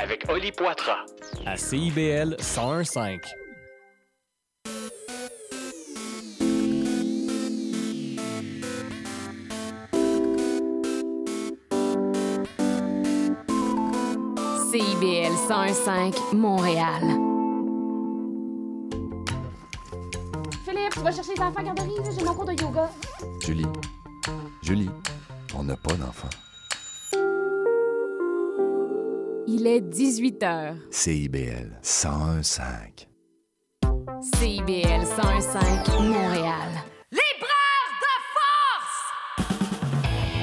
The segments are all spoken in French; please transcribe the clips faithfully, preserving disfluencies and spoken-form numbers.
avec Oli Poitras. À C I B L cent un virgule cinq. C I B L cent un virgule cinq, Montréal. Philippe, tu vas chercher les enfants à la garderie, là, j'ai mon cours de yoga. Julie, Julie, on n'a pas d'enfants. Il est dix-huit heures. C I B L cent un virgule cinq. C I B L cent un virgule cinq, Montréal. Libraire de force!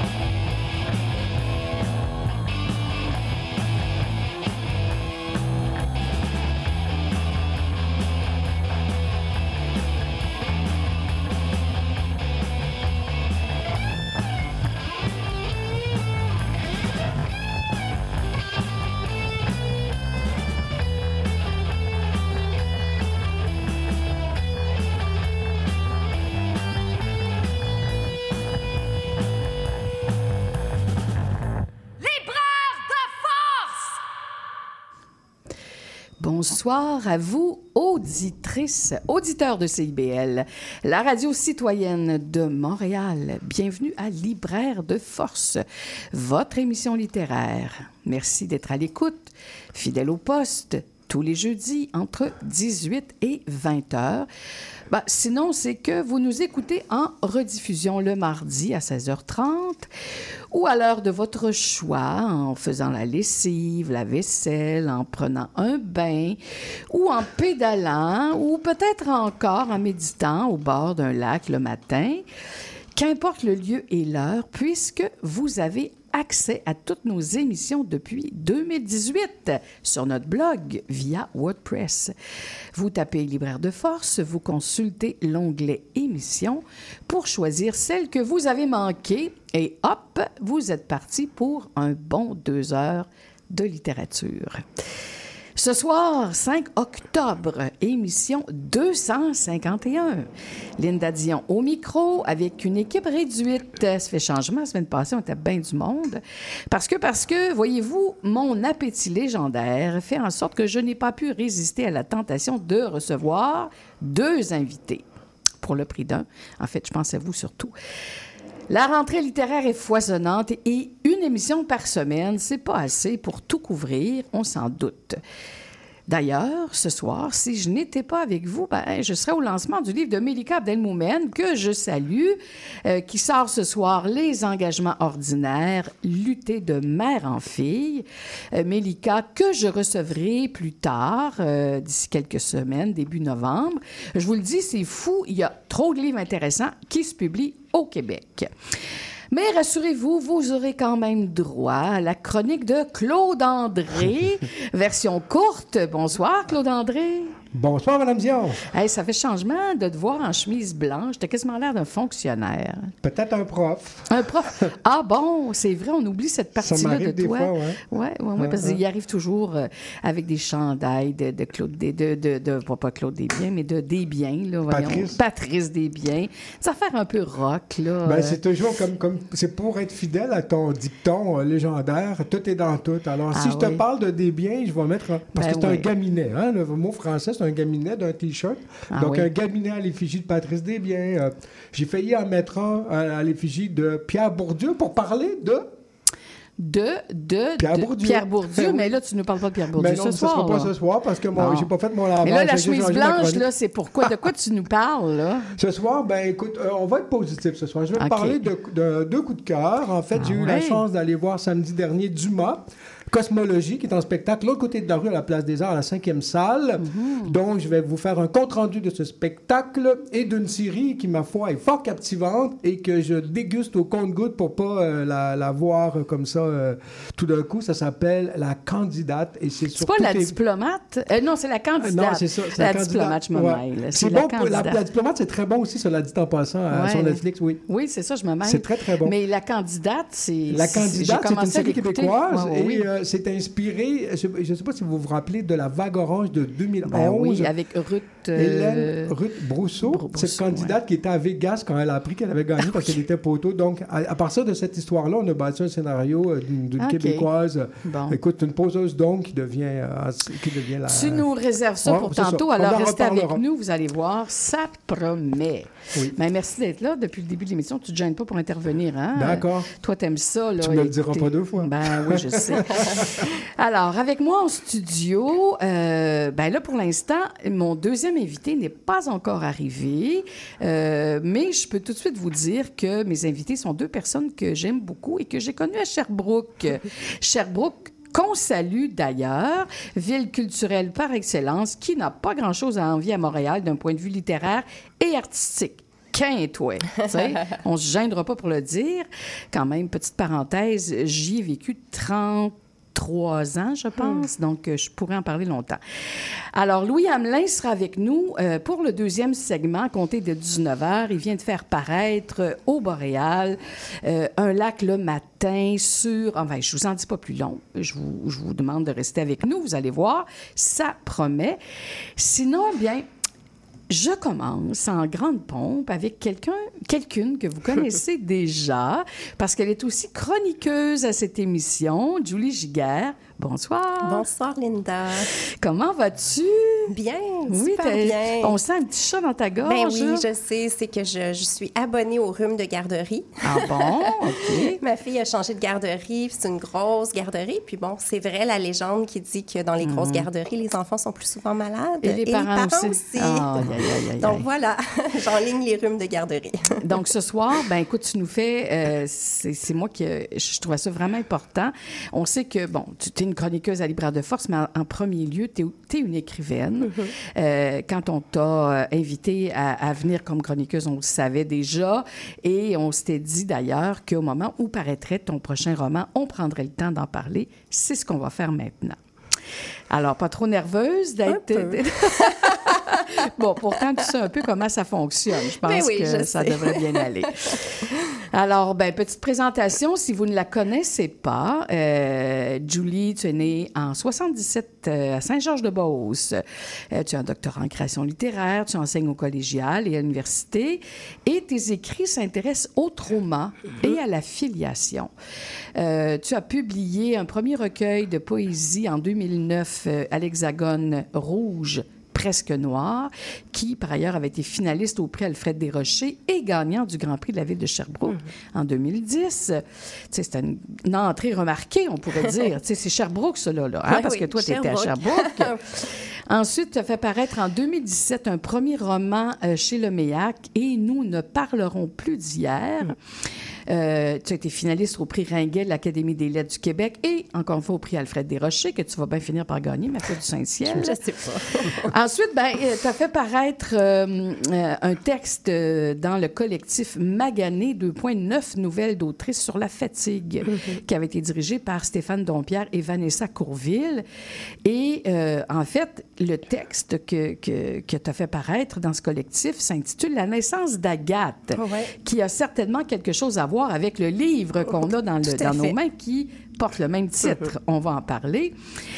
Bonsoir à vous, auditrices, auditeurs de C I B L, la radio citoyenne de Montréal. Bienvenue à Libraire de force, votre émission littéraire. Merci d'être à l'écoute, fidèle au poste, tous les jeudis entre dix-huit et vingt heures. Ben, sinon, c'est que vous nous écoutez en rediffusion le mardi à seize heures trente ou à l'heure de votre choix, en faisant la lessive, la vaisselle, en prenant un bain ou en pédalant ou peut-être encore en méditant au bord d'un lac le matin. Qu'importe le lieu et l'heure, puisque vous avez accès à toutes nos émissions depuis deux mille dix-huit sur notre blog via WordPress. Vous tapez Libraire de force, vous consultez l'onglet Émissions pour choisir celle que vous avez manquée et hop, vous êtes parti pour un bon deux heures de littérature. Ce soir, cinq octobre, émission deux cent cinquante et un. Linda Dion au micro avec une équipe réduite. Ça fait changement. La semaine passée, on était bien du monde. Parce que, parce que, voyez-vous, mon appétit légendaire fait en sorte que je n'ai pas pu résister à la tentation de recevoir deux invités. Pour le prix d'un. En fait, je pense à vous surtout. La rentrée littéraire est foisonnante et une émission par semaine, c'est pas assez pour tout couvrir, on s'en doute. D'ailleurs, ce soir, si je n'étais pas avec vous, ben, je serais au lancement du livre de Mélika Abdelmoumen, que je salue, euh, qui sort ce soir, Les engagements ordinaires, lutter de mère en fille. Euh, Mélika, que je recevrai plus tard, euh, d'ici quelques semaines, début novembre. Je vous le dis, c'est fou, il y a trop de livres intéressants qui se publient au Québec. Mais rassurez-vous, vous aurez quand même droit à la chronique de Claude André, version courte. Bonsoir, Claude André. Bonsoir, Mme Dion. Hey, ça fait changement de te voir en chemise blanche. T'as quasiment l'air d'un fonctionnaire. Peut-être un prof. Un prof. Ah bon, c'est vrai, on oublie cette partie-là de des toi. fois, ouais. Oui, ouais, ouais, parce qu'il arrive toujours euh, avec des chandails de, de Claude des, de, de, de, de, pas Claude Desbiens, mais de Desbiens, là, voyons. Patrice. Patrice Desbiens. Ça fait un peu rock, là. Ben, euh... c'est toujours comme, comme c'est pour être fidèle à ton dicton euh, légendaire, tout est dans tout. Alors, Ah, si je te oui. parle de Desbiens, je vais mettre, un, parce Ben que c'est oui. un gaminet, hein, le mot français, c'est un gaminet d'un T-shirt. Ah, Donc, oui. un gaminet à l'effigie de Patrice Desbiens. Euh, j'ai failli en mettre un à, à l'effigie de Pierre Bourdieu pour parler de... De, de, Pierre de Bourdieu. Pierre Bourdieu, Oui. mais là, tu ne nous parles pas de Pierre Bourdieu Mais non, ce ça ne soir. sera pas là. ce soir parce que moi, Non. j'ai pas fait mon lavage. Mais là, la J'ai chemise changé ma blanche, chronique. là, c'est pourquoi? De quoi tu nous parles, là? Ce soir, ben écoute, euh, on va être positif ce soir. Je vais Ok. te parler de, de deux coups de cœur. En fait, Ah j'ai eu ouais? la chance d'aller voir samedi dernier Dumas, Cosmologie, qui est en spectacle l'autre côté de la rue à la Place des Arts, à la cinquième salle. Mm-hmm. Donc, je vais vous faire un compte-rendu de ce spectacle et d'une série qui, ma foi, est fort captivante et que je déguste au compte-gouttes pour pas euh, la, la voir euh, comme ça euh, tout d'un coup. Ça s'appelle La Candidate et c'est C'est sur pas la toutes les- diplomate? Euh, non, c'est la candidate. Non, c'est ça. c'est La, candidate. diplomate, je me Ouais. mêle. C'est la bon. pour- La, candidate. la diplomate, c'est très bon aussi, cela dit en passant, euh, Ouais. sur Netflix, oui. Oui, c'est ça, je me mêle. C'est très, très bon. Mais la candidate, c'est... La c'est- candidate, j'ai c'est une commencé à série l'écouter. québécoise Ouais, ouais, et oui. euh, euh, c'est inspiré, je ne sais pas si vous vous rappelez de la vague orange de deux mille onze. Ben oui, avec Ruth... Euh... Hélène Ruth Brousseau, Br- Brousseau, cette candidate ouais. qui était à Vegas quand elle a appris qu'elle avait gagné parce qu'elle était poteau. Donc, à, à partir de cette histoire-là, on a bâti un scénario d'une, d'une Okay. Québécoise. Bon. Écoute, une poseuse donc qui devient, euh, qui devient la... Tu nous réserves ça Ouais, pour c'est tantôt, ça. On alors en restez reparlera. avec nous, vous allez voir, ça promet. Oui. Ben, merci d'être là depuis le début de l'émission. Tu ne te gênes pas pour intervenir, hein? D'accord. Toi, t'aimes ça, là. Tu me le diras écoutez. pas deux fois. Ben oui, je sais. Alors, avec moi en studio, euh, ben là, pour l'instant, mon deuxième invité n'est pas encore arrivé, euh, mais je peux tout de suite vous dire que mes invités sont deux personnes que j'aime beaucoup et que j'ai connues à Sherbrooke. Sherbrooke, qu'on salue d'ailleurs, ville culturelle par excellence, qui n'a pas grand-chose à envier à Montréal d'un point de vue littéraire et artistique. Qu'un toi, tu sais, on se gênera pas pour le dire. Quand même, petite parenthèse, j'y ai vécu trente-trois ans, je pense, hmm. donc euh, je pourrais en parler longtemps. Alors, Louis Hamelin sera avec nous euh, pour le deuxième segment, compté de dix-neuf heures. Il vient de faire paraître euh, au Boréal euh, Un lac le matin sur... Enfin, je vous en dis pas plus long. Je vous, je vous demande de rester avec nous. Vous allez voir, ça promet. Sinon, bien... Je commence en grande pompe avec quelqu'un, quelqu'une que vous connaissez déjà, parce qu'elle est aussi chroniqueuse à cette émission, Julie Giguère. Bonsoir. Bonsoir, Linda. Comment vas-tu? Bien, oui, super bien. On sent un petit chat dans ta gorge. Ben oui, je sais. C'est que je, je suis abonnée au rhume de garderie. Ah bon? OK. Ma fille a changé de garderie. C'est une grosse garderie. Puis bon, c'est vrai la légende qui dit que dans les grosses mmh. garderies, les enfants sont plus souvent malades. Et les et parents, les parents aussi. aussi. Ah, aïe, aïe, aïe, Donc voilà, j'enligne les rhumes de garderie. Donc ce soir, ben écoute, tu nous fais... Euh, c'est, c'est moi qui... Je trouvais ça vraiment important. On sait que, bon, tu es une chroniqueuse à Libraire de Force, mais en, en premier lieu, tu es une écrivaine. Mm-hmm. Euh, quand on t'a invité à, à venir comme chroniqueuse, on le savait déjà. Et on s'était dit d'ailleurs qu'au moment où paraîtrait ton prochain roman, on prendrait le temps d'en parler. C'est ce qu'on va faire maintenant. Alors, pas trop nerveuse d'être... Bon, pourtant, tu sais un peu comment ça fonctionne. Je pense oui, que je ça sais. devrait bien aller. Alors, ben, petite présentation, si vous ne la connaissez pas. Euh, Julie, tu es née en soixante-dix-sept euh, à Saint-Georges-de-Beauce. Euh, tu as un doctorat en création littéraire, tu enseignes au collégial et à l'université. Et tes écrits s'intéressent au trauma et à la filiation. Euh, tu as publié un premier recueil de poésie en deux mille neuf euh, à l'Hexagone rouge, Presque noir, qui, par ailleurs, avait été finaliste au prix Alfred Desrochers et gagnant du Grand Prix de la ville de Sherbrooke mmh. en deux mille dix. Tu sais, c'était une, une entrée remarquée, on pourrait dire. Tu sais, c'est Sherbrooke, cela, là, hein, oui, parce oui, que toi, tu étais à Sherbrooke. Ensuite, tu as fait paraître en deux mille dix-sept un premier roman euh, chez Le Méac, et Nous ne parlerons plus d'hier. Mmh. Euh, tu as été finaliste au prix Ringuet de l'Académie des lettres du Québec et encore une fois au prix Alfred Desrochers, que tu vas bien finir par gagner, ma fille du Saint-Ciel. Je sais pas. Ensuite, ben, tu as fait paraître euh, euh, un texte euh, dans le collectif Magané deux point neuf nouvelles d'autrices sur la fatigue, mm-hmm. qui avait été dirigé par Stéphane Dompierre et Vanessa Courville. Et euh, en fait, le texte que, que, que tu as fait paraître dans ce collectif s'intitule La naissance d'Agathe, oh ouais. qui a certainement quelque chose à voir avec le livre qu'on a dans, le, dans nos mains qui porte le même titre. On va en parler.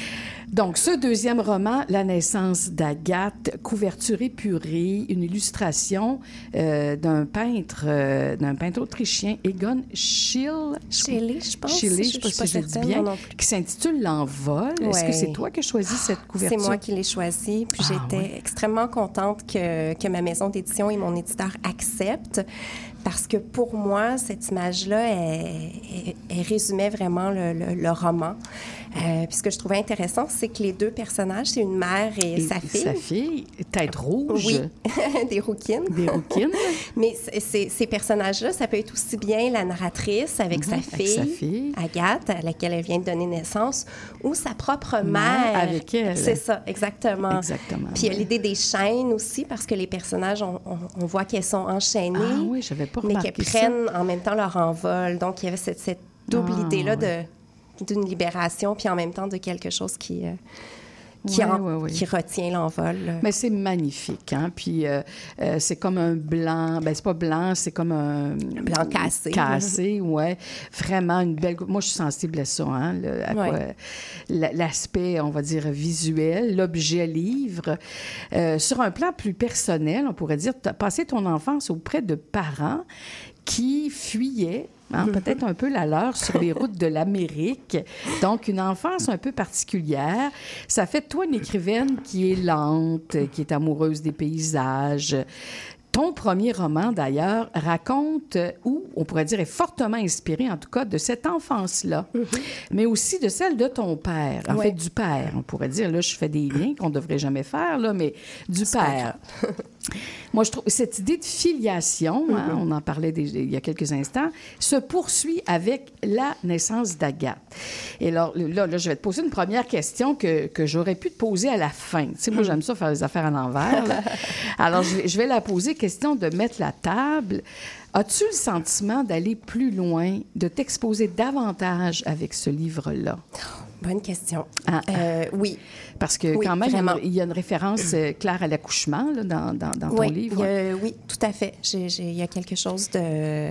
Donc, ce deuxième roman, La naissance d'Agathe, couverture épurée, une illustration euh, d'un peintre, euh, d'un peintre autrichien, Egon Schiele. Schiele, je pense. Schiele, je ne je sais pas si je le dis certaine, bien, qui s'intitule L'envol. Ouais. Est-ce que c'est toi qui as choisi cette couverture? C'est moi qui l'ai choisi. Puis ah, j'étais ouais. extrêmement contente que, que ma maison d'édition et mon éditeur acceptent. Parce que pour moi, cette image-là, elle, elle, elle résumait vraiment le, le, le roman. Euh, puis ce que je trouvais intéressant, c'est que les deux personnages, c'est une mère et, et sa fille. Sa fille, tête rouge. Oui, des rouquines. Des rouquines. Mais c- ces personnages-là, ça peut être aussi bien la narratrice avec, mm-hmm, sa, fille, avec sa fille, Agathe, à laquelle elle vient de donner naissance, ou sa propre mère. mère avec elle. C'est ça, exactement. Exactement. Puis il y a l'idée des chaînes aussi, parce que les personnages, on, on, on voit qu'elles sont enchaînées. Ah oui, j'avais pas remarqué mais qu'elles ça. prennent en même temps leur envol. Donc, il y avait cette, cette double ah, idée-là ouais. de, d'une libération, puis en même temps de quelque chose qui, euh, qui, Oui, en- oui, oui. qui retient l'envol. là. Mais c'est magnifique, hein? Puis euh, euh, c'est comme un blanc. Ben c'est pas blanc, c'est comme un blanc cassé. Cassé, ouais. Vraiment une belle. Moi, je suis sensible à ça, hein? le- à Ouais. quoi- la- l'aspect, on va dire visuel, l'objet livre. Euh, sur un plan plus personnel, on pourrait dire, tu as passé ton enfance auprès de parents qui fuyaient. Hein, peut-être un peu la leur sur les routes de l'Amérique. Donc, une enfance un peu particulière. Ça fait de toi une écrivaine qui est lente, qui est amoureuse des paysages. Ton premier roman, d'ailleurs, raconte, euh, ou on pourrait dire est fortement inspiré, en tout cas, de cette enfance-là, mais aussi de celle de ton père, en Ouais. fait, du père, on pourrait dire. Là, je fais des liens qu'on ne devrait jamais faire, là, mais du C'est pas père. Moi, je trouve cette idée de filiation, hein, on en parlait des- il y a quelques instants, se poursuit avec la naissance d'Agathe. Et alors, là, là, je vais te poser une première question que, que j'aurais pu te poser à la fin. Tu sais, moi, j'aime ça faire les affaires à l'envers. là. Alors, je vais, je vais la poser, question de mettre la table. As-tu le sentiment d'aller plus loin, de t'exposer davantage avec ce livre-là? Bonne question. Ah. Euh, oui. Parce que Oui, quand même, il y a une- vraiment. il y a une référence euh, claire à l'accouchement là, dans, dans, dans ton Oui, livre. il y a- oui, tout à fait. J'ai- j'ai- Il y a quelque chose de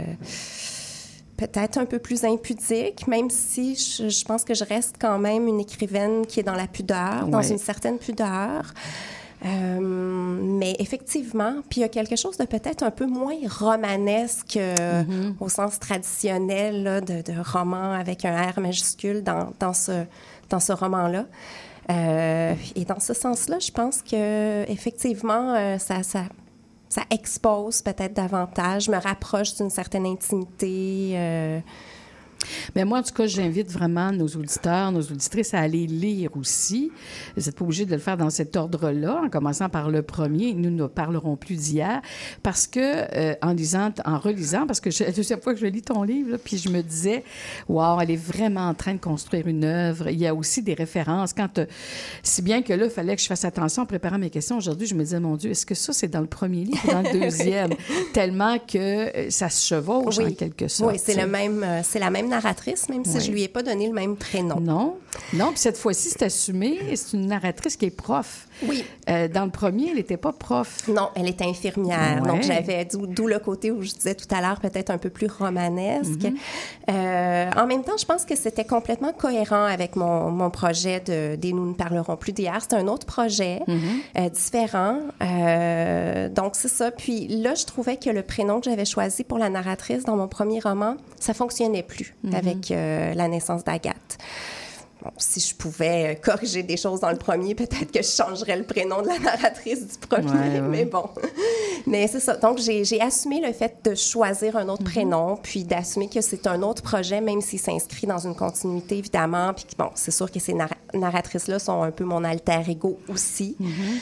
peut-être un peu plus impudique, même si je, je pense que je reste quand même une écrivaine qui est dans la pudeur, dans Ouais. une certaine pudeur. Euh, mais effectivement, puis il y a quelque chose de peut-être un peu moins romanesque euh, Mm-hmm. au sens traditionnel là, de, de roman avec un R majuscule dans, dans ce, dans ce roman-là. Euh, et dans ce sens-là, je pense que effectivement, euh, ça, ça, ça expose peut-être davantage, me rapproche d'une certaine intimité. euh, Mais moi, en tout cas, j'invite vraiment nos auditeurs, nos auditrices à aller lire aussi. Vous n'êtes pas obligés de le faire dans cet ordre-là, en commençant par le premier. Nous ne parlerons plus d'hier, parce que, euh, en lisant, en relisant, parce que c'est la deuxième fois que je lis ton livre, là, puis je me disais, wow, elle est vraiment en train de construire une œuvre. Il y a aussi des références. Quand, euh, si bien que là, il fallait que je fasse attention en préparant mes questions aujourd'hui, je me disais, mon Dieu, est-ce que ça, c'est dans le premier livre ou dans le deuxième? Tellement que euh, ça se chevauche, en quelque sorte. Oui, c'est le même, euh, c'est la même narratrice, même si Oui. je lui ai pas donné le même prénom. Non, non. Puis cette fois-ci, c'est assumé. C'est une narratrice qui est prof. Oui. Euh, dans le premier, elle n'était pas prof. Non, elle est infirmière. Ouais. Donc, j'avais d'où, d'où le côté où je disais tout à l'heure, peut-être un peu plus romanesque. Mm-hmm. Euh, en même temps, je pense que c'était complètement cohérent avec mon, mon projet de des Nous ne parlerons plus d'hier. C'est un autre projet, Mm-hmm. euh, différent. Euh, donc, c'est ça. Puis là, je trouvais que le prénom que j'avais choisi pour la narratrice dans mon premier roman, ça fonctionnait plus Mm-hmm. avec euh, la naissance d'Agathe. Bon, si je pouvais euh, corriger des choses dans le premier, peut-être que je changerais le prénom de la narratrice du premier, Ouais, ouais. mais bon. Mais c'est ça. Donc, j'ai, j'ai assumé le fait de choisir un autre prénom, puis d'assumer que c'est un autre projet, même s'il s'inscrit dans une continuité, évidemment. Puis, bon, c'est sûr que ces narra- narratrices-là sont un peu mon alter ego aussi.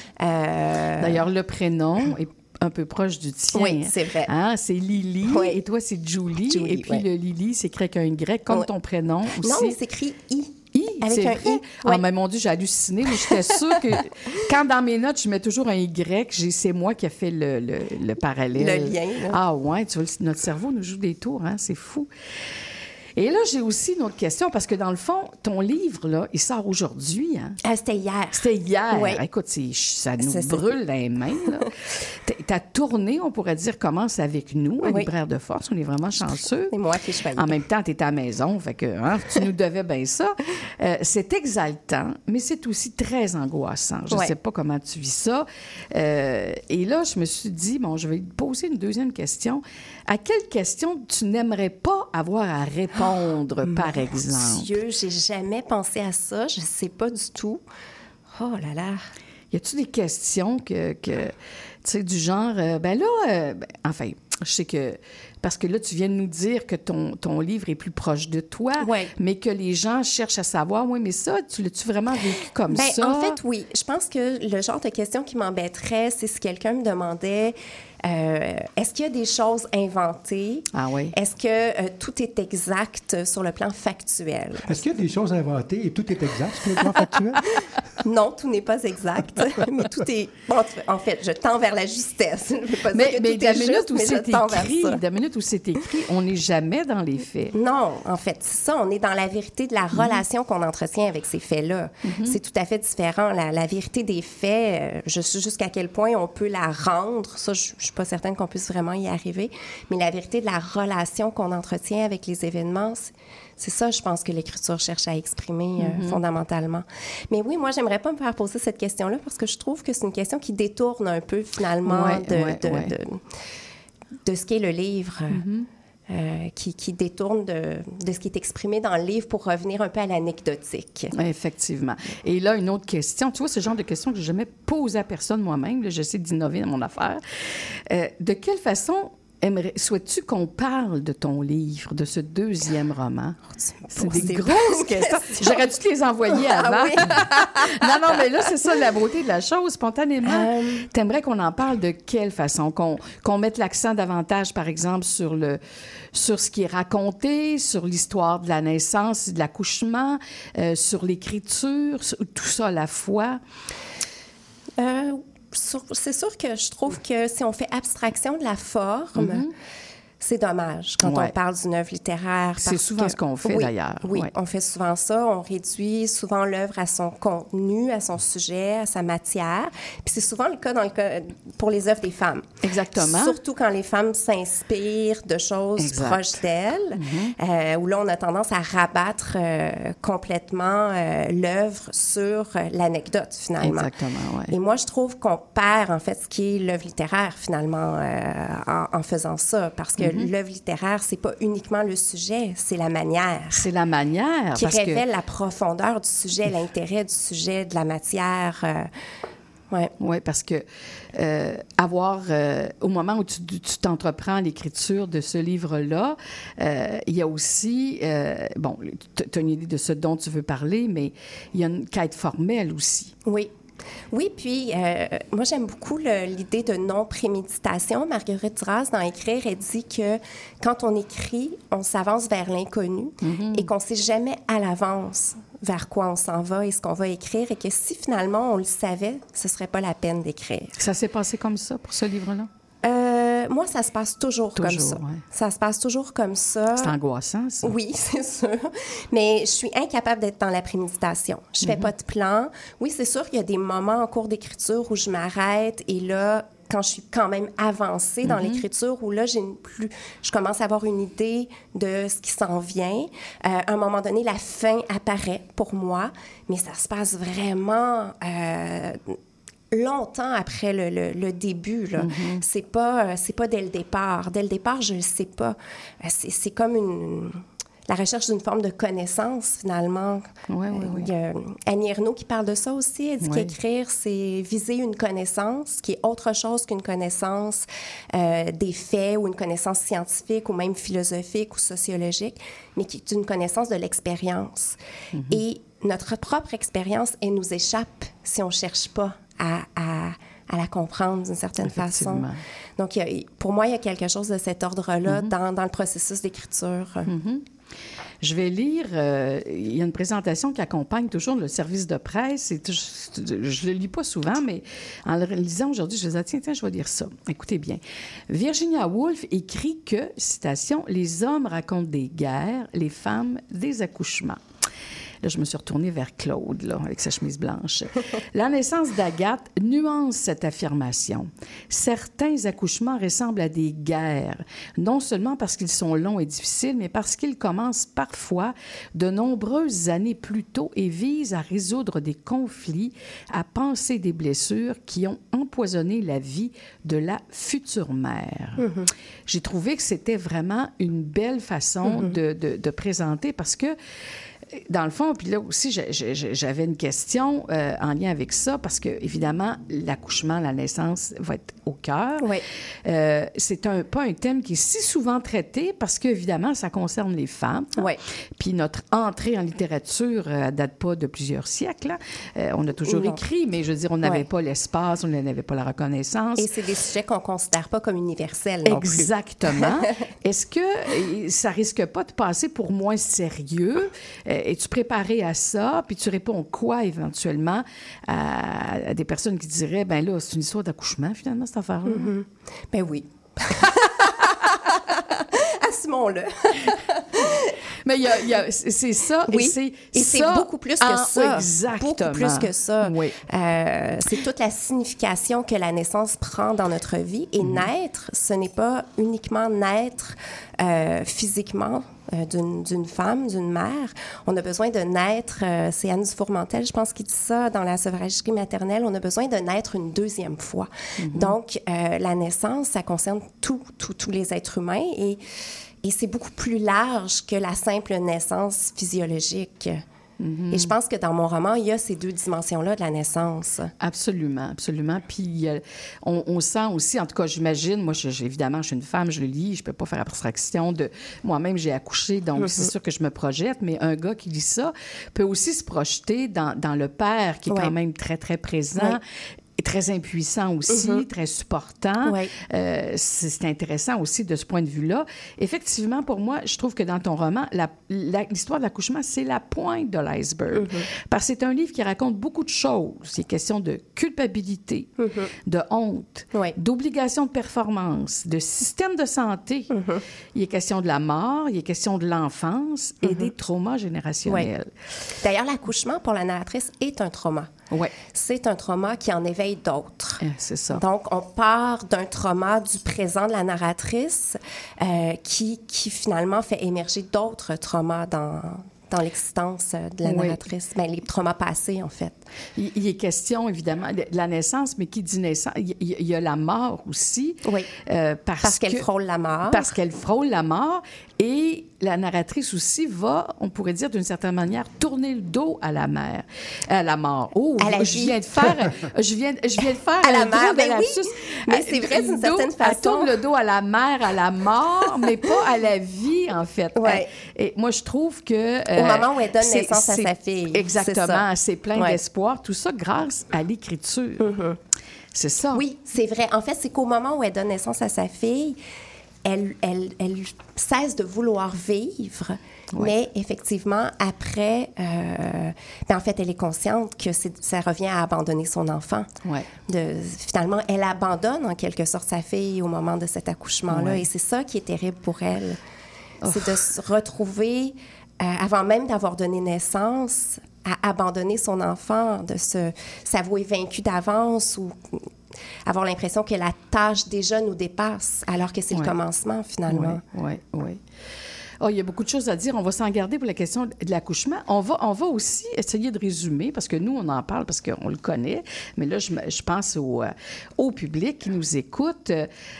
Euh, D'ailleurs, le prénom est un peu proche du tien. Oui, c'est vrai. Hein? C'est Lily, Oui. et toi, c'est Julie. Julie, et puis, ouais. le Lily, c'est écrit avec un Y, comme Ouais. ton prénom aussi. non, mais c'est écrit I. I, Avec c'est un vrai? I, Ah, ouais. mais mon Dieu, j'ai halluciné. Mais j'étais sûre que quand dans mes notes, je mets toujours un Y, j'ai, c'est moi qui ai fait le, le, le parallèle. Le lien, là. Ah, ouais, tu vois, notre cerveau nous joue des tours, hein, c'est fou. Et là, j'ai aussi une autre question, parce que dans le fond, ton livre, là, il sort aujourd'hui. Hein? Ah, c'était hier. C'était hier. Ouais. Écoute, c'est, ça nous C'est ça. brûle dans les mains. Là. Ta- Ta tournée, on pourrait dire, commence avec nous, à Oui. Libraire de Force. On est vraiment chanceux. C'est moi qui ai choisi. En même temps, tu étais à la maison, fait que hein, tu nous devais bien ça. Euh, c'est exaltant, mais c'est aussi très angoissant. Je ne Ouais. sais pas comment tu vis ça. Euh, et là, je me suis dit, bon, je vais te poser une deuxième question. À quelle question tu n'aimerais pas avoir à répondre, par exemple? Dieu, j'ai jamais pensé à ça. Je sais pas du tout. Oh là là. Y a-tu des questions que, que tu sais, du genre, euh, ben là, euh, ben, enfin, je sais que, parce que là, tu viens de nous dire que ton, ton livre est plus proche de toi, Ouais. mais que les gens cherchent à savoir, oui, mais ça, tu l'as-tu vraiment vécu comme Ben, ça? en fait, oui. Je pense que le genre de question qui m'embêterait, c'est si quelqu'un me demandait euh, est-ce qu'il y a des choses inventées? Ah oui. Est-ce que euh, tout est exact sur le plan factuel? Est-ce qu'il y a des choses inventées et tout est exact sur le plan factuel? Non, tout n'est pas exact, mais tout est... Bon, tu- en fait, je tends vers la justesse. Je ne veux pas Mais, dire que mais tout la est minute juste, où mais c'est je tends vers écrit, ça. la minute minute où c'est écrit, on n'est jamais dans les faits. Non, en fait, c'est ça. On est dans la vérité de la Mm-hmm. relation qu'on entretient avec ces faits-là. Mm-hmm. C'est tout à fait différent. La, la vérité des faits, euh, je sais jusqu'à quel point on peut la rendre. Ça, je ne suis pas certaine qu'on puisse vraiment y arriver. Mais la vérité de la relation qu'on entretient avec les événements, c'est, c'est ça, je pense, que l'écriture cherche à exprimer euh, mm-hmm. fondamentalement. Mais oui, moi, j'aimerais pas me faire poser cette question-là parce que je trouve que c'est une question qui détourne un peu, finalement, ouais, de, ouais, de, ouais. de, de ce qu'est le livre. Mm-hmm. Euh, qui, qui détourne de, de ce qui est exprimé dans le livre pour revenir un peu à l'anecdotique. Effectivement. Et là, une autre question. Tu vois, ce genre de question que je n'ai jamais posée à personne moi-même. Là, j'essaie d'innover dans mon affaire. Euh, de quelle façon aimerais, souhaites-tu qu'on parle de ton livre, de ce deuxième roman? Oh, c'est des c'est grosses questions. questions. J'aurais dû te les envoyer avant. Ah, oui. non, non, mais là, c'est ça la beauté de la chose. Spontanément, um... t'aimerais qu'on en parle de quelle façon? Qu'on, qu'on mette l'accent davantage, par exemple, sur, le, sur ce qui est raconté, sur l'histoire de la naissance et de l'accouchement, euh, sur l'écriture, sur tout ça à la fois? Euh... C'est sûr que je trouve que si on fait abstraction de la forme, mm-hmm. c'est dommage quand ouais. on parle d'une œuvre littéraire. C'est souvent que, ce qu'on fait, oui, d'ailleurs. Oui, ouais. on fait souvent ça. On réduit souvent l'œuvre à son contenu, à son sujet, à sa matière. Puis c'est souvent le cas, dans le cas pour les œuvres des femmes. Exactement. Surtout quand les femmes s'inspirent de choses exact. proches d'elles, mm-hmm. euh, où là, on a tendance à rabattre euh, complètement euh, l'œuvre sur euh, l'anecdote, finalement. Exactement, oui. Et moi, je trouve qu'on perd, en fait, ce qui est l'œuvre littéraire, finalement, euh, en, en faisant ça, parce que Mm-hmm. l'œuvre littéraire, c'est pas uniquement le sujet, c'est la manière. C'est la manière. Qui parce révèle que... la profondeur du sujet, l'intérêt du sujet, de la matière. Euh, oui, ouais, parce que euh, avoir, euh, au moment où tu, tu t'entreprends l'écriture de ce livre-là, euh, il y a aussi, euh, bon, tu as une idée de ce dont tu veux parler, mais il y a une quête formelle aussi. Oui. Oui, puis euh, moi, j'aime beaucoup le, l'idée de non-préméditation. Marguerite Duras, dans Écrire, elle dit que quand on écrit, on s'avance vers l'inconnu mm-hmm. et qu'on ne sait jamais à l'avance vers quoi on s'en va et ce qu'on va écrire, et que si finalement on le savait, ce ne serait pas la peine d'écrire. Ça s'est passé comme ça pour ce livre-là? Euh, moi, ça se passe toujours, toujours comme ça. Ouais. Ça se passe toujours comme ça. C'est angoissant, ça. Oui, c'est sûr. Mais je suis incapable d'être dans la préméditation. Je fais mm-hmm. pas de plan. Oui, c'est sûr qu'il y a des moments en cours d'écriture où je m'arrête et là, quand je suis quand même avancée dans mm-hmm. l'écriture, où là, j'ai une plus, je commence à avoir une idée de ce qui s'en vient. Euh, à un moment donné, la fin apparaît pour moi, mais ça se passe vraiment... Euh, longtemps après le, le, le début, là. Mm-hmm. C'est pas, c'est pas dès le départ. Dès le départ, je le sais pas. C'est, c'est comme une... la recherche d'une forme de connaissance, finalement. Oui, oui, oui. Il y a Annie Ernaux qui parle de ça aussi. Elle dit oui. qu'écrire, c'est viser une connaissance qui est autre chose qu'une connaissance euh, des faits ou une connaissance scientifique ou même philosophique ou sociologique, mais qui est une connaissance de l'expérience. Mm-hmm. Et notre propre expérience, elle nous échappe si on ne cherche pas à, à, à la comprendre d'une certaine façon. Donc, il y a, pour moi, il y a quelque chose de cet ordre-là mm-hmm. dans, dans le processus d'écriture. Mm-hmm. Je vais lire, euh, il y a une présentation qui accompagne toujours le service de presse. Et je ne le lis pas souvent, mais en le lisant aujourd'hui, je me disais, tiens, tiens, je vais lire ça. Écoutez bien. Virginia Woolf écrit que, citation, « Les hommes racontent des guerres, les femmes des accouchements ». Là, je me suis retournée vers Claude, là, avec sa chemise blanche. La naissance d'Agathe nuance cette affirmation. Certains accouchements ressemblent à des guerres, non seulement parce qu'ils sont longs et difficiles, mais parce qu'ils commencent parfois de nombreuses années plus tôt et visent à résoudre des conflits, à panser des blessures qui ont empoisonné la vie de la future mère. Mm-hmm. J'ai trouvé que c'était vraiment une belle façon mm-hmm. de, de, de présenter, parce que dans le fond, puis là aussi, j'avais une question euh, en lien avec ça, parce que, évidemment, l'accouchement, la naissance va être au cœur. Oui. Euh, c'est un, pas un thème qui est si souvent traité, parce qu'évidemment, ça concerne les femmes. Oui. Puis notre entrée en littérature ne euh, date pas de plusieurs siècles. Euh, on a toujours non. écrit, mais je veux dire, on n'avait oui. pas l'espace, on n'avait pas la reconnaissance. Et c'est des sujets qu'on ne considère pas comme universels non plus. Exactement. Est-ce que ça risque pas de passer pour moins sérieux? Euh, Es-tu préparé à ça? Puis tu réponds quoi, éventuellement, à, à des personnes qui diraient, ben là, c'est une histoire d'accouchement, finalement, cette affaire-là? Mm-hmm. Ben oui. assumons-le. Mais il y a, il y a, c'est ça. Oui, et c'est, et c'est ça beaucoup plus que en, ça. Exactement. Beaucoup plus que ça. Oui. Euh, c'est toute la signification que la naissance prend dans notre vie. Et mmh. naître, ce n'est pas uniquement naître euh, physiquement euh, d'une, d'une femme, d'une mère. On a besoin de naître, euh, c'est Anne Dufour-Mantel, je pense, qui dit ça dans la sauvagerie maternelle, on a besoin de naître une deuxième fois. Mmh. Donc, euh, la naissance, ça concerne tous tout, tous les êtres humains et Et c'est beaucoup plus large que la simple naissance physiologique. Mm-hmm. Et je pense que dans mon roman, il y a ces deux dimensions-là de la naissance. Absolument, absolument. Puis euh, on, on sent aussi, en tout cas, j'imagine, moi, je, je, évidemment, je suis une femme, je le lis, je peux pas faire abstraction de... Moi-même, j'ai accouché, donc mm-hmm. c'est sûr que je me projette, mais un gars qui lit ça peut aussi se projeter dans, dans le père, qui est ouais. quand même très, très présent. Ouais. Et très impuissant aussi, mm-hmm. très supportant. Oui. Euh, c'est, c'est intéressant aussi de ce point de vue-là. Effectivement, pour moi, je trouve que dans ton roman, la, la, l'histoire de l'accouchement, c'est la pointe de l'iceberg. Mm-hmm. Parce que c'est un livre qui raconte beaucoup de choses. Il est question de culpabilité, mm-hmm. de honte, oui. d'obligation de performance, de système de santé. Mm-hmm. Il est question de la mort, il est question de l'enfance et mm-hmm. des traumas générationnels. Oui. D'ailleurs, l'accouchement, pour la narratrice, est un trauma. Ouais. C'est un trauma qui en éveille d'autres. C'est ça. Donc, on part d'un trauma du présent de la narratrice euh, qui, qui finalement fait émerger d'autres traumas dans, dans l'existence de la oui. narratrice. Bien, les traumas passés, en fait. Il, il est question, évidemment, de la naissance, mais qui dit naissance, il, il y a la mort aussi. Oui, euh, parce, parce qu'elle que, frôle la mort. Parce qu'elle frôle la mort. Et la narratrice aussi va, on pourrait dire d'une certaine manière, tourner le dos à la mère, à la mort. Oh, à la je viens de faire, je viens, je viens de faire à la mère, ben oui. Mais à, c'est vrai d'une certaine façon. Elle tourne le dos à la mère, à la mort, mais pas à la vie en fait. Ouais. Et moi, je trouve que euh, au moment où elle donne naissance à sa fille, exactement, c'est, c'est plein ouais. d'espoir. Tout ça grâce à l'écriture. Mm-hmm. C'est ça. Oui, c'est vrai. En fait, c'est qu'au moment où elle donne naissance à sa fille, Elle, elle, elle cesse de vouloir vivre, oui. mais effectivement, après, euh, ben en fait, elle est consciente que c'est, ça revient à abandonner son enfant. Oui. De, finalement, elle abandonne en quelque sorte sa fille au moment de cet accouchement-là, oui. et c'est ça qui est terrible pour elle. Oh. C'est de se retrouver, euh, avant même d'avoir donné naissance, à abandonner son enfant, de se, s'avouer vaincue d'avance ou... avoir l'impression que la tâche déjà nous dépasse, alors que c'est ouais. le commencement, finalement. Oui, oui, oui. Oh, il y a beaucoup de choses à dire. On va s'en garder pour la question de l'accouchement. On va, on va aussi essayer de résumer, parce que nous, on en parle parce qu'on le connaît, mais là, je, je pense au, au public qui nous écoute.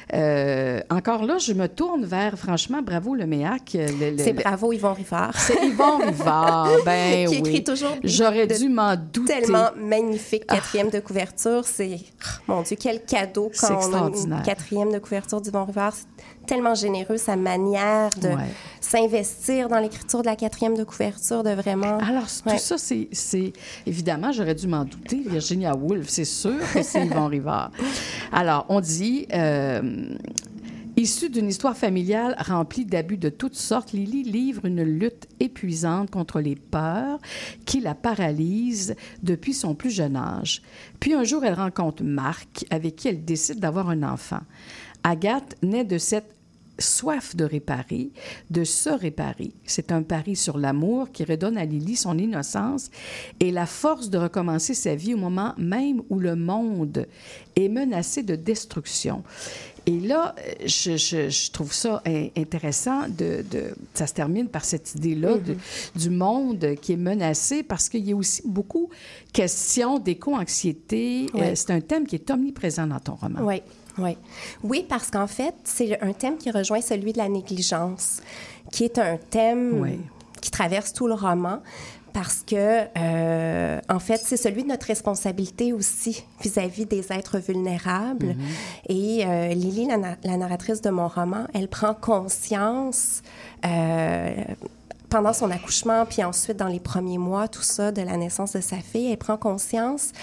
Euh, encore là, je me tourne vers, franchement, bravo le Méac. Le, le, c'est bravo Yvon Rivard. C'est Yvon Rivard, ben qui oui. écrit toujours J'aurais dû m'en douter. Tellement magnifique quatrième ah. de couverture. C'est, oh, mon Dieu, quel cadeau quand on a une quatrième de couverture d'Yvon Rivard. C'est tellement généreux, sa manière de... Ouais. s'investir dans l'écriture de la quatrième de couverture, de vraiment... Alors, tout ouais. ça, c'est, c'est... Évidemment, j'aurais dû m'en douter. Virginia Woolf, c'est sûr que c'est Yvon Rivard. Alors, on dit... Euh, issue d'une histoire familiale remplie d'abus de toutes sortes, Lily livre une lutte épuisante contre les peurs qui la paralysent depuis son plus jeune âge. Puis un jour, elle rencontre Marc, avec qui elle décide d'avoir un enfant. Agathe naît de cette soif de réparer, de se réparer. C'est un pari sur l'amour qui redonne à Lily son innocence et la force de recommencer sa vie au moment même où le monde est menacé de destruction. Et là, je, je, je trouve ça intéressant. De, de, ça se termine par cette idée-là mm-hmm. de, du monde qui est menacé parce qu'il y a aussi beaucoup question d'éco-anxiété. Oui. Euh, c'est un thème qui est omniprésent dans ton roman. Oui. Oui. oui, parce qu'en fait, c'est un thème qui rejoint celui de la négligence, qui est un thème oui. qui traverse tout le roman, parce que, euh, en fait, c'est celui de notre responsabilité aussi vis-à-vis des êtres vulnérables. Mm-hmm. Et euh, Lily, la, na- la narratrice de mon roman, elle prend conscience... Euh, pendant son accouchement, puis ensuite dans les premiers mois, tout ça, de la naissance de sa fille, elle prend conscience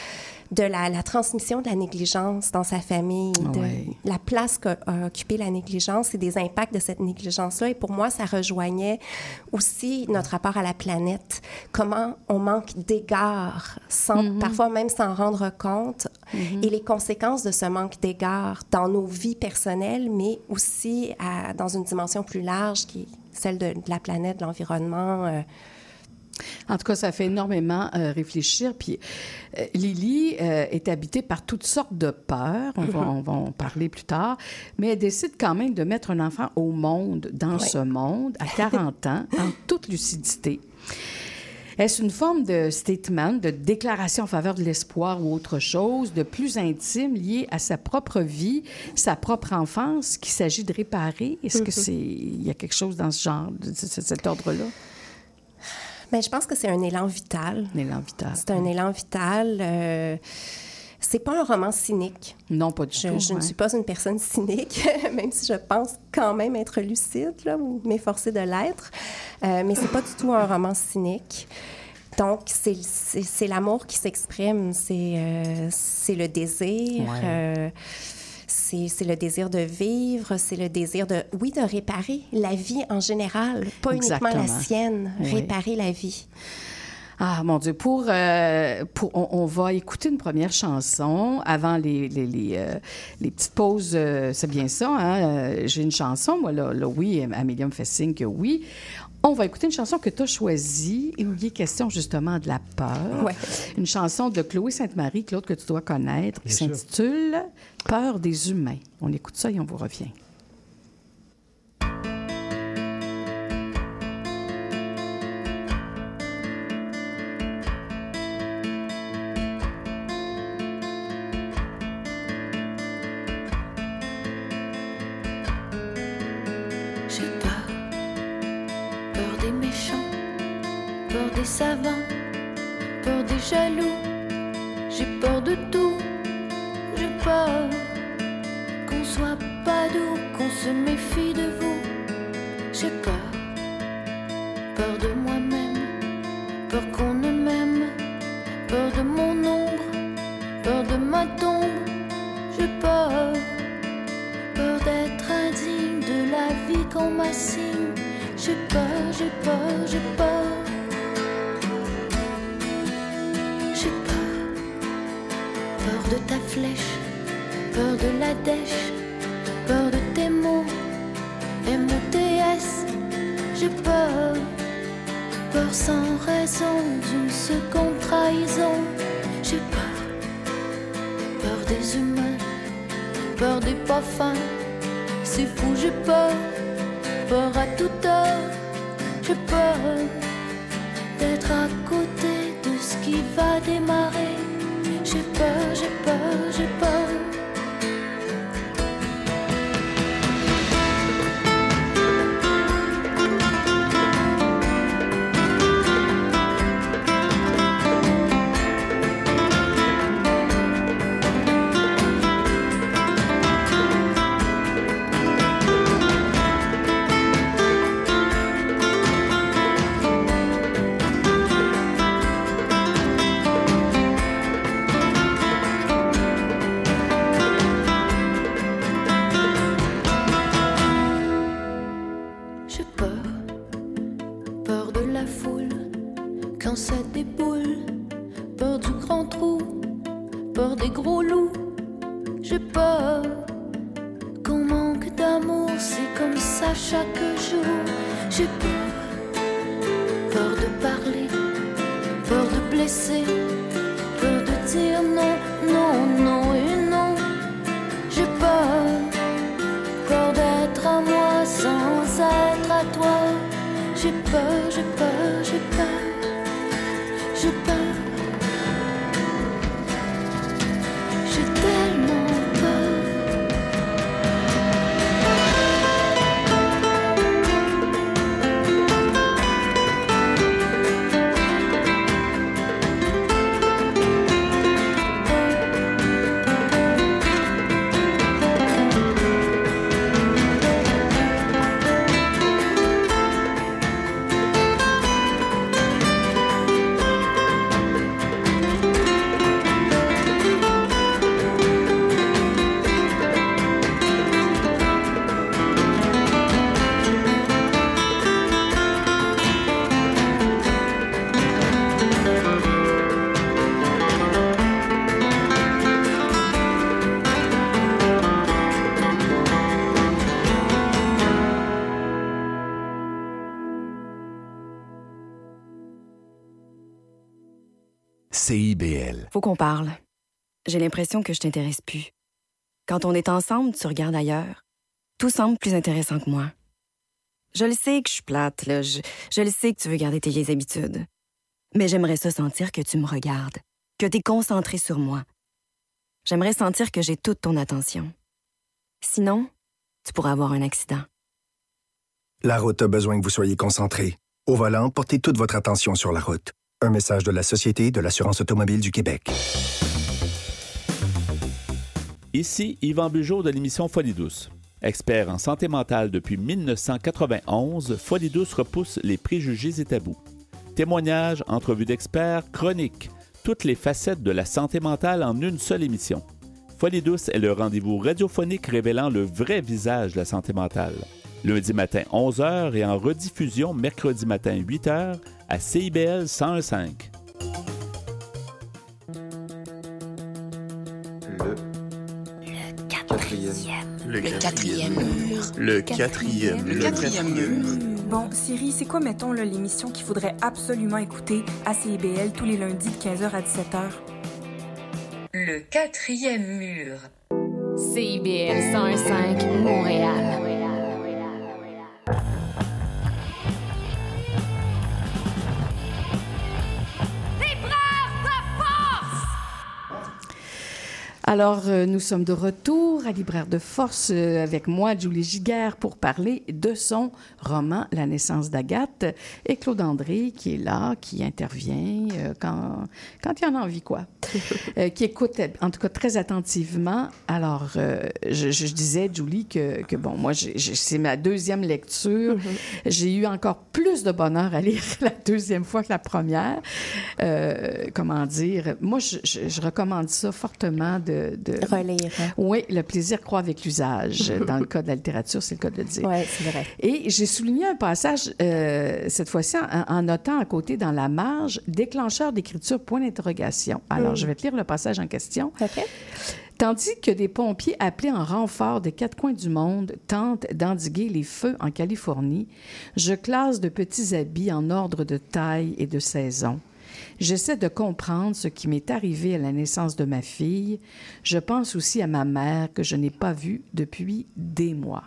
de la, la transmission de la négligence dans sa famille, de Ouais. la place qu'a a occupée la négligence et des impacts de cette négligence-là. Et pour moi, ça rejoignait aussi notre rapport à la planète. Comment on manque d'égard, sans, Mm-hmm. parfois même sans rendre compte, mm-hmm. et les conséquences de ce manque d'égard dans nos vies personnelles, mais aussi à, dans une dimension plus large qui est celle de, de la planète, de l'environnement. Euh, En tout cas, ça fait énormément euh, réfléchir. Puis euh, Lily euh, est habitée par toutes sortes de peurs. On va, on va en parler plus tard. Mais elle décide quand même de mettre un enfant au monde, dans Oui. ce monde, à quarante ans, en toute lucidité. Est-ce une forme de statement, de déclaration en faveur de l'espoir ou autre chose, de plus intime, lié à sa propre vie, sa propre enfance, qu'il s'agit de réparer? Est-ce que c'est... Il y a quelque chose dans ce genre, de, de cet ordre-là? Bien, je pense que c'est un élan vital. Un élan vital. C'est un élan vital. Euh, c'est pas un roman cynique. Non, pas du Je, tout. je ne ouais. suis pas une personne cynique, même si je pense quand même être lucide, là, ou m'efforcer de l'être. Euh, mais c'est pas du tout un roman cynique. Donc, c'est, c'est, c'est l'amour qui s'exprime, c'est, euh, c'est le désir, Ouais. euh, c'est, c'est le désir de vivre, c'est le désir de, oui, de réparer la vie en général, pas Exactement. uniquement la sienne, Oui. réparer la vie. Ah, mon Dieu. Pour, euh, pour, on, on va écouter une première chanson avant les, les, les, euh, les petites pauses. Euh, c'est bien ça, hein? Euh, j'ai une chanson, moi, là, là, oui, Amélia me fait signe que oui. On va écouter une chanson que tu as choisie où il est question justement de la peur. Ouais. Une chanson de Chloé Sainte-Marie, Claude, que tu dois connaître, qui Bien sûr. s'intitule « Peur des humains ». On écoute ça et on vous revient. J'ai peur, peur des méchants, peur des savants, peur des jaloux. J'ai peur de tout, j'ai peur qu'on soit pas doux, qu'on se méfie de vous. J'ai peur, peur de moi-même, peur qu'on ne m'aime, peur de mon ombre, peur de ma tombe. J'ai peur. Peur d'être indigne de la vie qu'on m'assigne. J'ai peur, j'ai peur, j'ai peur. J'ai peur. Peur de ta flèche, peur de la dèche, peur de tes mots, M O T S. J'ai peur. Peur sans raison d'une seconde trahison. J'ai peur. Peur des humains. Peur des pas fins, c'est fou, j'ai peur, peur à toute heure, j'ai peur d'être à côté de ce qui va démarrer, j'ai peur, j'ai peur, j'ai peur. J'ai peur, peur de la foule, quand ça déboule, peur du grand trou, peur des gros loups. J'ai peur qu'on manque d'amour, c'est comme ça chaque jour. J'ai peur, peur de parler, peur de blesser, peur de dire non, non, non et non. J'ai peur, peur d'être à moi sans être à toi. J'ai peur, j'ai peur, j'ai peur, j'ai peur. J'ai tellement peur. C I B L. Faut qu'on parle. J'ai l'impression que je t'intéresse plus. Quand on est ensemble, tu regardes ailleurs. Tout semble plus intéressant que moi. Je le sais que je suis plate, là. Je, je le sais que tu veux garder tes vieilles habitudes. Mais j'aimerais ça sentir que tu me regardes, que t'es concentré sur moi. J'aimerais sentir que j'ai toute ton attention. Sinon, tu pourrais avoir un accident. La route a besoin que vous soyez concentré. Au volant, portez toute votre attention sur la route. Un message de la Société de l'assurance automobile du Québec. Ici Yvan Bugeaud de l'émission Folie douce. Expert en santé mentale depuis dix-neuf cent quatre-vingt-onze, Folie douce repousse les préjugés et tabous. Témoignages, entrevues d'experts, chroniques, toutes les facettes de la santé mentale en une seule émission. Folie douce est le rendez-vous radiophonique révélant le vrai visage de la santé mentale. Lundi matin onze heures et en rediffusion mercredi matin huit heures à C I B L cent un virgule cinq. Le quatrième mur. Le quatrième. Le quatrième mur. Bon, Siri, c'est quoi, mettons, là, l'émission qu'il faudrait absolument écouter à C I B L tous les lundis de quinze heures à dix-sept heures? Le quatrième mur. C I B L cent un virgule cinq, Montréal. Alors, euh, nous sommes de retour à Libraire de Force euh, avec moi, Julie Giguère, pour parler de son roman « La naissance d'Agathe » et Claude André, qui est là, qui intervient euh, quand, quand il en a envie, quoi. euh, qui écoute, en tout cas, très attentivement. Alors, euh, je, je disais, Julie, que, que bon, moi, j'ai, j'ai, c'est ma deuxième lecture. Mm-hmm. J'ai eu encore plus de bonheur à lire la deuxième fois que la première. Euh, comment dire? Moi, je, je, je recommande ça fortement de De... relire. Hein? Oui, le plaisir croît avec l'usage. Dans le cas de la littérature, c'est le cas de le dire. Oui, c'est vrai. Et j'ai souligné un passage, euh, cette fois-ci, en, en notant à côté, dans la marge, « Déclencheur d'écriture, point d'interrogation ». Alors, mm. je vais te lire le passage en question. OK. Tandis que des pompiers appelés en renfort des quatre coins du monde tentent d'endiguer les feux en Californie, je classe de petits habits en ordre de taille et de saison. J'essaie de comprendre ce qui m'est arrivé à la naissance de ma fille. Je pense aussi à ma mère que je n'ai pas vue depuis des mois.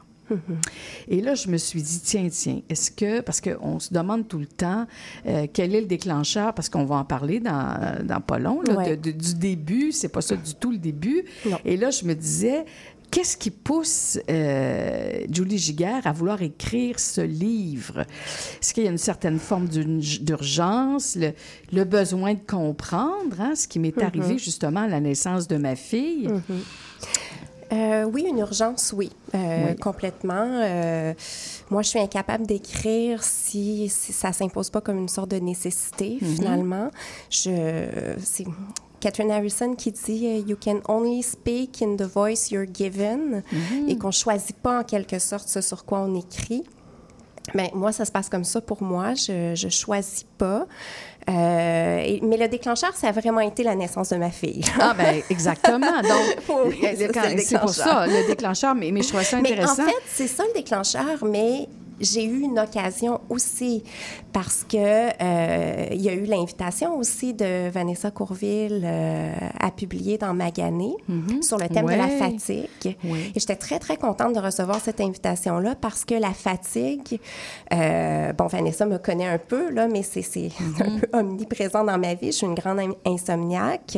Et là, je me suis dit, tiens, tiens, est-ce que... Parce qu'on se demande tout le temps euh, quel est le déclencheur, parce qu'on va en parler dans, dans pas long, là, ouais. de, de, du début, c'est pas ça du tout le début. Non. Et là, je me disais... Qu'est-ce qui pousse euh, Julie Giguère à vouloir écrire ce livre? Est-ce qu'il y a une certaine forme d'urgence, le, le besoin de comprendre hein, ce qui m'est mm-hmm. arrivé justement à la naissance de ma fille? Mm-hmm. Euh, oui, une urgence, oui, euh, oui. complètement. Euh, moi, je suis incapable d'écrire si, si ça ne s'impose pas comme une sorte de nécessité, mm-hmm. finalement. Je... C'est... Catherine Harrison qui dit « You can only speak in the voice you're given mm-hmm. » et qu'on ne choisit pas en quelque sorte ce sur quoi on écrit. Bien, moi, ça se passe comme ça pour moi. Je ne choisis pas. Euh, et, mais le déclencheur, ça a vraiment été la naissance de ma fille. Ah, bien, exactement. Donc, oui, le, ça, quand, c'est, c'est pour ça, le déclencheur. Mais, mais je trouvais ça intéressant. Mais en fait, c'est ça le déclencheur, mais j'ai eu une occasion aussi parce que euh, il y a eu l'invitation aussi de Vanessa Courville euh, à publier dans Magané mm-hmm. sur le thème ouais. de la fatigue. Oui. Et j'étais très, très contente de recevoir cette invitation-là parce que la fatigue, euh, bon, Vanessa me connaît un peu, là, mais c'est, c'est mm-hmm. un peu omniprésent dans ma vie. Je suis une grande insomniaque.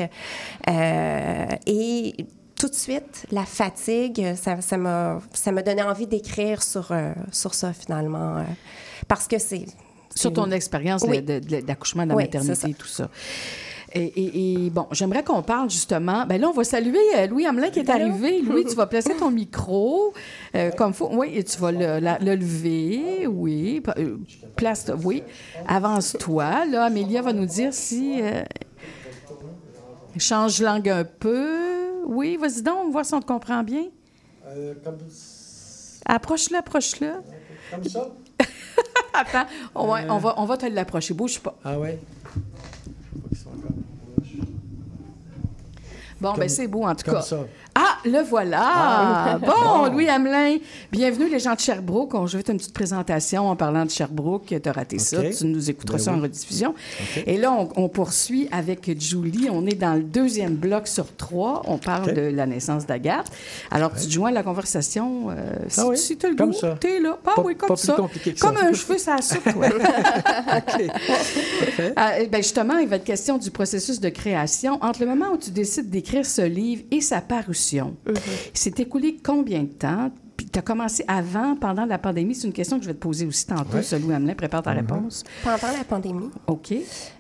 Euh, et tout de suite, la fatigue, ça, ça, m'a, ça m'a donné envie d'écrire sur, euh, sur ça, finalement. Euh, parce que c'est... c'est sur ton une... expérience oui. de, de, d'accouchement, de la oui, maternité et tout ça. Et, et, et bon, j'aimerais qu'on parle justement... Bien là, on va saluer euh, Louis Hamelin qui est arrivé. Louis, tu vas placer ton micro euh, comme il faut. Oui, et tu vas le, la, le lever. Oui. Euh, place... Oui. Avance-toi. Là, Amélia va nous dire si... Euh, change langue un peu. Oui, vas-y donc, on va voir si on te comprend bien. Euh, comme... Approche-le, approche-le. Comme ça? Attends, on, euh... on, va, on va te l'approcher. Bouge pas. Ah ouais? Bon, bien, c'est beau, en tout comme cas. Ça. Ah! le voilà! Ah, bon, bon. Louis Hamelin, bienvenue les gens de Sherbrooke. On, je vais faire une petite présentation en parlant de Sherbrooke. Tu as raté ça, OK. tu nous écouteras Ben ça oui. en rediffusion. OK. Et là, on, on poursuit avec Julie. On est dans le deuxième bloc sur trois. On parle OK. de la naissance d'Agathe. Alors, tu te joins à la conversation. Euh, si Ah oui, si tu as le comme goût, ça. t'es là. Ah Pas- oui, comme pas plus ça. compliqué que ça. Comme un cheveu, ça soupe, toi. OK. Parfait. Ah, eh ben justement, il va être question du processus de création. Entre le moment où tu décides d'écrire ce livre et sa parution, Mhm. il s'est écoulé combien de temps? Puis tu as commencé avant, pendant la pandémie? C'est une question que je vais te poser aussi tantôt. Ouais. Ça, Louis Hamelin, prépare ta réponse. Pendant la pandémie. OK.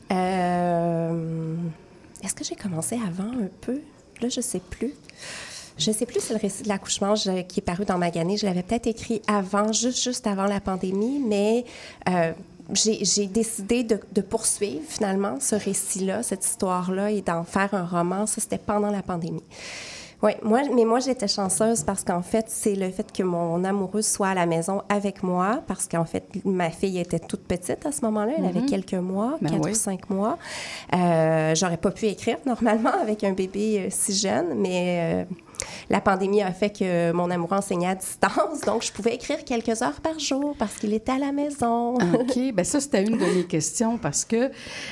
Euh, Est-ce que j'ai commencé avant un peu? Là, je sais plus. Je sais plus si le récit de l'accouchement je- qui est paru dans Magané, je l'avais peut-être écrit avant, juste, juste avant la pandémie, mais euh, j'ai, j'ai décidé de, de poursuivre finalement ce récit-là, cette histoire-là, et d'en faire un roman. Ça, c'était pendant la pandémie. Oui, moi, mais moi, j'étais chanceuse parce qu'en fait, c'est le fait que mon amoureuse soit à la maison avec moi, parce qu'en fait, ma fille était toute petite à ce moment-là. Elle Mhm. avait quelques mois, Ben quatre oui. ou cinq mois. Euh, j'aurais pas pu écrire normalement avec un bébé euh, si jeune, mais euh, la pandémie a fait que mon amoureux enseignait à distance, donc je pouvais écrire quelques heures par jour parce qu'il était à la maison. OK. Bien, ça, c'était une de mes questions parce que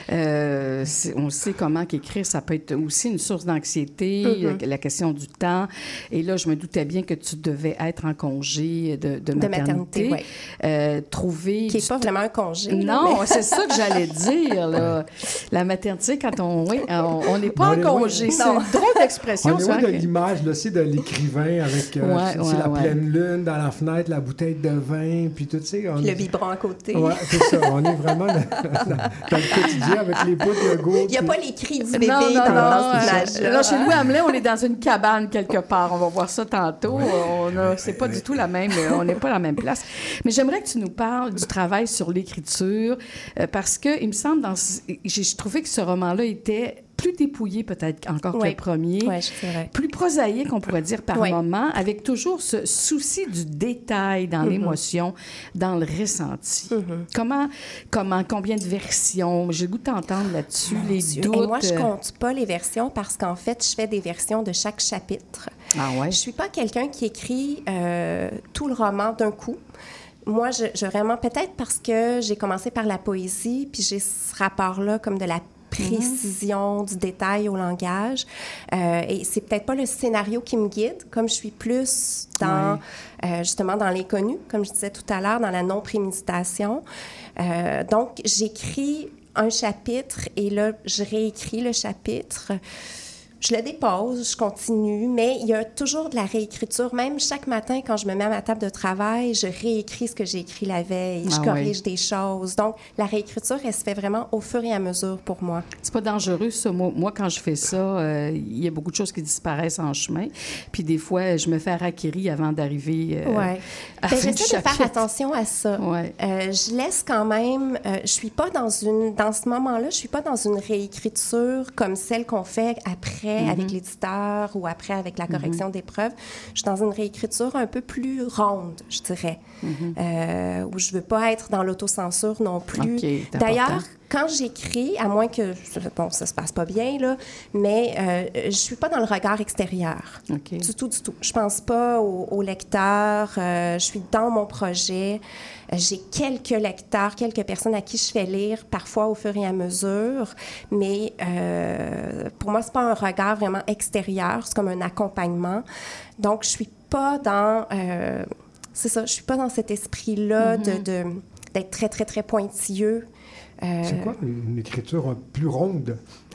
euh, c'est- on sait comment qu'écrire, ça peut être aussi une source d'anxiété, Mhm. la question du temps. Et là, je me doutais bien que tu devais être en congé de, de maternité. maternité, ouais. Euh, trouver... Qui n'est du pas temps- vraiment un congé. là, Non, mais- c'est ça que j'allais dire, là. La maternité, quand on... Oui, on on n'est pas On est en loin. congé. C'est Non. une drôle d'expression. On est ça, loin de que- l'image, là, c'est de l'écrivain avec euh, Ouais, tu sais, ouais, la ouais. pleine lune dans la fenêtre, la bouteille de vin, puis tout ça. On... Puis le biberon à côté. Ouais, c'est ça. On est vraiment dans, dans- dans le quotidien avec les bouts de yogourt. Il n'y a puis- pas les cris du bébé Non, non, dans, non, dans cette euh, image-là. là, chez Louis Hamelin, on est dans une cabane quelque part. On va voir ça tantôt. On a, c'est pas du tout la même, on n'est pas à la même place. Mais j'aimerais que tu nous parles du travail sur l'écriture, euh, parce que il me semble, dans, ce- j'ai j'ai trouvé que ce roman-là était plus dépouillé peut-être encore que Oui. le premier, Oui, je dirais. plus prosaïque, on pourrait dire, par Oui. moment, avec toujours ce souci du détail dans Mm-hmm. l'émotion, dans le ressenti. Comment, comment, combien de versions? J'ai le goût de t'entendre là-dessus, les Dieu. doutes. Et moi, je euh, compte pas les versions parce qu'en fait, je fais des versions de chaque chapitre. Ah ouais? Je suis pas quelqu'un qui écrit euh, tout le roman d'un coup. Moi, je, je vraiment, peut-être parce que j'ai commencé par la poésie, puis j'ai ce rapport-là comme de la précision, du détail au langage. Euh, et c'est peut-être pas le scénario qui me guide, comme je suis plus dans, euh, justement, dans l'inconnu, comme je disais tout à l'heure, dans la non-préméditation. Euh, donc, j'écris un chapitre et là, je réécris le chapitre. Je le dépose, je continue, mais il y a toujours de la réécriture. Même chaque matin, quand je me mets à ma table de travail, je réécris ce que j'ai écrit la veille, je Ah corrige oui. des choses. Donc, la réécriture, elle se fait vraiment au fur et à mesure pour moi. C'est pas dangereux, ça. Moi, moi, quand je fais ça, euh, il y a beaucoup de choses qui disparaissent en chemin. Puis des fois, je me fais harakiri avant d'arriver euh, Ouais. à la Ben, fin du j'essaie de faire chapitre. attention à ça. Ouais. Euh, je laisse quand même... Euh, je suis pas dans une... Dans ce moment-là, je suis pas dans une réécriture comme celle qu'on fait après Mm-hmm. avec l'éditeur ou après avec la correction des preuves. Je suis dans une réécriture un peu plus ronde, je dirais, Mm-hmm. euh, où je veux pas être dans l'autocensure non plus. OK, c'est D'ailleurs, important. quand j'écris, à moins que... Bon, ça se passe pas bien, là, mais euh, je suis pas dans le regard extérieur. OK. Du tout, du tout. Je pense pas au, au lecteur. Euh, je suis dans mon projet. Euh, J'ai quelques lecteurs, quelques personnes à qui je fais lire, parfois au fur et à mesure. Mais euh, pour moi, c'est pas un regard vraiment extérieur. C'est comme un accompagnement. Donc, je suis pas dans... Euh, c'est ça, je suis pas dans cet esprit-là Mm-hmm. de, de, d'être très, très, très pointilleux. Euh, C'est quoi une écriture plus ronde?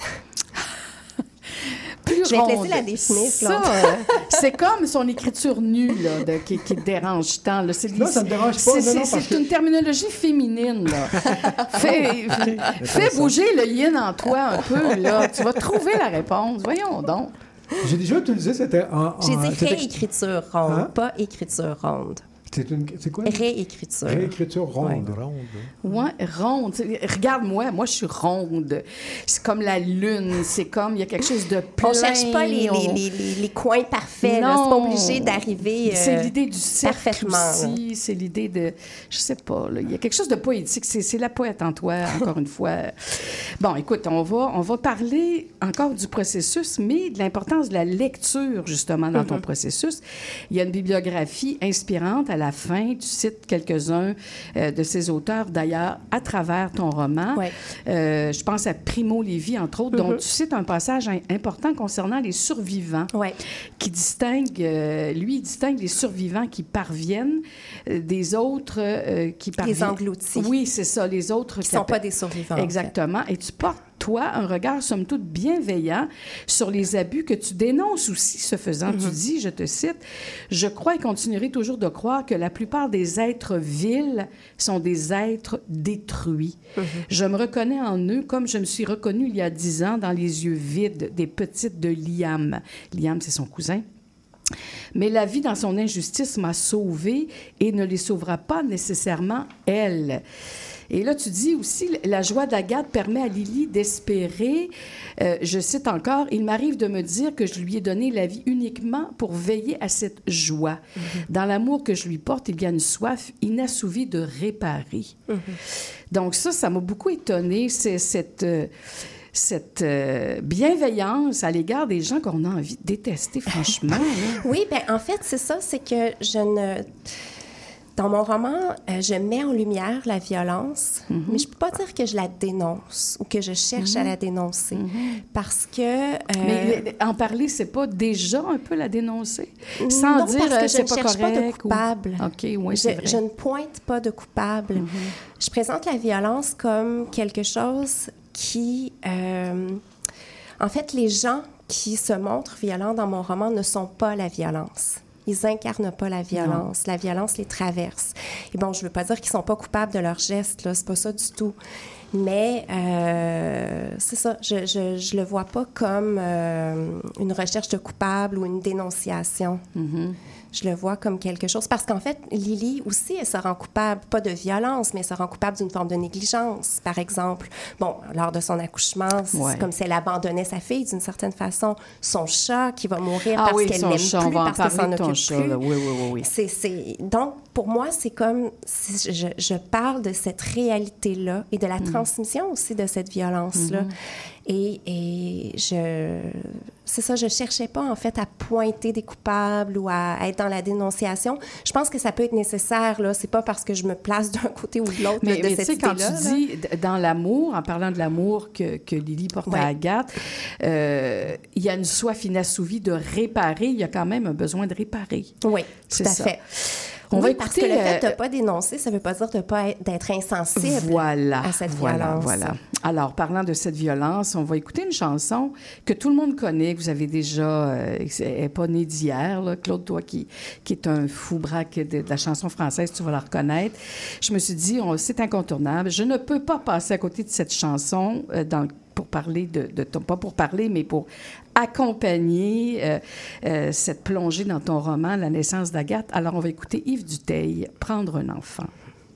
Plus Je vais te ronde. laisser la définir, Ça, Claude. euh, c'est comme son écriture nue là, de- qui, qui te dérange tant. Là. C'est, Non, ça me dérange pas, C'est, non, c'est- non, c'est parce que- une terminologie féminine. Là. fais, fais bouger le yin en toi un peu. Là. Tu vas trouver la réponse. Voyons donc. J'ai déjà utilisé, c'était en... en- J'ai dit c'était- réécriture ronde, Hein? pas écriture ronde. C'est, une, c'est quoi? Réécriture. Réécriture ronde. Ouais. Ronde. Ouais, ronde. Regarde-moi, moi, je suis ronde. C'est comme la lune. C'est comme, il y a quelque chose de plein. On cherche pas les, on... les, les, les coins parfaits. Là. C'est pas obligé d'arriver euh, c'est l'idée du cercle parfaitement. Aussi. Là. C'est l'idée de... Je sais pas, là. Il y a quelque chose de poétique. C'est, c'est la poète en toi, encore une fois. Bon, écoute, on va, on va parler encore du processus, mais de l'importance de la lecture, justement, dans mm-hmm. ton processus. Il y a une bibliographie inspirante à la fin. Tu cites quelques-uns euh, de ces auteurs, d'ailleurs, à travers ton roman. Ouais. Euh, je pense à Primo Levi, entre autres, mm-hmm. dont tu cites un passage in- important concernant les survivants, ouais. qui distingue, euh, lui, il distingue les survivants qui parviennent euh, des autres euh, qui parviennent... Les engloutis. Oui, c'est ça, les autres... Qui ne sont pas des survivants. Exactement. En fait. Et tu portes, toi, un regard, somme toute, bienveillant sur les abus que tu dénonces aussi, ce faisant. Mm-hmm. Tu dis, je te cite, « Je crois et continuerai toujours de croire que la plupart des êtres vils sont des êtres détruits. Mm-hmm. Je me reconnais en eux comme je me suis reconnue il y a dix ans dans les yeux vides des petites de Liam. » Liam, c'est son cousin. Mais la vie, dans son injustice, m'a sauvée et ne les sauvera pas nécessairement elle. Et là, tu dis aussi, la joie d'Agathe permet à Lily d'espérer, euh, je cite encore, « Il m'arrive de me dire que je lui ai donné la vie uniquement pour veiller à cette joie. Mm-hmm. Dans l'amour que je lui porte, il y a une soif inassouvie de réparer. Mm-hmm. » Donc ça, ça m'a beaucoup étonnée, c'est cette... Euh, cette euh, bienveillance à l'égard des gens qu'on a envie de détester, franchement. Oui, bien, en fait, c'est ça, c'est que je ne... Dans mon roman, euh, je mets en lumière la violence, mm-hmm. mais je ne peux pas dire que je la dénonce ou que je cherche mm-hmm. à la dénoncer. Mm-hmm. Parce que... Euh... Mais, mais en parler, c'est pas déjà un peu la dénoncer? Sans non, dire parce que euh, je ne pas cherche correct, pas de coupable. Ou... OK, oui, je, c'est vrai. Je ne pointe pas de coupable. Mm-hmm. Je présente la violence comme quelque chose qui... Euh... En fait, les gens qui se montrent violents dans mon roman ne sont pas la violence. Ils incarnent pas la violence. Non. La violence les traverse. Et bon, je veux pas dire qu'ils sont pas coupables de leurs gestes, là, c'est pas ça du tout. Mais euh, c'est ça, je, je, je le vois pas comme euh, une recherche de coupable ou une dénonciation. Mm-hmm. Je le vois comme quelque chose. Parce qu'en fait, Lily aussi, elle se rend coupable, pas de violence, mais elle se rend coupable d'une forme de négligence, par exemple. Bon, lors de son accouchement, c'est ouais. comme si elle abandonnait sa fille d'une certaine façon. Son chat qui va mourir ah parce oui, qu'elle l'aime chat, plus, parce qu'elle s'en occupe chat, plus. Là. Oui, oui, oui. oui. C'est, c'est... Donc, pour moi, c'est comme... Si je, je parle de cette réalité-là et de la mm. transmission aussi de cette violence-là. Mm-hmm. Et, et je... C'est ça, je cherchais pas, en fait, à pointer des coupables ou à, à être dans la dénonciation. Je pense que ça peut être nécessaire, là. C'est pas parce que je me place d'un côté ou de l'autre mais, là, de mais cette idée-là. Mais tu sais, quand tu dis là. dans l'amour, en parlant de l'amour que, que Lily porte ouais. à Agathe, euh, il y a une soif inassouvie de réparer. Il y a quand même un besoin de réparer. Oui, c'est tout à ça. fait. On oui, va parce écouter, que le fait de euh, ne pas dénoncer, ça ne veut pas dire de pas être, d'être insensible voilà, à cette voilà, violence. Voilà. Alors, parlant de cette violence, on va écouter une chanson que tout le monde connaît, que vous avez déjà... Euh, elle n'est pas née d'hier, là. Claude, toi qui, qui est un fou braque de, de la chanson française, tu vas la reconnaître. Je me suis dit, on, c'est incontournable. Je ne peux pas passer à côté de cette chanson euh, dans le pour parler de, de ton... Pas pour parler, mais pour accompagner euh, euh, cette plongée dans ton roman, La naissance d'Agathe. Alors, on va écouter Yves Dutheil, « Prendre un enfant ».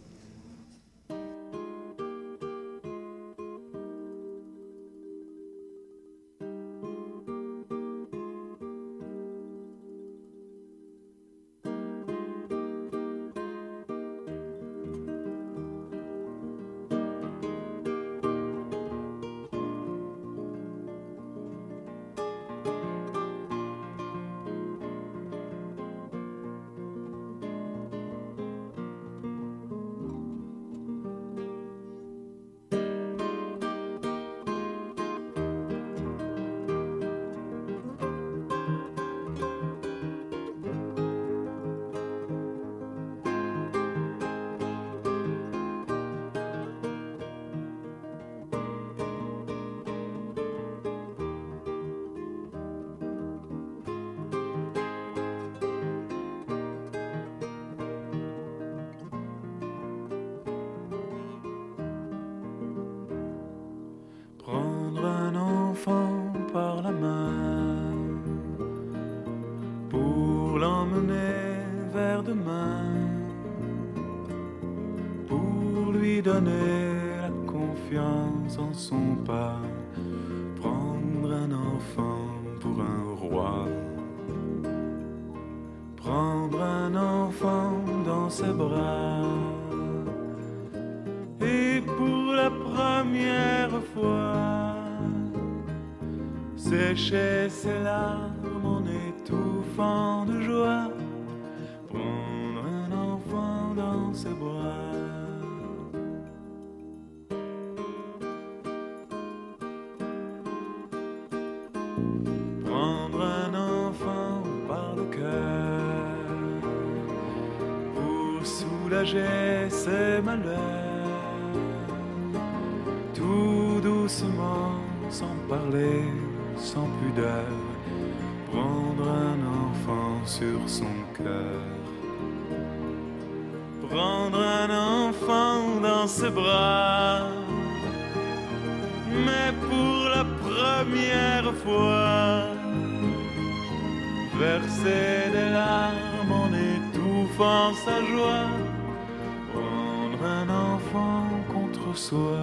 Prendre un enfant par la main pour l'emmener vers demain. donner la confiance en son pas, prendre un enfant pour un roi, prendre un enfant dans ses bras, et pour la première fois sécher ses larmes en étouffant de joie, prendre un enfant dans ses bras. Prendre un enfant par le cœur pour soulager ses malheurs, tout doucement, sans parler, sans pudeur, prendre un enfant sur son cœur, prendre un enfant dans ses bras, mais pour la première fois, verser des larmes en étouffant sa joie, prendre un enfant contre soi.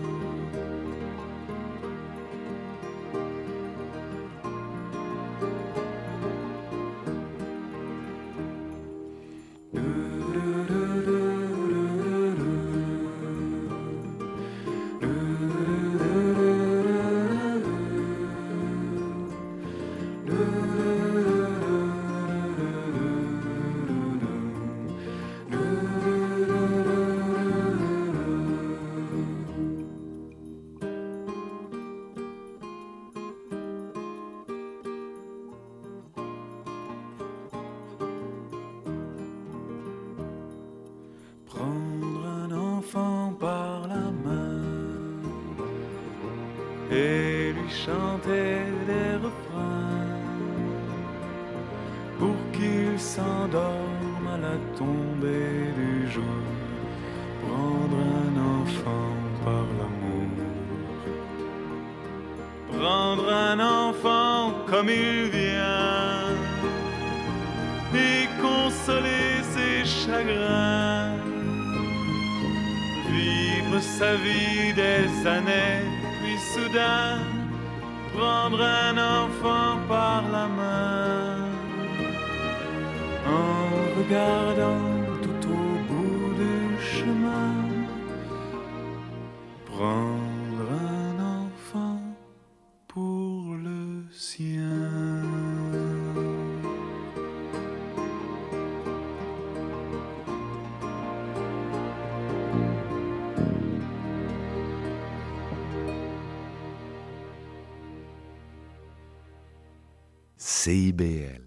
Prendre un enfant par la main et lui chanter des refrains pour qu'il s'endorme à la tombée du jour. Prendre un enfant par l'amour, prendre un enfant comme il vient et consoler ses chagrins, vivre sa vie des années, puis soudain prendre un enfant par la main, en regardant tout au bout du chemin, prendre un enfant pour le sien. C I B L.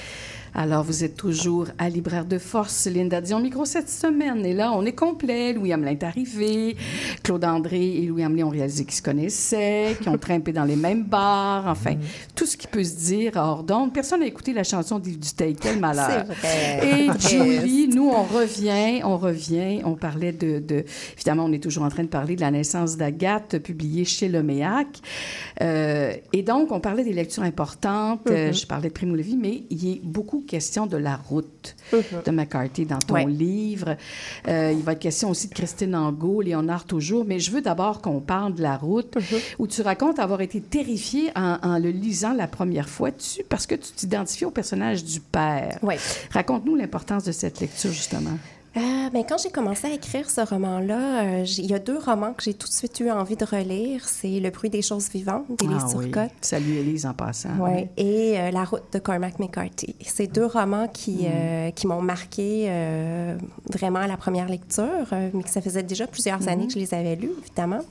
Alors, vous êtes toujours à Libraire de Force. Linda Dion, micro cette semaine. Et là, on est complet. Louis Hamelin est arrivé. Claude André et Louis Hamelin ont réalisé qu'ils se connaissaient, qu'ils ont trimpé dans les mêmes bars. Enfin, mm. tout ce qui peut se dire hors d'onde. Personne n'a écouté la chanson d'Yves Duteil. Quel malheur. C'est vrai. Et Julie, nous, on revient, on revient. On parlait de, de... Évidemment, on est toujours en train de parler de La naissance d'Agathe, publiée chez Leméac. Euh, et donc, on parlait des lectures importantes. Mm-hmm. Euh, je parlais de Primo Levi, mais il y a beaucoup question de la route mm-hmm. de McCarthy dans ton ouais. livre. Euh, il va être question aussi de Christine Angot, Léonard toujours, mais je veux d'abord qu'on parle de la route, mm-hmm. où tu racontes avoir été terrifiée en, en le lisant la première fois dessus, parce que tu t'identifies au personnage du père. Ouais. Raconte-nous l'importance de cette lecture, justement. Euh, ben, quand j'ai commencé à écrire ce roman-là, euh, il y a deux romans que j'ai tout de suite eu envie de relire. C'est Le bruit des choses vivantes d'Élise ah, Turcotte. Oui. Salut Élise en passant. Ouais. Oui, et euh, La route de Cormac McCarthy. C'est deux romans qui, mm. euh, qui m'ont marqué euh, vraiment à la première lecture, euh, mais que ça faisait déjà plusieurs mm-hmm. années que je les avais lus, évidemment.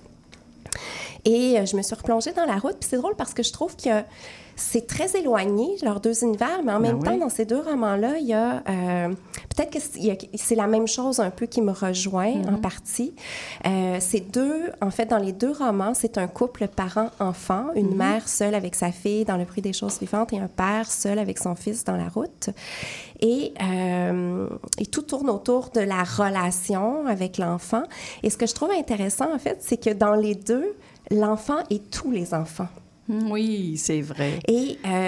Et euh, je me suis replongée dans la route. Puis c'est drôle parce que je trouve que c'est très éloigné, leurs deux univers, mais en même ben temps, oui. dans ces deux romans-là, il y a... Euh, peut-être que c'est, il y a, c'est la même chose un peu qui me rejoint mm-hmm. en partie. Euh, c'est deux... En fait, dans les deux romans, c'est un couple parent-enfant, une mm-hmm. mère seule avec sa fille dans Le bruit des choses vivantes et un père seul avec son fils dans La route. Et, euh, et tout tourne autour de la relation avec l'enfant. Et ce que je trouve intéressant, en fait, c'est que dans les deux, l'enfant est tous les enfants. Oui, c'est vrai. Et euh,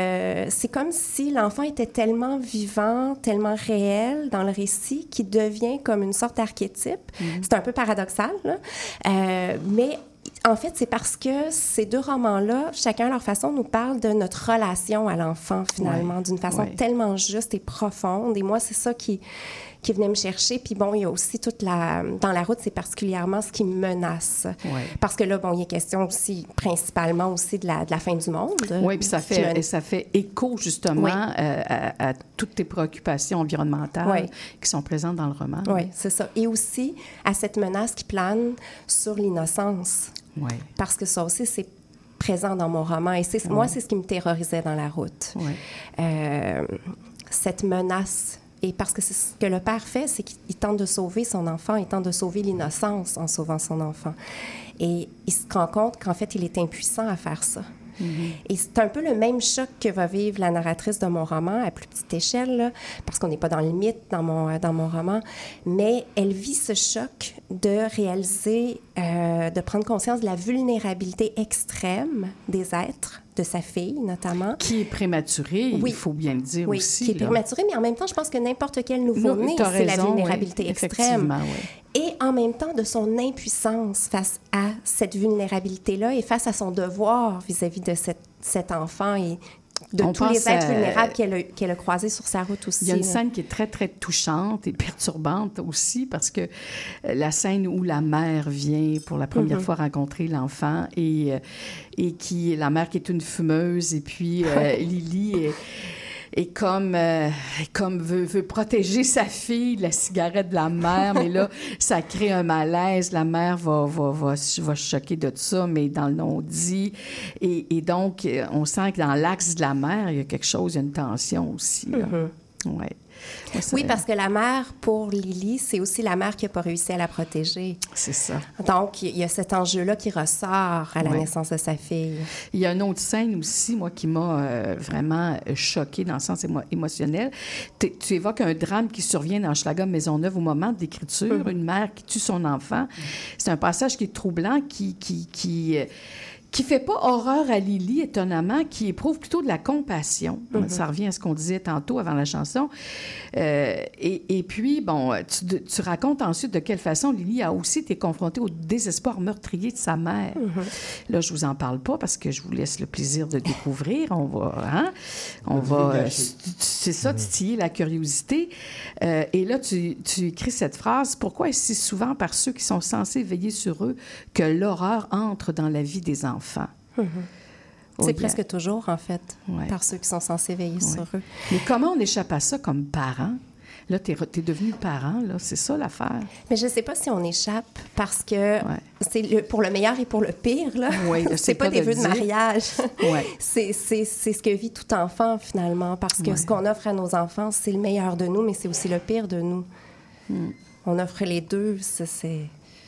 c'est comme si l'enfant était tellement vivant, tellement réel dans le récit qu'il devient comme une sorte d'archétype. Mm-hmm. C'est un peu paradoxal, là. Euh, mais en fait, c'est parce que ces deux romans-là, chacun à leur façon, nous parlent de notre relation à l'enfant, finalement, ouais. d'une façon ouais. tellement juste et profonde. Et moi, c'est ça qui, qui venait me chercher. Puis bon, il y a aussi toute la... Dans La Route, c'est particulièrement ce qui me menace. Ouais. Parce que là, bon, il y a question aussi, principalement aussi de la, de la fin du monde. Oui, puis ça fait, me... ça fait écho, justement, oui. euh, à, à toutes tes préoccupations environnementales oui. qui sont présentes dans le roman. Oui, c'est ça. Et aussi à cette menace qui plane sur l'innocence. Oui. Parce que ça aussi, c'est présent dans mon roman. Et c'est, oui. moi, c'est ce qui me terrorisait dans La Route. Oui. Euh, cette menace. Et parce que c'est ce que le père fait, c'est qu'il tente de sauver son enfant, il tente de sauver l'innocence en sauvant son enfant. Et il se rend compte qu'en fait, il est impuissant à faire ça. Mm-hmm. Et c'est un peu le même choc que va vivre la narratrice de mon roman, à plus petite échelle, là, parce qu'on n'est pas dans le mythe dans mon, dans mon roman, mais elle vit ce choc de réaliser, euh, de prendre conscience de la vulnérabilité extrême des êtres, de sa fille, notamment. Qui est prématurée, oui. il faut bien le dire oui, aussi. Qui est prématurée, mais en même temps, je pense que n'importe quel nouveau-né, c'est raison, la vulnérabilité oui, extrême. Oui. Et en même temps, de son impuissance face à cette vulnérabilité-là et face à son devoir vis-à-vis de cette, cet enfant et de On tous les êtres à... vulnérables qu'elle a, qu'elle a croisés sur sa route aussi. Il y a une là. scène qui est très, très touchante et perturbante aussi, parce que la scène où la mère vient pour la première mm-hmm. fois rencontrer l'enfant et, et qui, la mère qui est une fumeuse, et puis euh, Lily est... Et comme, euh, comme veut, veut protéger sa fille de la cigarette de la mère, mais là, ça crée un malaise. La mère va, va, va, va choquer de ça, mais dans le non-dit. Et, et donc, on sent que dans l'axe de la mère, il y a quelque chose, il y a une tension aussi. Là. Mm-hmm. Ouais. Moi, oui, parce que la mère, pour Lily, c'est aussi la mère qui n'a pas réussi à la protéger. C'est ça. Donc, il y a cet enjeu-là qui ressort à la ouais. naissance de sa fille. Il y a une autre scène aussi, moi, qui m'a euh, vraiment choquée dans le sens émo- émotionnel. T'es, tu évoques un drame qui survient dans Hochelaga Maisonneuve au moment de l'écriture, mm-hmm. une mère qui tue son enfant. Mm-hmm. C'est un passage qui est troublant, qui... qui, qui euh, qui ne fait pas horreur à Lily, étonnamment, qui éprouve plutôt de la compassion. Mm-hmm. Ça revient à ce qu'on disait tantôt avant la chanson. Euh, et, et puis, bon, tu, tu racontes ensuite de quelle façon Lily a aussi été confrontée au désespoir meurtrier de sa mère. Mm-hmm. Là, je ne vous en parle pas parce que je vous laisse le plaisir de découvrir. On va, hein? On va, euh, c'est ça, titiller la curiosité. Euh, et là, tu, tu écris cette phrase. Pourquoi est-ce si souvent par ceux qui sont censés veiller sur eux que l'horreur entre dans la vie des enfants? Enfants. Mm-hmm. C'est oh, presque toujours, en fait, ouais. par ceux qui sont censés veiller ouais. sur eux. Mais comment on échappe à ça comme parent? Là, tu es devenu parent, là, c'est ça l'affaire. Mais je ne sais pas si on échappe parce que ouais. c'est le, pour le meilleur et pour le pire, là. Oui, c'est pas, pas des de vœux dire. de mariage. Ouais. c'est, c'est, c'est ce que vit tout enfant, finalement, parce que ouais. ce qu'on offre à nos enfants, c'est le meilleur de nous, mais c'est aussi le pire de nous. Mm. On offre les deux, ça, c'est...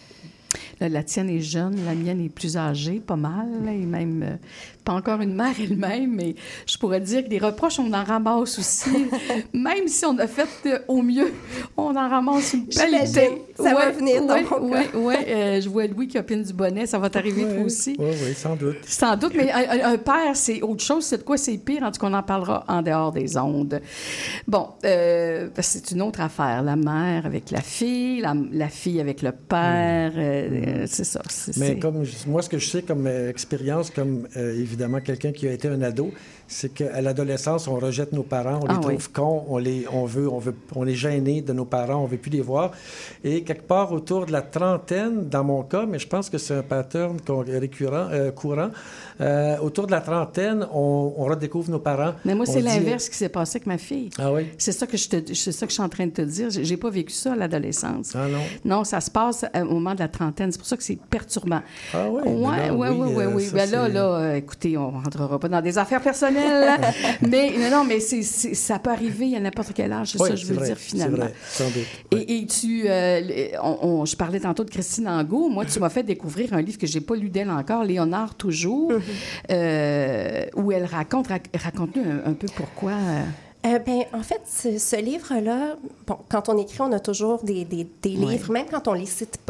Là, la tienne est jeune, la mienne est plus âgée, pas mal, là, et même euh, pas encore une mère elle-même, mais je pourrais dire que des reproches, on en ramasse aussi. Même si on a fait euh, au mieux, on en ramasse une pelletée. Ça ouais, va venir, ouais, donc. Oui, oui. Euh, je vois Louis qui opine du bonnet, ça va t'arriver ouais, toi aussi. Oui, oui, sans doute. Sans doute, mais un, un père, c'est autre chose. C'est de quoi c'est pire, en tout cas, on en parlera en dehors des ondes. Bon, euh, c'est une autre affaire. La mère avec la fille, la, la fille avec le père, mmh. euh, c'est ça. C'est, mais c'est... comme moi, ce que je sais comme euh, expérience, comme euh, évidemment quelqu'un qui a été un ado, c'est qu'à l'adolescence, on rejette nos parents, on les ah, trouve oui. cons, on les, on veut, on veut, on est gêné de nos parents, on veut plus les voir. Et quelque part autour de la trentaine, dans mon cas, mais je pense que c'est un pattern récurrent, euh, courant, euh, autour de la trentaine, on, on redécouvre nos parents. Mais moi, c'est dit... l'inverse qui s'est passé avec ma fille. Ah oui? C'est ça que je te, c'est ça que je suis en train de te dire. J'ai, j'ai pas vécu ça à l'adolescence. Ah non? Non, ça se passe au moment de la trentaine. C'est pour ça que c'est perturbant. Ah oui? Oui, oui, oui, oui, oui. Ben là, là, euh, écoutez, on ne rentrera pas dans des affaires personnelles. mais non, mais c'est, c'est, ça peut arriver à n'importe quel âge, c'est oui, ça que je veux vrai, dire finalement. C'est vrai, sans doute. Oui. Et, et tu, euh, on, on, je parlais tantôt de Christine Angot. Moi, tu m'as fait découvrir un livre que j'ai pas lu d'elle encore, Léonard toujours, mm-hmm. euh, où elle raconte, raconte-nous un, un peu pourquoi. Euh... Euh, ben, en fait, ce, ce livre-là, bon, quand on écrit, on a toujours des, des, des livres, oui. même quand on les cite pas.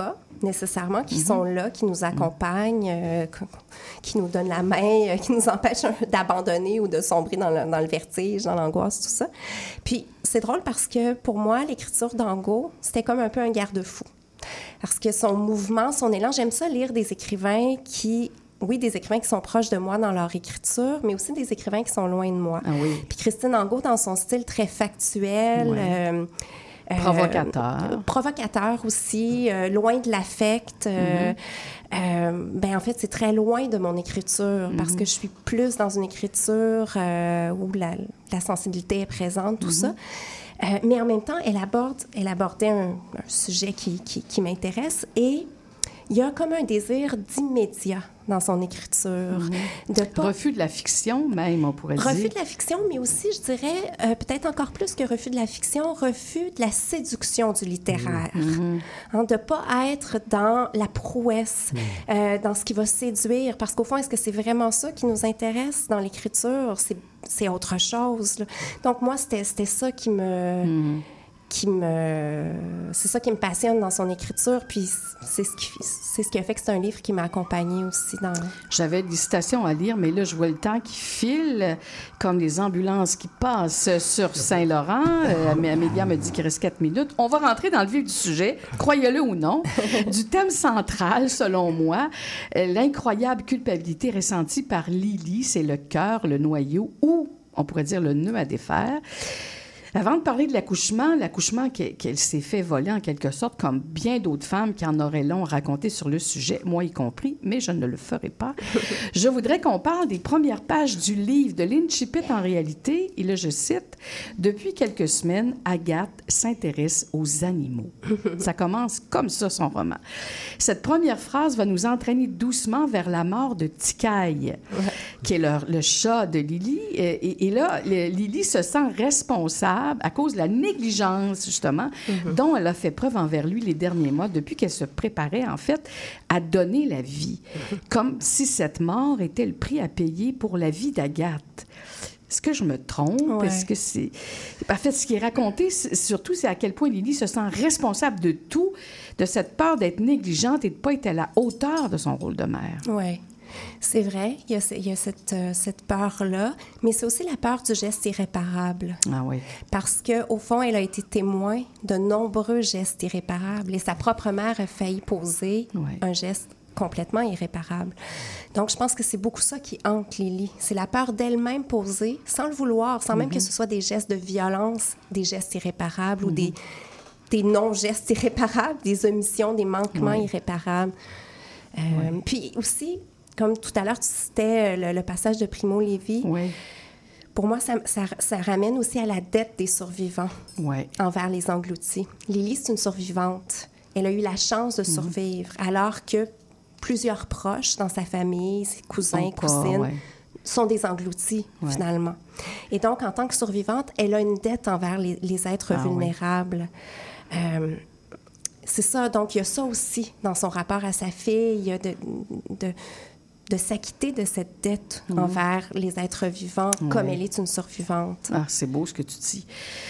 nécessairement, qui Mm-hmm. sont là, qui nous accompagnent, euh, qui nous donnent la main, euh, qui nous empêchent d'abandonner ou de sombrer dans le, dans le vertige, dans l'angoisse, tout ça. Puis, c'est drôle parce que, pour moi, l'écriture d'Angot, c'était comme un peu un garde-fou. Parce que son mouvement, son élan, j'aime ça lire des écrivains qui... Oui, des écrivains qui sont proches de moi dans leur écriture, mais aussi des écrivains qui sont loin de moi. Ah oui. Puis Christine Angot, dans son style très factuel... Ouais. Euh, Provocateur. Euh, provocateur aussi, euh, loin de l'affect. Euh, Mm-hmm. euh, ben en fait, c'est très loin de mon écriture Mm-hmm. parce que je suis plus dans une écriture euh, où la, la sensibilité est présente, tout Mm-hmm. ça. Euh, mais en même temps, elle aborde, elle abordait un, un sujet qui, qui, qui m'intéresse et il y a comme un désir d'immédiat dans son écriture. Mm-hmm. De pas... Refus de la fiction, même, on pourrait refus dire. Refus de la fiction, mais aussi, je dirais, euh, peut-être encore plus que refus de la fiction, refus de la séduction du littéraire. Mm-hmm. Hein, de ne pas être dans la prouesse, mm. euh, dans ce qui va séduire. Parce qu'au fond, est-ce que c'est vraiment ça qui nous intéresse dans l'écriture? C'est, c'est autre chose. Là. Donc, moi, c'était, c'était ça qui me... Mm. qui me... C'est ça qui me passionne dans son écriture, puis c'est ce qui, c'est ce qui a fait que c'est un livre qui m'a accompagnée aussi dans... J'avais des citations à lire, mais là, je vois le temps qui file, comme les ambulances qui passent sur Saint-Laurent. Euh, Amélia me dit qu'il reste quatre minutes. On va rentrer dans le vif du sujet, croyez-le ou non, du thème central, selon moi, euh, l'incroyable culpabilité ressentie par Lily, c'est le cœur, le noyau, ou, on pourrait dire, le nœud à défaire. Avant de parler de l'accouchement, l'accouchement qu'elle, qu'elle s'est fait voler en quelque sorte, comme bien d'autres femmes qui en auraient long raconté sur le sujet, moi y compris, mais je ne le ferai pas. Je voudrais qu'on parle des premières pages du livre, de l'incipit en réalité, et là je cite, « Depuis quelques semaines, Agathe s'intéresse aux animaux. » Ça commence comme ça, son roman. Cette première phrase va nous entraîner doucement vers la mort de Tikaï, ouais. qui est le, le chat de Lily, et, et, et là, le, Lily se sent responsable à cause de la négligence, justement, mm-hmm. dont elle a fait preuve envers lui les derniers mois, depuis qu'elle se préparait, en fait, à donner la vie. Mm-hmm. Comme si cette mort était le prix à payer pour la vie d'Agathe. Est-ce que je me trompe? Ouais. Est-ce que c'est... En fait, ce qui est raconté, c'est, surtout, c'est à quel point Lily se sent responsable de tout, de cette peur d'être négligente et de ne pas être à la hauteur de son rôle de mère. Oui. C'est vrai, il y a, il y a cette, euh, cette peur-là, mais c'est aussi la peur du geste irréparable. Ah oui. Parce qu'au fond, elle a été témoin de nombreux gestes irréparables et sa propre mère a failli poser ouais. un geste complètement irréparable. Donc, je pense que c'est beaucoup ça qui hante Lily. C'est la peur d'elle-même poser, sans le vouloir, sans mm-hmm. même que ce soit des gestes de violence, des gestes irréparables mm-hmm. ou des, des non-gestes irréparables, des omissions, des manquements ouais. irréparables. Euh, ouais. Puis aussi... Comme tout à l'heure, tu citais le, le passage de Primo Levi. Oui. Pour moi, ça, ça, ça ramène aussi à la dette des survivants oui. envers les engloutis. Lily, c'est une survivante. Elle a eu la chance de survivre, mm-hmm. alors que plusieurs proches dans sa famille, ses cousins, Encore, cousines, ouais. sont des engloutis, ouais. finalement. Et donc, en tant que survivante, elle a une dette envers les, les êtres ah, vulnérables. Oui. Euh, c'est ça. Donc, il y a ça aussi dans son rapport à sa fille. Il y a de... de de s'acquitter de cette dette mmh. envers les êtres vivants, oui. comme elle est une survivante. Ah, c'est beau ce que tu dis.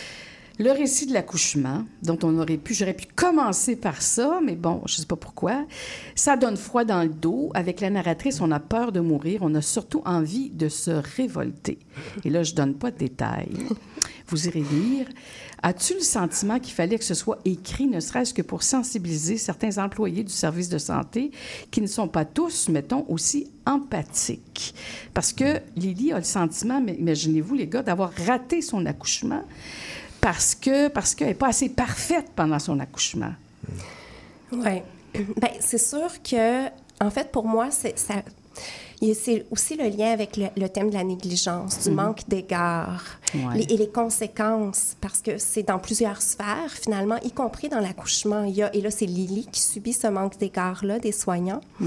Le récit de l'accouchement, dont on aurait pu, j'aurais pu commencer par ça, mais bon, je ne sais pas pourquoi, ça donne froid dans le dos. Avec la narratrice, on a peur de mourir, on a surtout envie de se révolter. Et là, je ne donne pas de détails. Vous irez lire. As-tu le sentiment qu'il fallait que ce soit écrit, ne serait-ce que pour sensibiliser certains employés du service de santé qui ne sont pas tous, mettons, aussi empathiques? Parce que Lily a le sentiment, mais imaginez-vous, les gars, d'avoir raté son accouchement parce que parce qu'elle n'est pas assez parfaite pendant son accouchement. Oui. Bien, c'est sûr que, en fait, pour moi, c'est ça... C'est aussi le lien avec le, le thème de la négligence, du mmh. manque d'égard ouais. les, et les conséquences, parce que c'est dans plusieurs sphères, finalement, y compris dans l'accouchement. Il y a, et là, c'est Lily qui subit ce manque d'égard-là des soignants. Mmh.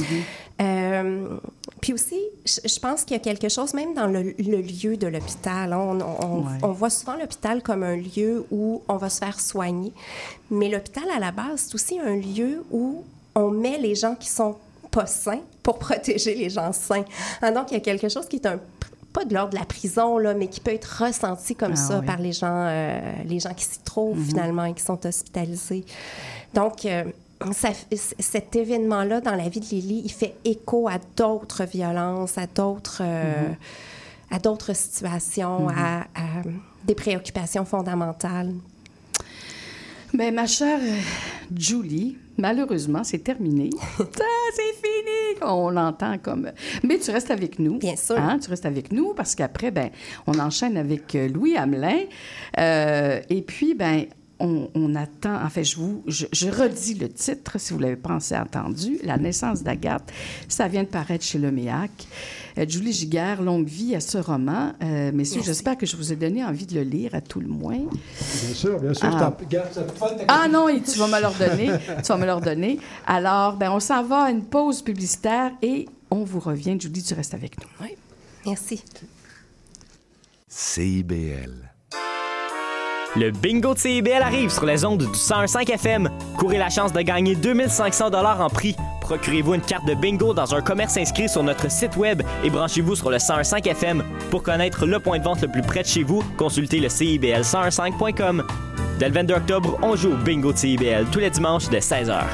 Euh, puis aussi, je, je pense qu'il y a quelque chose, même dans le, le lieu de l'hôpital. Hein, on, on, ouais. on voit souvent l'hôpital comme un lieu où on va se faire soigner. Mais l'hôpital, à la base, c'est aussi un lieu où on met les gens qui sont pas sains pour protéger les gens sains. Ah, donc, il y a quelque chose qui est un, pas de l'ordre de la prison, là, mais qui peut être ressenti comme ah, ça oui. par les gens, euh, les gens qui s'y trouvent, mm-hmm. finalement, et qui sont hospitalisés. Donc, euh, ça, cet événement-là dans la vie de Lily, il fait écho à d'autres violences, à d'autres, euh, mm-hmm. à d'autres situations, mm-hmm. à, à des préoccupations fondamentales. Bien, ma chère Julie, malheureusement, c'est terminé. Ah, c'est fini! On l'entend comme... Mais tu restes avec nous. Bien sûr. Hein? Tu restes avec nous parce qu'après, ben, on enchaîne avec Louis Hamelin. Euh, et puis, ben On, on attend, en fait, je vous, je, je redis le titre, si vous l'avez pas entendu, La naissance d'Agathe. Ça vient de paraître chez Le Méac. Euh, Julie Giguère, longue vie à ce roman. Euh, messieurs, Merci. J'espère que je vous ai donné envie de le lire, à tout le moins. Bien sûr, bien sûr. Ah, Garde, ça ah non, et tu vas me l'ordonner. tu vas me l'ordonner. Alors, ben, on s'en va à une pause publicitaire et on vous revient. Julie, tu restes avec nous. Oui, merci. C I B L. Le bingo de C I B L arrive sur les ondes du cent un virgule cinq F M. Courez la chance de gagner deux mille cinq cents dollars en prix. Procurez-vous une carte de bingo dans un commerce inscrit sur notre site web et branchez-vous sur le cent un virgule cinq F M. Pour connaître le point de vente le plus près de chez vous, consultez le C I B L cent un virgule cinq point com. Dès le vingt-deux octobre, on joue au bingo de C I B L tous les dimanches dès seize heures.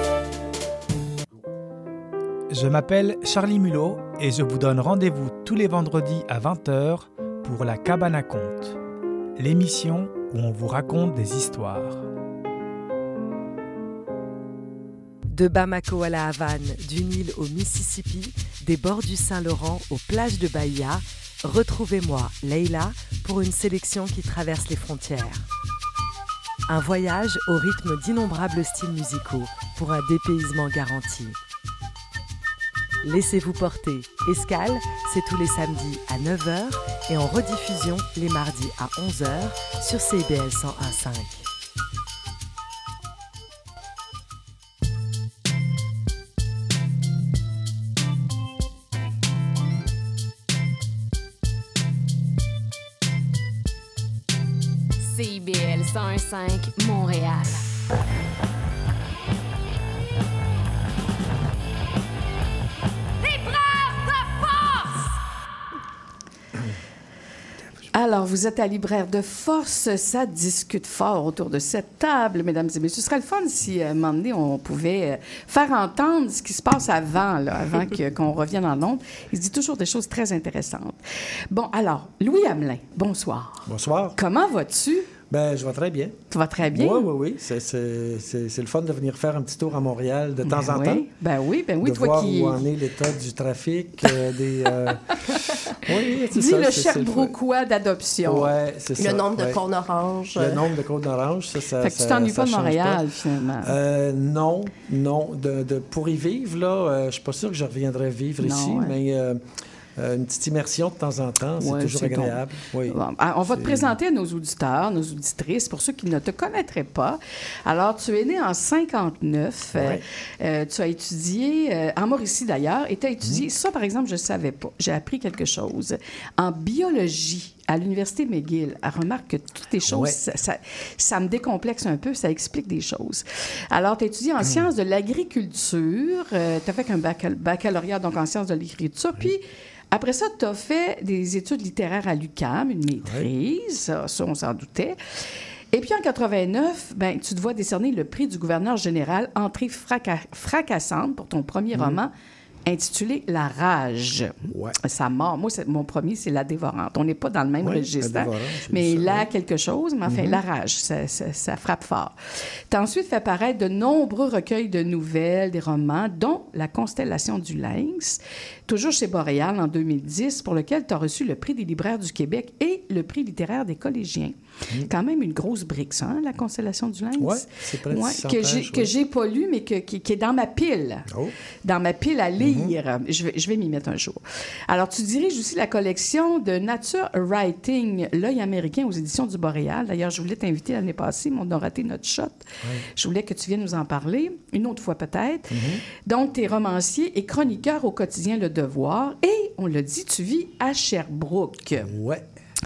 Je m'appelle Charlie Mulot et je vous donne rendez-vous tous les vendredis à vingt heures pour La Cabane à Contes, l'émission où on vous raconte des histoires. De Bamako à la Havane, du Nil au Mississippi, des bords du Saint-Laurent aux plages de Bahia, retrouvez-moi, Leila, pour une sélection qui traverse les frontières. Un voyage au rythme d'innombrables styles musicaux pour un dépaysement garanti. Laissez-vous porter. Escale, c'est tous les samedis à neuf heures et en rediffusion les mardis à onze heures sur C I B L cent un virgule cinq. C I B L cent un virgule cinq, Montréal. Alors, vous êtes à Libraire de Force, ça discute fort autour de cette table, mesdames et messieurs. Ce serait le fun si, à un moment donné, on pouvait faire entendre ce qui se passe avant, là, avant que, qu'on revienne en ondes. Il se dit toujours des choses très intéressantes. Bon, alors, Louis Hamelin, bonsoir. Bonsoir. Comment vas-tu? Ben, je vais très bien. Tu vas très bien? Oui, oui, oui. C'est, c'est, c'est, c'est le fun de venir faire un petit tour à Montréal de temps ben en oui. temps. Ben oui, ben oui. De toi voir qui... où en est l'état du trafic, euh, des... Euh... Oui, c'est Dis ça. le Sherbrookeois d'adoption. Oui, c'est le ça. Le nombre de ouais. cônes oranges. Le nombre de cônes oranges, ça, ça... Fait que ça, tu t'ennuies pas de Montréal, pas. finalement? Euh, non, non. De, de, pour y vivre, là, euh, je suis pas sûr que je reviendrai vivre non, ici, ouais. mais... Euh, Euh, une petite immersion de temps en temps, c'est ouais, toujours c'est agréable. Bon. Oui. Bon, on va c'est... te présenter à nos auditeurs, nos auditrices, pour ceux qui ne te connaîtraient pas. Alors, tu es né en cinquante-neuf. Ouais. Euh, tu as étudié, euh, en Mauricie d'ailleurs, et tu as étudié, mmh. ça par exemple, je ne savais pas. J'ai appris quelque chose. En biologie, à l'Université McGill, elle remarque que toutes les choses, ouais. ça, ça, ça me décomplexe un peu, ça explique des choses. Alors, tu as étudié en mmh. sciences de l'agriculture, euh, tu as fait un baccalauréat, baccalauréat donc en sciences de l'écriture, mmh. puis après ça, tu as fait des études littéraires à l'U Q A M, une maîtrise, ouais. ça, ça, on s'en doutait. Et puis en quatre-vingt-neuf, ben, tu te vois décerner le prix du gouverneur général, entrée fraca- fracassante pour ton premier mmh. roman, intitulé La Rage. Ouais. Sa mort. Moi, c'est, mon premier, c'est La Dévorante. On n'est pas dans le même ouais, registre. La Dévorante, mais ça, là, ouais. quelque chose, mais enfin, mm-hmm. La Rage, ça, ça, ça frappe fort. Tu as ensuite fait paraître de nombreux recueils de nouvelles, des romans, dont La Constellation du Lynx, toujours chez Boréal en deux mille dix, pour lequel tu as reçu le prix des libraires du Québec et le prix littéraire des collégiens. Mm. Quand même une grosse brique, ça, hein, La Constellation du Lynx. Oui, c'est près de ouais, que j'ai, ouais. que j'ai pas lu, mais que, qui, qui est dans ma pile. Oh. Dans ma pile à lire. Mm-hmm. Je vais, je vais m'y mettre un jour. Alors, tu diriges aussi la collection de Nature Writing, L'œil américain aux éditions du Boréal. D'ailleurs, je voulais t'inviter l'année passée, mais on a raté notre shot. Ouais. Je voulais que tu viennes nous en parler, une autre fois peut-être. Mm-hmm. Donc, tu es romancier et chroniqueur au quotidien Le Devoir. Et, on l'a dit, tu vis à Sherbrooke. Ouais.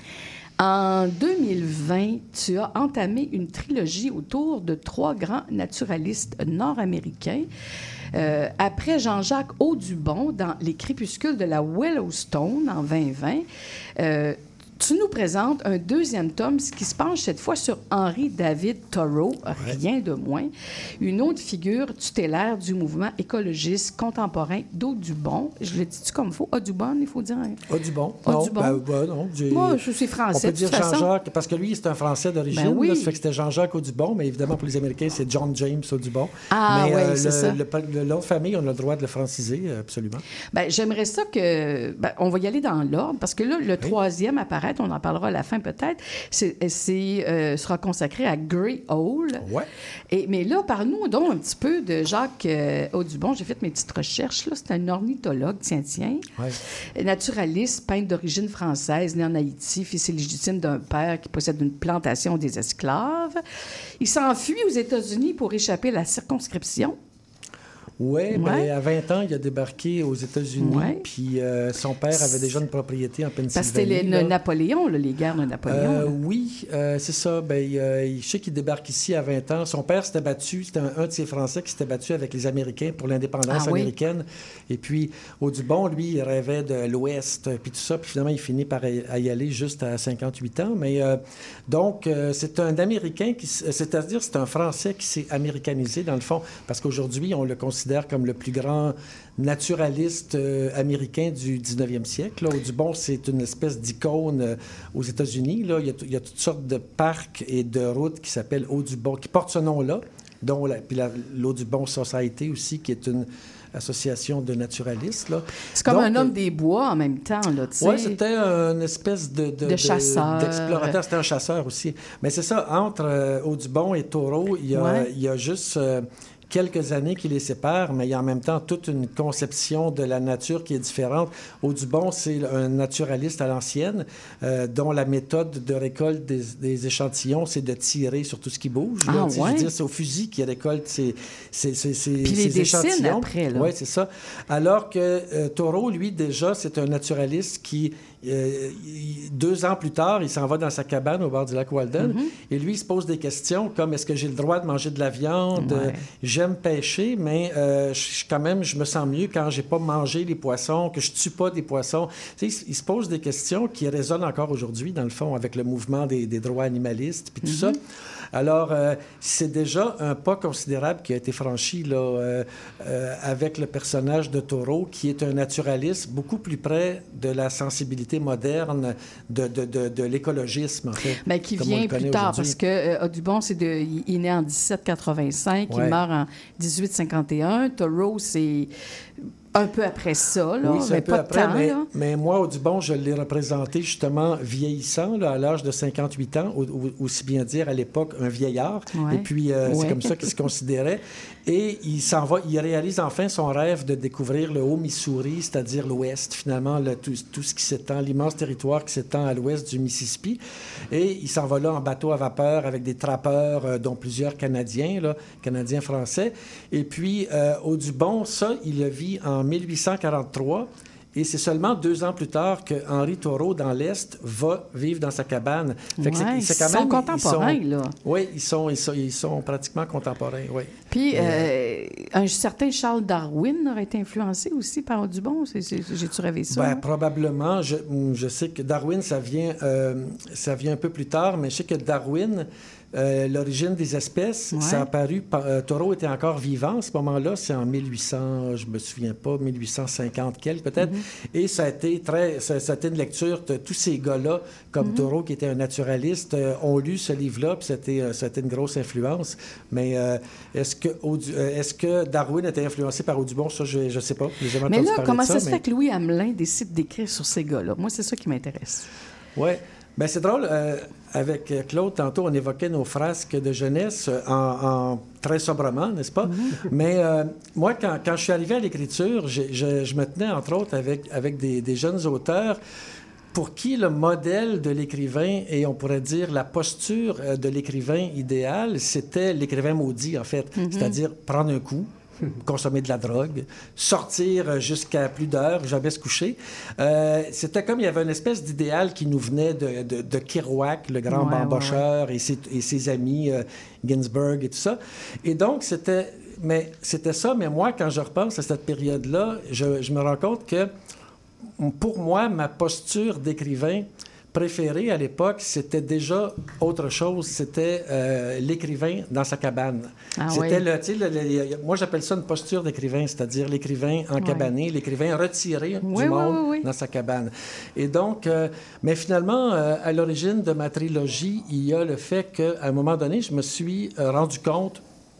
En deux mille vingt, tu as entamé une trilogie autour de trois grands naturalistes nord-américains. Euh, après Jean-Jacques Audubon, dans Les crépuscules de la Yellowstone, en vingt vingt, euh, tu nous présentes un deuxième tome qui se penche cette fois sur Henry David Thoreau, ouais. rien de moins, une autre figure tutélaire du mouvement écologiste contemporain d'Audubon. Je le dis-tu comme il faut? Audubon, il faut dire? Audubon. Audubon. Non, ben, ben, non j'ai... Moi, je suis français. On peut dire Jean-Jacques, parce que lui, c'est un Français d'origine. Ben oui. Là, ça fait que c'était Jean-Jacques Audubon, mais évidemment, pour les Américains, c'est John James Audubon. Ah mais oui, euh, c'est le, ça. Le, le, l'autre famille, on a le droit de le franciser, absolument. Bien, j'aimerais ça que... Ben, on va y aller dans l'ordre, parce que là, le oui. troisième apparaître, on en parlera à la fin peut-être, c'est, c'est, euh, sera consacré à Grey Owl. Ouais. Et, mais là, parle-nous donc un petit peu de Jacques euh, Audubon. J'ai fait mes petites recherches. Là. C'est un ornithologue, tiens, tiens. Ouais. Naturaliste, peintre d'origine française, né en Haïti, fils illégitime d'un père qui possède une plantation des esclaves. Il s'enfuit aux États-Unis pour échapper à la circonscription. Oui, ouais. ben, à vingt ans, il a débarqué aux États-Unis, ouais. puis euh, son père avait déjà une propriété en Pennsylvanie. Parce que c'était le, le Napoléon, là, les guerres de Napoléon. Euh, oui, euh, c'est ça. Ben, euh, je sais qu'il débarque ici à vingt ans. Son père s'était battu, c'était un, un de ces Français qui s'était battu avec les Américains pour l'indépendance ah, américaine. Oui. Et puis, Audubon, lui, il rêvait de l'Ouest, puis tout ça, puis finalement, il finit par y aller juste à cinquante-huit ans. Mais euh, donc, euh, c'est un Américain, qui, c'est-à-dire c'est un Français qui s'est américanisé, dans le fond, parce qu'aujourd'hui, on le considère comme le plus grand naturaliste euh, américain du dix-neuvième siècle. Là. Audubon, c'est une espèce d'icône euh, aux États-Unis. Là. Il y a, il y a toutes sortes de parcs et de routes qui s'appellent Audubon, qui portent ce nom-là, dont la, puis la, l'Audubon Society aussi, qui est une association de naturalistes. Là. C'est comme Donc, un homme des bois en même temps. Oui, c'était une espèce de, de, de chasseur. De, d'explorateur. C'était un chasseur aussi. Mais c'est ça, entre euh, Audubon et Thoreau, il y a, ouais. il y a juste... Euh, quelques années qui les séparent, mais il y a en même temps toute une conception de la nature qui est différente. Audubon, c'est un naturaliste à l'ancienne, euh, dont la méthode de récolte des, des échantillons, c'est de tirer sur tout ce qui bouge. Ah, là. ouais. Je veux dire, c'est au fusil qu'il récolte ces, ces, ces, ces, Puis ces les échantillons. Après, là. Oui, c'est ça. Alors que euh, Thoreau, lui, déjà, c'est un naturaliste qui... Euh, deux ans plus tard, il s'en va dans sa cabane au bord du lac Walden mm-hmm. et lui, il se pose des questions comme est-ce que j'ai le droit de manger de la viande? Ouais. Euh, j'aime pêcher, mais euh, je, quand même, je me sens mieux quand j'ai pas mangé les poissons, que je tue pas des poissons. Tu sais, il, il se pose des questions qui résonnent encore aujourd'hui, dans le fond, avec le mouvement des, des droits animalistes puis tout mm-hmm. ça. Alors, euh, c'est déjà un pas considérable qui a été franchi là, euh, euh, avec le personnage de Thoreau, qui est un naturaliste beaucoup plus près de la sensibilité moderne de, de, de, de l'écologisme, en fait. Bien, qui vient plus tard, aujourd'hui. Parce que euh, Audubon, c'est de, il est né en dix-sept quatre-vingt-cinq, ouais. il meurt en dix-huit cinquante et un. Thoreau, c'est... un peu après ça, là, oui, c'est mais un peu pas après, de temps, mais, là. mais moi, Audubon, je l'ai représenté justement vieillissant, là, à l'âge de cinquante-huit ans, ou, ou, aussi bien dire à l'époque un vieillard. Ouais. Et puis, euh, ouais. c'est comme ça qu'il se considérait. Et il s'en va, il réalise enfin son rêve de découvrir le Haut-Missouri, c'est-à-dire l'Ouest, finalement, le, tout, tout ce qui s'étend, l'immense territoire qui s'étend à l'ouest du Mississippi. Et il s'en va là en bateau à vapeur avec des trappeurs, euh, dont plusieurs Canadiens, là, Canadiens-Français. Et puis, euh, Audubon, ça, il le vit en mille huit cent quarante-trois. Et c'est seulement deux ans plus tard que Henry Thoreau, dans l'Est, va vivre dans sa cabane. Fait que ouais, c'est, c'est quand ils même, sont contemporains, ils sont, là. Oui, ils sont, ils, sont, ils sont pratiquement contemporains, oui. Puis, euh, euh, un certain Charles Darwin aurait été influencé aussi par Audubon. C'est, c'est, j'ai-tu rêvé ça? Ben, probablement. Je, je sais que Darwin, ça vient, euh, ça vient un peu plus tard, mais je sais que Darwin... Euh, l'origine des espèces, ouais. ça a apparu... Par, euh, Thoreau était encore vivant à ce moment-là, c'est en mille huit cents, je me souviens pas, mille huit cent cinquante quelque peut-être, mm-hmm. et ça a été très... Ça, ça a été une lecture de tous ces gars-là, comme mm-hmm. Thoreau, qui était un naturaliste, euh, ont lu ce livre-là, puis c'était, euh, ça a été une grosse influence. Mais euh, est-ce, que, euh, est-ce que Darwin était influencé par Audubon? Ça, je ne sais pas. J'ai jamais mais entendu là, comment ça, ça se mais... fait que Louis Hamelin décide d'écrire sur ces gars-là? Moi, c'est ça qui m'intéresse. Oui. Bien, c'est drôle. Euh, avec Claude, tantôt, on évoquait nos frasques de jeunesse en, en très sobrement, n'est-ce pas? Mmh. Mais euh, moi, quand, quand je suis arrivé à l'écriture, je, je, je me tenais, entre autres, avec, avec des, des jeunes auteurs pour qui le modèle de l'écrivain, et on pourrait dire la posture de l'écrivain idéal, c'était l'écrivain maudit, en fait. Mmh. C'est-à-dire prendre un coup, consommer de la drogue, sortir jusqu'à plus d'heures, jamais se coucher. Euh, c'était comme il y avait une espèce d'idéal qui nous venait de, de, de Kerouac, le grand ouais, bambocheur, ouais, ouais. Et, ses, et ses amis euh, Ginsberg et tout ça. Et donc, c'était, mais, c'était ça, mais moi, quand je repense à cette période-là, je, je me rends compte que, pour moi, ma posture d'écrivain préféré à l'époque, c'était déjà autre chose. C'était euh, l'écrivain dans sa cabane. Ah, c'était oui. le, tu sais, le, le, moi, j'appelle ça une posture d'écrivain, c'est-à-dire l'écrivain encabané, ouais. l'écrivain retiré oui, du monde oui, oui, oui. dans sa cabane. Et donc, euh, mais finalement, euh, à l'origine de ma trilogie, il y a le fait qu'à un moment donné, je me suis euh, rendu compte,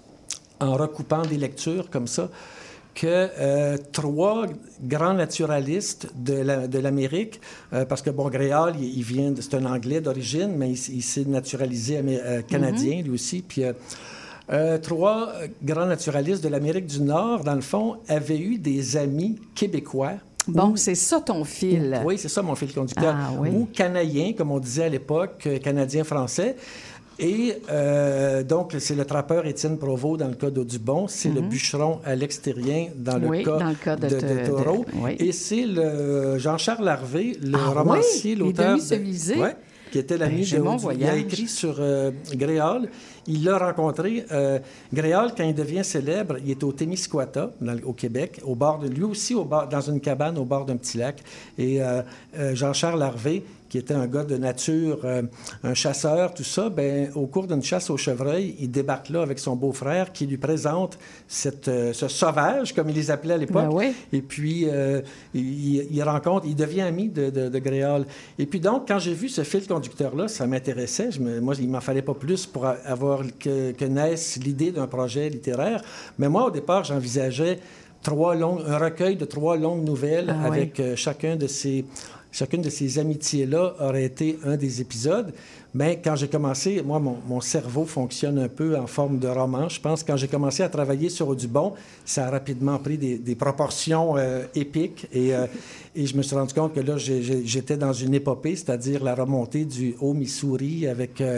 en recoupant des lectures comme ça, que euh, trois grands naturalistes de, la, de l'Amérique, euh, parce que, bon, Gréal, il, il vient, de, c'est un Anglais d'origine, mais il, il s'est naturalisé amé- euh, canadien, mm-hmm. lui aussi, puis... Euh, euh, trois grands naturalistes de l'Amérique du Nord, dans le fond, avaient eu des amis québécois. Bon, ou, c'est ça ton fil. Ou, oui, c'est ça mon fil conducteur. Ah, oui. Ou canadiens, comme on disait à l'époque, canadien-français. Et euh, donc, c'est le trappeur Étienne Provost dans le cas d'Audubon, c'est mm-hmm. le bûcheron Alex Thérien dans le, oui, cas, dans le cas de, de, de, de Thoreau. De, oui. Et c'est le Jean-Charles Harvey, le ah, romancier, oui, l'auteur... de, ouais, qui était l'ami ben, de Audubon. Il a écrit sur euh, Gréal. Il l'a rencontré. Euh, Gréal, quand il devient célèbre, il est au Témiscouata, dans, au Québec, au bord de, lui aussi au bord, dans une cabane au bord d'un petit lac. Et euh, euh, Jean-Charles Harvey, qui était un gars de nature, euh, un chasseur, tout ça, ben, au cours d'une chasse au chevreuil, il débarque là avec son beau-frère qui lui présente cette, euh, ce sauvage, comme il les appelait à l'époque. Ben oui. Et puis, euh, il, il rencontre, il devient ami de, de, de Gréal. Et puis donc, quand j'ai vu ce fil conducteur-là, ça m'intéressait. Je me, moi, il m'en fallait pas plus pour avoir que, que naisse l'idée d'un projet littéraire. Mais moi, au départ, j'envisageais trois longues, un recueil de trois longues nouvelles ah, avec oui. euh, chacun de ces... Chacune de ces amitiés-là aurait été un des épisodes. Mais quand j'ai commencé, moi, mon, mon cerveau fonctionne un peu en forme de roman. Je pense que quand j'ai commencé à travailler sur Audubon, ça a rapidement pris des, des proportions euh, épiques. Et, euh, et je me suis rendu compte que là, j'ai, j'ai, j'étais dans une épopée, c'est-à-dire la remontée du Haut-Missouri avec, euh,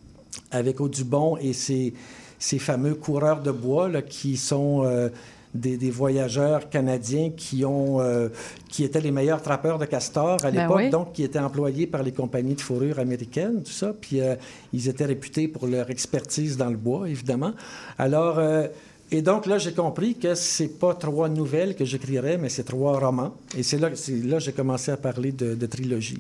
avec Audubon et ses, ces fameux coureurs de bois là, qui sont... Euh, Des, des voyageurs canadiens qui ont euh, qui étaient les meilleurs trappeurs de castors à l'époque, ben oui. donc qui étaient employés par les compagnies de fourrure américaines, tout ça. Puis euh, ils étaient réputés pour leur expertise dans le bois, évidemment. Alors, euh, et donc là, j'ai compris que c'est pas trois nouvelles que j'écrirais, mais c'est trois romans. Et c'est là, c'est là que j'ai commencé à parler de, de trilogie.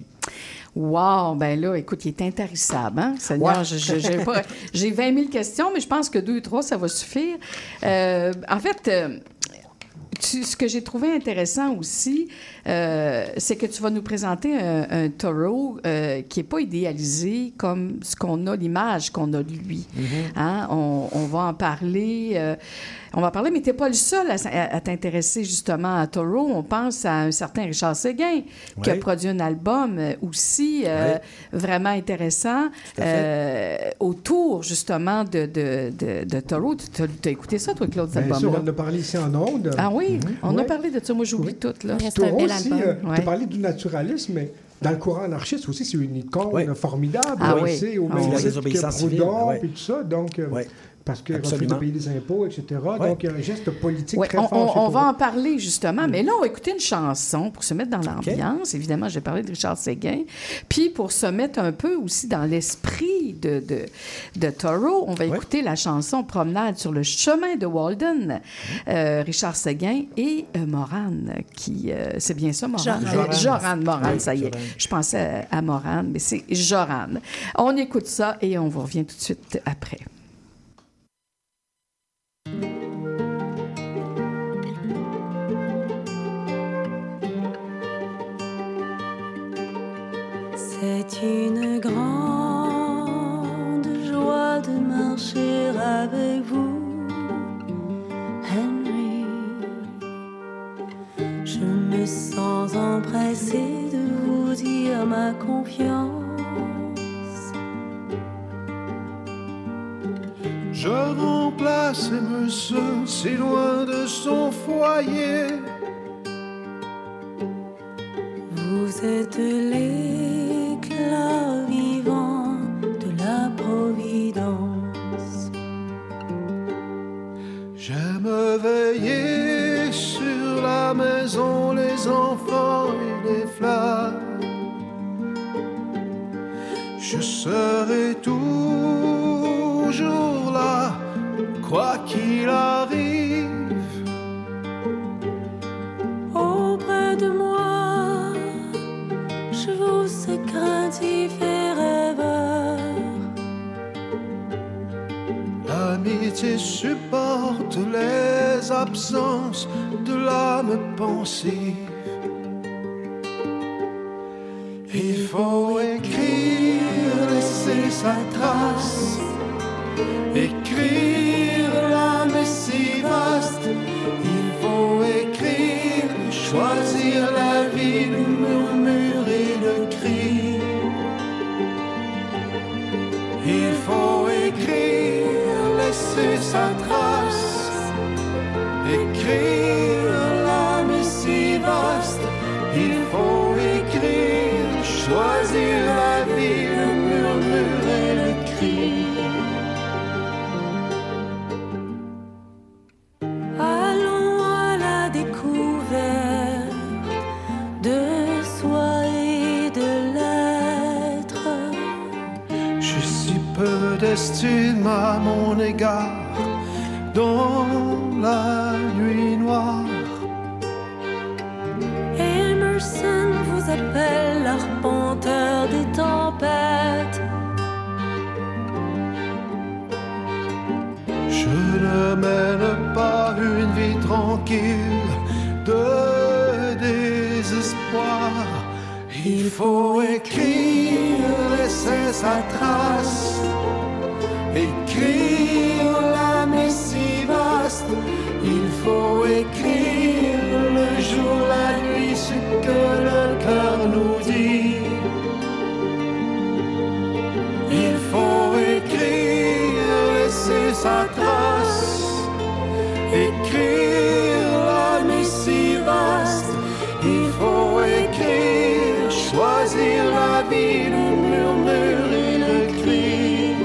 Wow! Ben là, écoute, il est intarissable, hein? Seigneur, ouais. je, je, j'ai, pas, j'ai vingt mille questions, mais je pense que deux ou trois, ça va suffire. Euh, en fait... Euh, Tu, ce que j'ai trouvé intéressant aussi, euh, c'est que tu vas nous présenter un, un Thoreau euh, qui n'est pas idéalisé comme ce qu'on a, l'image qu'on a de lui. Mm-hmm. Hein? On, on va en parler. Euh, on va en parler, mais tu n'es pas le seul à, à, à t'intéresser justement à Thoreau. On pense à un certain Richard Séguin ouais. qui a produit un album aussi euh, ouais. vraiment intéressant euh, autour justement de, de, de, de Thoreau. Tu as écouté ça, toi, Claude, cet album-là? Sûr, on en a parlé ici en ondes. Ah oui? Mm-hmm. On ouais. a parlé de ça. Moi, j'oublie oui. tout. Là. C'est un bel aussi, album. Euh, ouais. Tu as parlé du naturalisme, mais dans le courant anarchiste aussi, c'est une icône ouais. formidable. Ah oui. C'est au même titre que Proudhon et tout ça. Donc, euh, ouais. parce qu'il refuse de payer des impôts, et cetera. Ouais. Donc, il y a un geste politique ouais. très on, fort. On, on va en parler, justement. Mm. Mais là, on va écouter une chanson pour se mettre dans l'ambiance. Okay. Évidemment, j'ai parlé de Richard Séguin. Puis, pour se mettre un peu aussi dans l'esprit de, de, de Thoreau, on va ouais. écouter la chanson Promenade sur le chemin de Walden, euh, Richard Séguin et euh, Morane, qui... Euh, c'est bien ça, Morane? Joran. Joran, Morane, oui, ça y est. Joran. Je pensais à Morane, mais c'est Joran. On écoute ça et on vous revient tout de suite après. C'est une grande joie de marcher avec vous, Henry. Je me sens empressée de vous dire ma confiance. Je remplace monsieur si loin de son foyer. Vous êtes l'éclat vivant de la providence. J'aime veiller sur la maison, les enfants et les fleurs. Je serai toujours là, quoi qu'il arrive. Auprès de moi, je vous sais craintif. l'amitié supporte les absences de l'âme pensive. Il faut écrire, laisser sa trace, écrire, l'âme est si vaste. Il faut écrire, choisir la vie, le murmure et le cri. Il faut écrire, laisser sa trace, écrire, l'âme est si vaste. Il faut écrire, choisir la vie, le murmure et le cri. Allons à la découverte de soi et de l'être. J'ai si peu d'estime à mon égard dans la nuit noire. Emerson vous appelle l'arpenteur des tempêtes. Je ne mène pas une vie tranquille de désespoir. Il faut écrire, laisser sa trace, écrire, l'âme est si vaste. Il faut écrire, le jour, la nuit, ce que le cœur nous dit. Il faut écrire, laisser sa trace, écrire, l'âme est si vaste. Il faut écrire, choisir la vie, le murmure et le cri.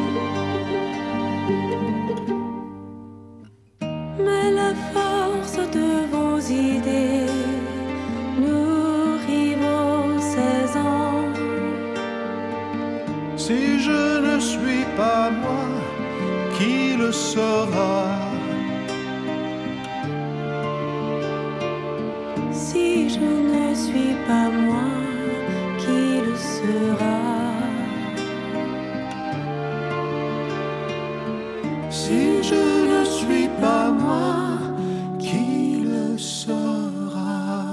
Mais la force de vos idées nourrit vos seize ans. Si je ne suis pas moi, qui le sera? Si je ne suis pas moi, qui le sera? Si je ne suis pas moi, qui le sera?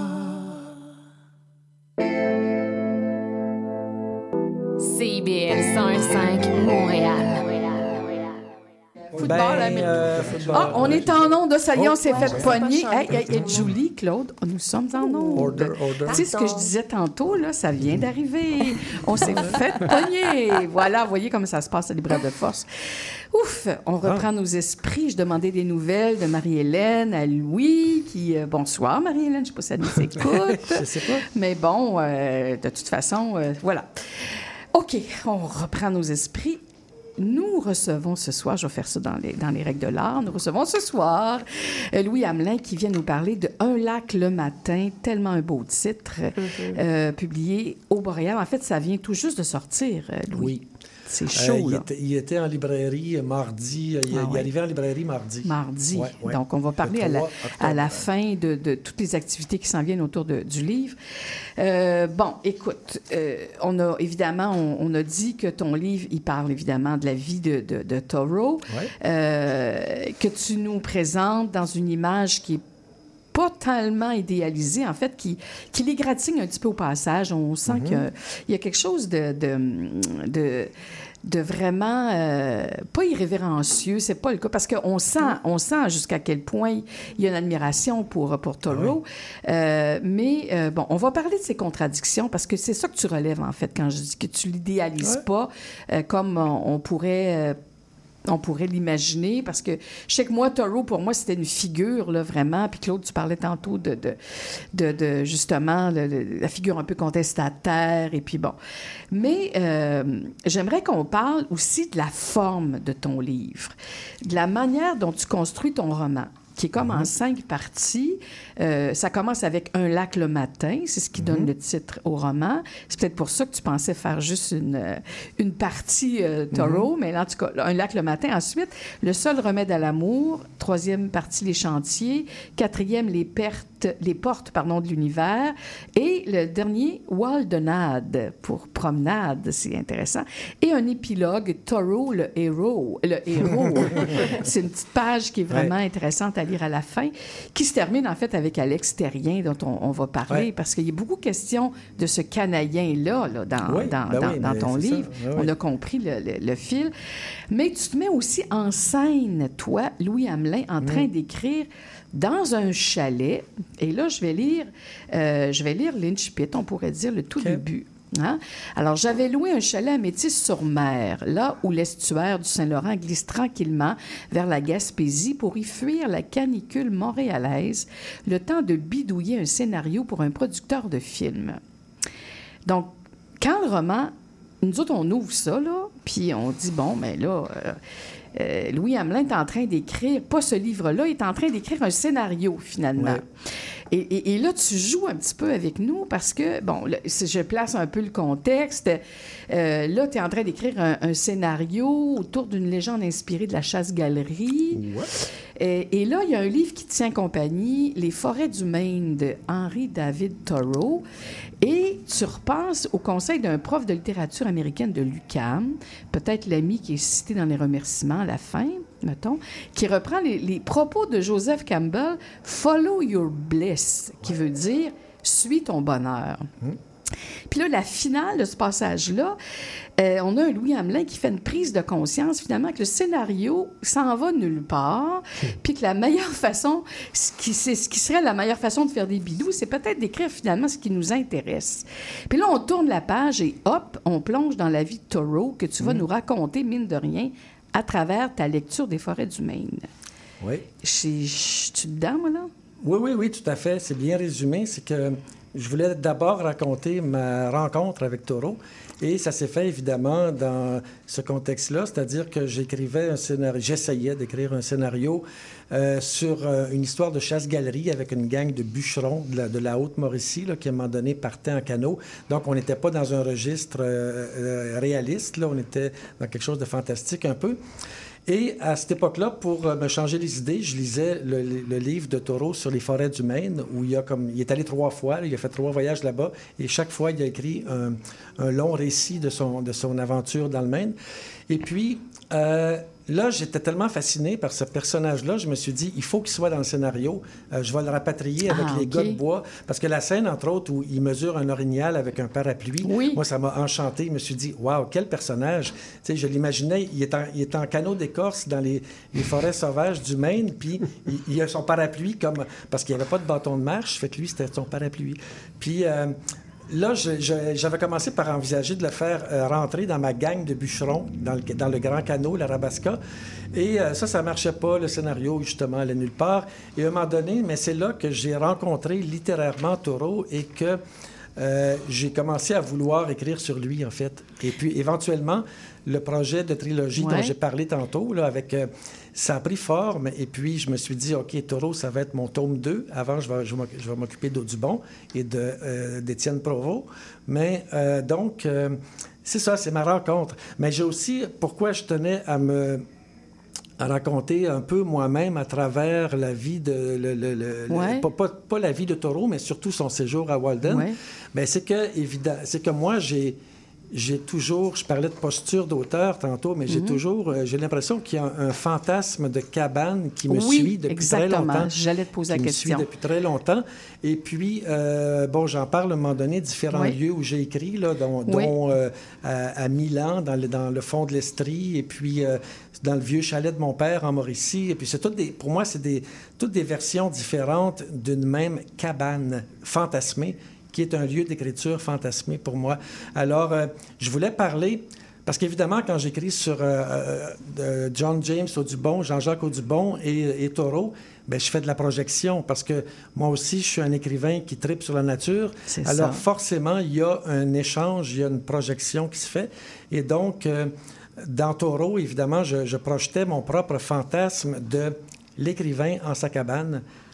C I B L cent un virgule cinq Montréal. Football, Ben, Amérique. euh, football. Ah, on est en onde de ça y est, on s'est Oh, fait ouais. pogner. Ça va Hey, hey, hey, Julie, Claude, nous sommes en onde. Order, order. Tu sais ce que je disais tantôt, là, ça vient d'arriver. On s'est fait pogner. Voilà, vous voyez comment ça se passe à Libraire de Force. Ouf, on reprend nos esprits. Je demandais des nouvelles de Marie-Hélène à Louis, qui... euh, bonsoir, Marie-Hélène, je ne sais pas si elle nous écoute. Je sais pas. Mais bon, euh, de toute façon, euh, voilà. OK, on reprend nos esprits. Nous recevons ce soir, je vais faire ça dans les, dans les règles de l'art, nous recevons ce soir euh, Louis Hamelin qui vient nous parler de Un lac le matin, tellement un beau titre, mm-hmm. euh, publié au Boréal. En fait, ça vient tout juste de sortir, euh, Louis. Oui. C'est chaud, euh, il, là. était, il était en librairie mardi. Il, Ah, il ouais. arrivait en librairie mardi. Mardi. Ouais, ouais. Donc, on va parler à la, à la fin de, de toutes les activités qui s'en viennent autour de, du livre. Euh, bon, écoute, euh, on a évidemment, on, on a dit que ton livre, il parle évidemment de la vie de, de, de Thoreau, Ouais. euh, que tu nous présentes dans une image qui est pas tellement idéalisé, en fait, qui, qui l'égratigne un petit peu au passage. On sent Mm-hmm. qu'il y a, il y a quelque chose de, de, de, de vraiment euh, pas irrévérencieux, c'est pas le cas, parce qu'on sent, on sent jusqu'à quel point il y a une admiration pour, pour Thoreau. Oui. Euh, mais euh, bon, on va parler de ces contradictions, parce que c'est ça que tu relèves, en fait, quand je dis que tu l'idéalises ouais. pas euh, comme on, on pourrait... Euh, on pourrait l'imaginer, parce que je sais que moi, Thoreau, pour moi, c'était une figure, là, vraiment. Puis Claude, tu parlais tantôt de, de, de, de justement, le, le, la figure un peu contestataire, et puis bon. Mais euh, j'aimerais qu'on parle aussi de la forme de ton livre, de la manière dont tu construis ton roman, qui est comme mm-hmm. en cinq parties. Euh, ça commence avec Un lac le matin, c'est ce qui mm-hmm. donne le titre au roman. C'est peut-être pour ça que tu pensais faire juste une, une partie euh, Thoreau, mm-hmm. mais là, en tout cas, Un lac le matin. Ensuite, Le seul remède à l'amour. Troisième partie, Les chantiers. Quatrième, Les pertes les portes pardon, de l'univers. Et le dernier, Waldenade, pour promenade, c'est intéressant. Et un épilogue, Toro, le héros. Le héros. C'est une petite page qui est vraiment ouais. intéressante à lire à la fin, qui se termine en fait avec Alex Terrien, dont on, on va parler, ouais. parce qu'il y a beaucoup de questions de ce Canadien-là là, dans, oui, dans, ben dans, oui, dans ton livre. Oui, on oui. a compris le, le, le fil. Mais tu te mets aussi en scène, toi, Louis Hamelin, en train mmh. d'écrire dans un chalet. Et là, je vais lire, euh, je vais lire l'incipit, on pourrait dire le tout okay. début. Hein? Alors, j'avais loué un chalet à Métis-sur-Mer, là où l'estuaire du Saint-Laurent glisse tranquillement vers la Gaspésie pour y fuir la canicule montréalaise, le temps de bidouiller un scénario pour un producteur de film. Donc, quand le roman, nous autres, on ouvre ça, là, puis on dit, bon, mais là... Euh, Euh, Louis Hamelin est en train d'écrire, pas ce livre-là, il est en train d'écrire un scénario, finalement. Ouais. Et, et, et là, tu joues un petit peu avec nous parce que, bon, là, si je place un peu le contexte, euh, là, tu es en train d'écrire un, un scénario autour d'une légende inspirée de la chasse-galerie. Ouais. Et, et là, il y a un livre qui tient compagnie, Les forêts du Maine, de Henry David Thoreau. Et tu repenses au conseil d'un prof de littérature américaine de l'U Q A M, peut-être l'ami qui est cité dans les remerciements à la fin, mettons, qui reprend les, les propos de Joseph Campbell, « Follow your bliss », qui veut dire « suis ton bonheur mmh. ». Puis là, la finale de ce passage-là, euh, on a un Louis Hamelin qui fait une prise de conscience, finalement, que le scénario s'en va nulle part, puis que la meilleure façon, ce qui, c'est, ce qui serait la meilleure façon de faire des bidous, c'est peut-être d'écrire, finalement, ce qui nous intéresse. Puis là, on tourne la page et hop, on plonge dans la vie de Thoreau que tu vas mmh. nous raconter, mine de rien, à travers ta lecture des forêts du Maine. Oui. Je suis dedans, moi, là? Oui, oui, oui, tout à fait. C'est bien résumé. C'est que je voulais d'abord raconter ma rencontre avec Thoreau. Et ça s'est fait, évidemment, dans ce contexte-là, c'est-à-dire que j'écrivais un scénario, j'essayais d'écrire un scénario euh, sur euh, une histoire de chasse-galerie avec une gang de bûcherons de la, de la Haute-Mauricie, là, qui, à un moment donné, partaient en canot. Donc, on n'était pas dans un registre euh, euh, réaliste, là, on était dans quelque chose de fantastique un peu. Et à cette époque-là, pour me changer les idées, je lisais le, le livre de Thoreau sur les forêts du Maine, où il, a comme, il est allé trois fois, il a fait trois voyages là-bas, et chaque fois, il a écrit un, un long récit de son, de son aventure dans le Maine. Et puis, euh, là, j'étais tellement fasciné par ce personnage-là, je me suis dit, il faut qu'il soit dans le scénario. Euh, je vais le rapatrier avec ah, les okay. gars de bois. Parce que la scène, entre autres, où il mesure un orignal avec un parapluie, oui. moi, ça m'a enchanté. Je me suis dit, waouh, quel personnage! Tu sais, je l'imaginais, il est en, il est en canot d'écorce dans les, les forêts sauvages du Maine, puis il, il a son parapluie comme... Parce qu'il n'y avait pas de bâton de marche, fait que lui, c'était son parapluie. Puis... Euh, Là, je, je, j'avais commencé par envisager de le faire euh, rentrer dans ma gang de bûcherons, dans le, dans le grand canot, l'Arabasca. Et euh, ça, ça ne marchait pas. Le scénario, justement, allait nulle part. Et à un moment donné, mais c'est là que j'ai rencontré littérairement Thoreau et que euh, j'ai commencé à vouloir écrire sur lui, en fait. Et puis, éventuellement, le projet de trilogie ouais. dont j'ai parlé tantôt, là, avec... Euh, ça a pris forme, et puis je me suis dit, OK, Thoreau, ça va être mon tome deux. Avant, je vais, je vais m'occuper d'Audubon et de, euh, d'Étienne Provost. Mais euh, donc, euh, c'est ça, c'est ma rencontre. Mais j'ai aussi, pourquoi je tenais à me... à raconter un peu moi-même à travers la vie de... Le, le, le, ouais. le, pas, pas, pas la vie de Thoreau, mais surtout son séjour à Walden. Ouais. Bien, c'est que, évidemment, c'est que moi, j'ai... J'ai toujours, je parlais de posture d'auteur tantôt, mais j'ai mm-hmm. toujours, euh, j'ai l'impression qu'il y a un, un fantasme de cabane qui me oui, suit depuis exactement. très longtemps. J'allais te poser qui la me question. Suit depuis très longtemps. Et puis, euh, bon, j'en parle à un moment donné, différents oui. lieux où j'ai écrit, là, dont, oui. dont euh, à, à Milan, dans le, dans le fond de l'Estrie, et puis euh, dans le vieux chalet de mon père en Mauricie. Et puis, c'est toutes des, pour moi, c'est des, toutes des versions différentes d'une même cabane fantasmée, qui est un lieu d'écriture fantasmé pour moi. Alors, euh, je voulais parler, parce qu'évidemment, quand j'écris sur euh, euh, John James Audubon, Jean-Jacques Audubon et, et Thoreau, bien, je fais de la projection, parce que moi aussi, je suis un écrivain qui tripe sur la nature. C'est Alors, ça. Forcément, il y a un échange, il y a une projection qui se fait. Et donc, euh, dans Thoreau, évidemment, je, je projetais mon propre fantasme de l'écrivain en sa cabane,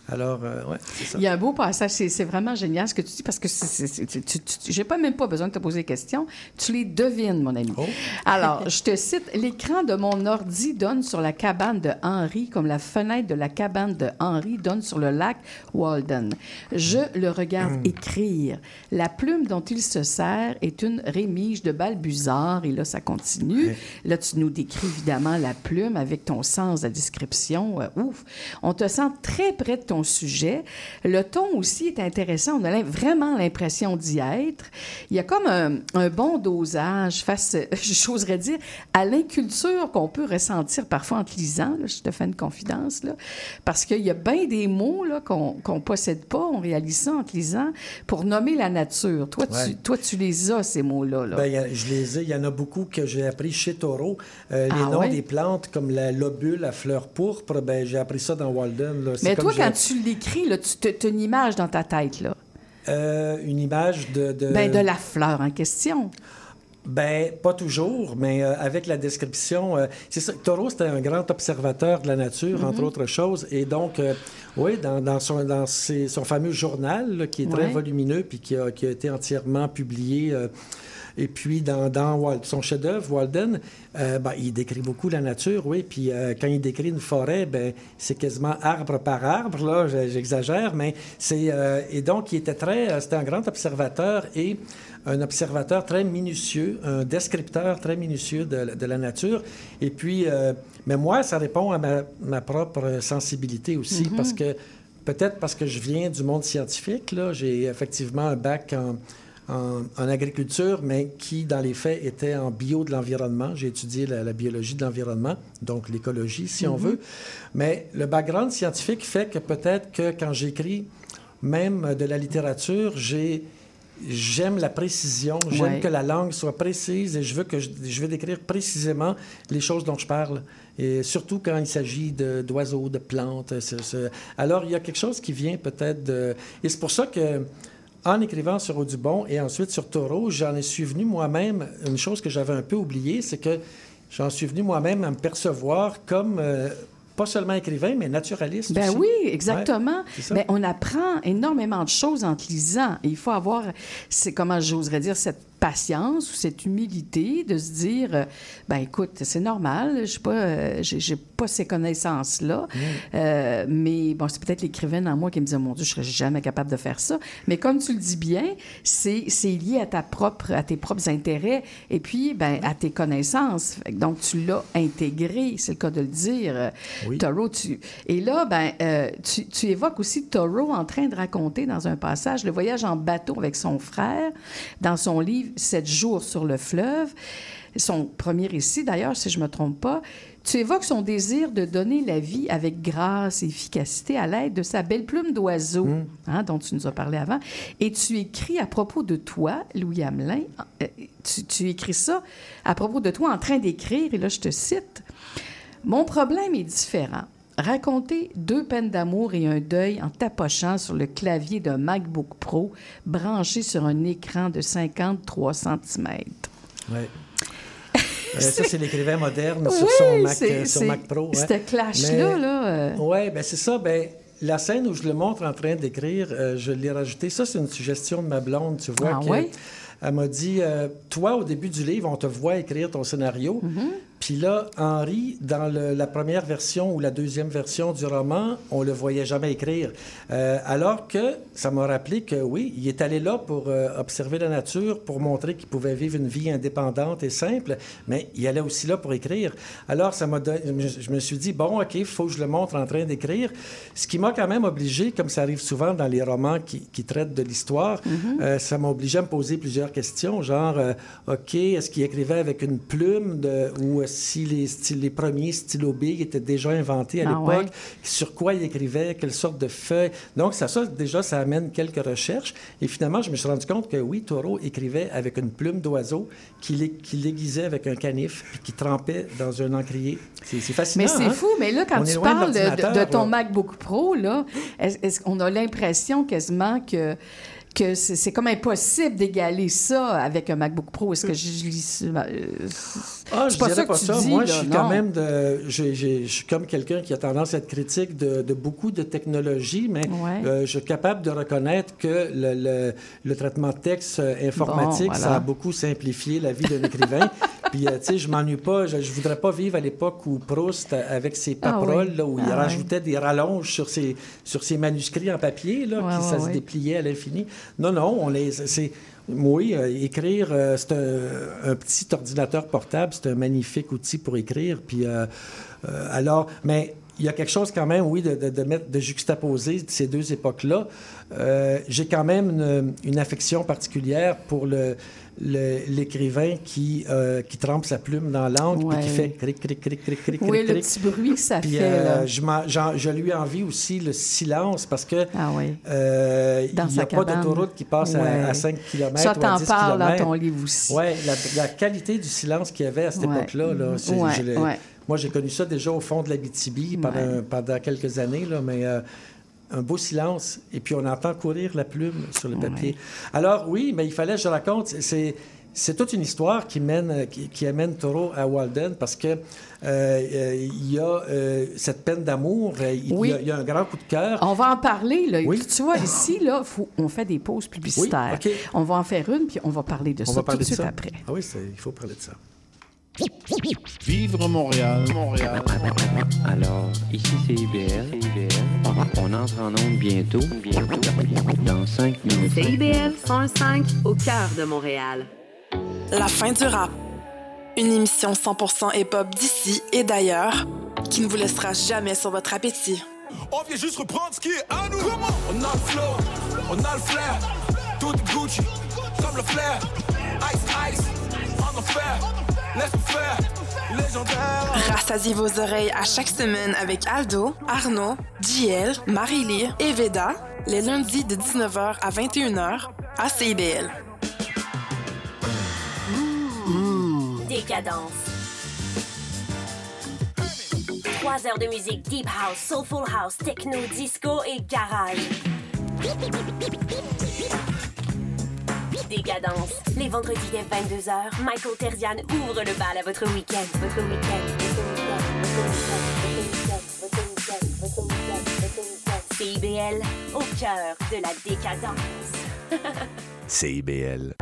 Alors, euh, ouais, c'est ça. Il y a un beau passage. C'est, c'est vraiment génial ce que tu dis parce que c'est, c'est, c'est, tu, tu, j'ai pas même pas besoin de te poser des questions. Tu les devines, mon ami. Oh. Alors, je te cite. L'écran de mon ordi donne sur la cabane de Henry comme la fenêtre de la cabane de Henry donne sur le lac Walden. Je le regarde mmh. écrire. La plume dont il se sert est une rémige de Balbuzard. Et là, ça continue. Ouais. Là, tu nous décris évidemment la plume avec ton sens de la description. Euh, ouf! On te sent très près de ton sujet. Le ton aussi est intéressant. On a vraiment l'impression d'y être. Il y a comme un, un bon dosage face, j'oserais dire, à l'inculture qu'on peut ressentir parfois en te lisant. Là, je te fais une confidence, là, parce qu'il y a bien des mots là, qu'on ne possède pas. On réalise ça en te lisant pour nommer la nature. Toi, ouais. tu, toi, tu les as, ces mots-là. Là. Bien, je les ai. Il y en a beaucoup que j'ai appris chez Thoreau. Euh, les ah, noms ouais? des plantes, comme la lobule, la fleur pourpre, ben, j'ai appris ça dans Walden. Là. C'est Mais comme toi, j'ai... quand tu l'écris, là, tu as une image dans ta tête, là. Euh, une image de... de... Ben, de la fleur en question. Ben pas toujours, mais euh, avec la description... Euh, c'est ça, Thoreau, c'était un grand observateur de la nature, mm-hmm. entre autres choses, et donc, euh, oui, dans, dans, son, dans ses, son fameux journal, là, qui est très ouais. volumineux, puis qui a, qui a été entièrement publié... Euh, Et puis, dans, dans Wal- son chef-d'œuvre, Walden, euh, ben, il décrit beaucoup la nature, oui. Puis, euh, quand il décrit une forêt, ben, c'est quasiment arbre par arbre, là, j'exagère, mais c'est... Euh, et donc, il était très... C'était un grand observateur et un observateur très minutieux, un descripteur très minutieux de, de la nature. Et puis, euh, mais moi, ça répond à ma, ma propre sensibilité aussi, mm-hmm. parce que... Peut-être parce que je viens du monde scientifique, là. J'ai effectivement un bac en... En, en agriculture, mais qui, dans les faits, était en bio de l'environnement. J'ai étudié la, la biologie de l'environnement, donc l'écologie, si mm-hmm. on veut. Mais le background scientifique fait que peut-être que quand j'écris même de la littérature, j'ai... J'aime la précision, j'aime ouais. que la langue soit précise et je veux que je, je veux décrire précisément les choses dont je parle. Et surtout quand il s'agit de, d'oiseaux, de plantes. C'est, c'est... Alors, il y a quelque chose qui vient peut-être de... Et c'est pour ça que en écrivant sur Audubon et ensuite sur Thoreau, j'en suis venu moi-même, une chose que j'avais un peu oubliée, c'est que j'en suis venu moi-même à me percevoir comme, euh, pas seulement écrivain, mais naturaliste ben aussi. Oui, exactement. Ouais, ben, on apprend énormément de choses en te lisant. Et il faut avoir, c'est, comment j'oserais dire, cette patience ou cette humilité de se dire, euh, ben écoute, c'est normal, je suis pas, euh, j'ai, j'ai pas ces connaissances-là, mmh. euh, mais bon, c'est peut-être l'écrivaine en moi qui me dit, mon Dieu, je serais jamais capable de faire ça. Mais comme tu le dis bien, c'est, c'est lié à ta propre, à tes propres intérêts et puis, ben, à tes connaissances. Donc, tu l'as intégré, c'est le cas de le dire. Oui. Thoreau, tu... Et là, ben, euh, tu, tu évoques aussi Thoreau en train de raconter dans un passage le voyage en bateau avec son frère dans son livre « Sept jours sur le fleuve ». Son premier récit, d'ailleurs, si je ne me trompe pas, tu évoques son désir de donner la vie avec grâce et efficacité à l'aide de sa belle plume d'oiseau, mmh. hein, dont tu nous as parlé avant. Et tu écris à propos de toi, Louis Hamelin, euh, tu, tu écris ça à propos de toi en train d'écrire, et là, je te cite, « Mon problème est différent. Raconter deux peines d'amour et un deuil en tapochant sur le clavier d'un MacBook Pro branché sur un écran de cinquante-trois centimètres. » Oui. Euh, ça, c'est l'écrivain moderne oui, sur son Mac, c'est, sur c'est, Mac Pro. Ouais. Ce clash-là, là... Euh... Oui, bien, c'est ça. Ben, la scène où je le montre en train d'écrire, euh, je l'ai rajouté. Ça, c'est une suggestion de ma blonde, tu vois. Ah oui? Elle m'a dit, euh, toi, au début du livre, on te voit écrire ton scénario. Mm-hmm. Puis là, Henri, dans le, la première version ou la deuxième version du roman, on le voyait jamais écrire. Euh, alors que ça m'a rappelé que, oui, il est allé là pour euh, observer la nature, pour montrer qu'il pouvait vivre une vie indépendante et simple, mais il allait aussi là pour écrire. Alors, ça m'a don... je me suis dit, bon, OK, il faut que je le montre en train d'écrire. Ce qui m'a quand même obligé, comme ça arrive souvent dans les romans qui, qui traitent de l'histoire, mm-hmm. euh, ça m'a obligé à me poser plusieurs questions, genre, euh, OK, est-ce qu'il écrivait avec une plume de... ou si les, styles, les premiers stylos big étaient déjà inventés à ah l'époque, ouais. sur quoi il écrivait, quelle sorte de feuilles. Donc, ça, ça, déjà, ça amène quelques recherches. Et finalement, je me suis rendu compte que, oui, Thoreau écrivait avec une plume d'oiseau qu'il qu'il aiguisait avec un canif puis qu'il trempait dans un encrier. C'est, c'est fascinant, Mais c'est hein? fou. Mais là, quand On tu parles de, de, de ton là. MacBook Pro, là, est-ce, est-ce qu'on a l'impression quasiment que... que c'est, c'est comme impossible d'égaler ça avec un MacBook Pro. Est-ce que je, je lis... Euh, ah, je pas dirais ça pas que tu ça. dis, Moi, là, je suis non. quand même de... Je, je, je suis comme quelqu'un qui a tendance à être critique de, de beaucoup de technologies, mais ouais. euh, je suis capable de reconnaître que le, le, le traitement de texte informatique, bon, voilà. ça a beaucoup simplifié la vie d'un écrivain. Puis, euh, tu sais, je m'ennuie pas. Je, je voudrais pas vivre à l'époque où Proust, avec ses paperoles, ah oui. là, où ah il ouais. rajoutait des rallonges sur ses, sur ses manuscrits en papier, là, ouais, puis ouais, ça ouais. se dépliait à l'infini. Non, non, on les... C'est, oui, euh, écrire, euh, c'est un, un petit ordinateur portable, c'est un magnifique outil pour écrire. Puis, euh, euh, alors, mais il y a quelque chose quand même, oui, de, de, de, mettre, de juxtaposer ces deux époques-là. Euh, j'ai quand même une, une affection particulière pour le, le, l'écrivain qui, euh, qui trempe sa plume dans l'encre ouais. et qui fait cric, cric, cric, cric, cric, oui, cric, le cric. petit bruit que ça puis, fait. Euh, là. je, j'en, je lui envie aussi le silence parce que ah oui. euh, il n'y a pas d'autoroute qui passe ouais. à, à cinq kilomètres ça, ou à dix kilomètres. Ça, t'en parles dans ton livre aussi. Oui, la, la qualité du silence qu'il y avait à cette ouais. époque-là, là, c'est, ouais. je ouais. moi, j'ai connu ça déjà au fond de l'Abitibi pendant, ouais. pendant quelques années, là, mais euh, un beau silence. Et puis, on entend courir la plume sur le papier. Ouais. Alors, oui, mais il fallait, je raconte, c'est, c'est toute une histoire qui, mène, qui, qui amène Thoreau à Walden parce que euh, il y a euh, cette peine d'amour, il, oui. y a, il y a un grand coup de cœur. On va en parler. Là. Oui. Tu vois, ici, là, faut, on fait des pauses publicitaires. Oui, okay. On va en faire une, puis on va parler de on ça tout de suite ça. après. Ah oui, c'est, il faut parler de ça. Vivre Montréal, Montréal. Alors, ici c'est I B L. On entre en onde bientôt, bientôt, dans cinq minutes. C'est I B L cent un cinq au cœur de Montréal. La fin du rap. Une émission cent pour cent hip-hop d'ici et d'ailleurs qui ne vous laissera jamais sur votre appétit. On vient juste reprendre ce qui est à nous. On a le flow, on a le flair. Tout Gucci, comme le flair. Ice, ice, on en fait. Laisse-nous faire, légendaire. Rassasiez vos oreilles à chaque semaine avec Aldo, Arnaud, J L, Marie-Ly et Veda, les lundis de dix-neuf heures à vingt et une heures à C I B L. Mmh. Décadence. Trois heures de musique deep house, soulful house, techno, disco et garage. Décadence. Les vendredis dès vingt-deux heures, Michael Terzian ouvre le bal à votre week-end. Votre week-end. C I B L, au cœur de la décadence. C I B L.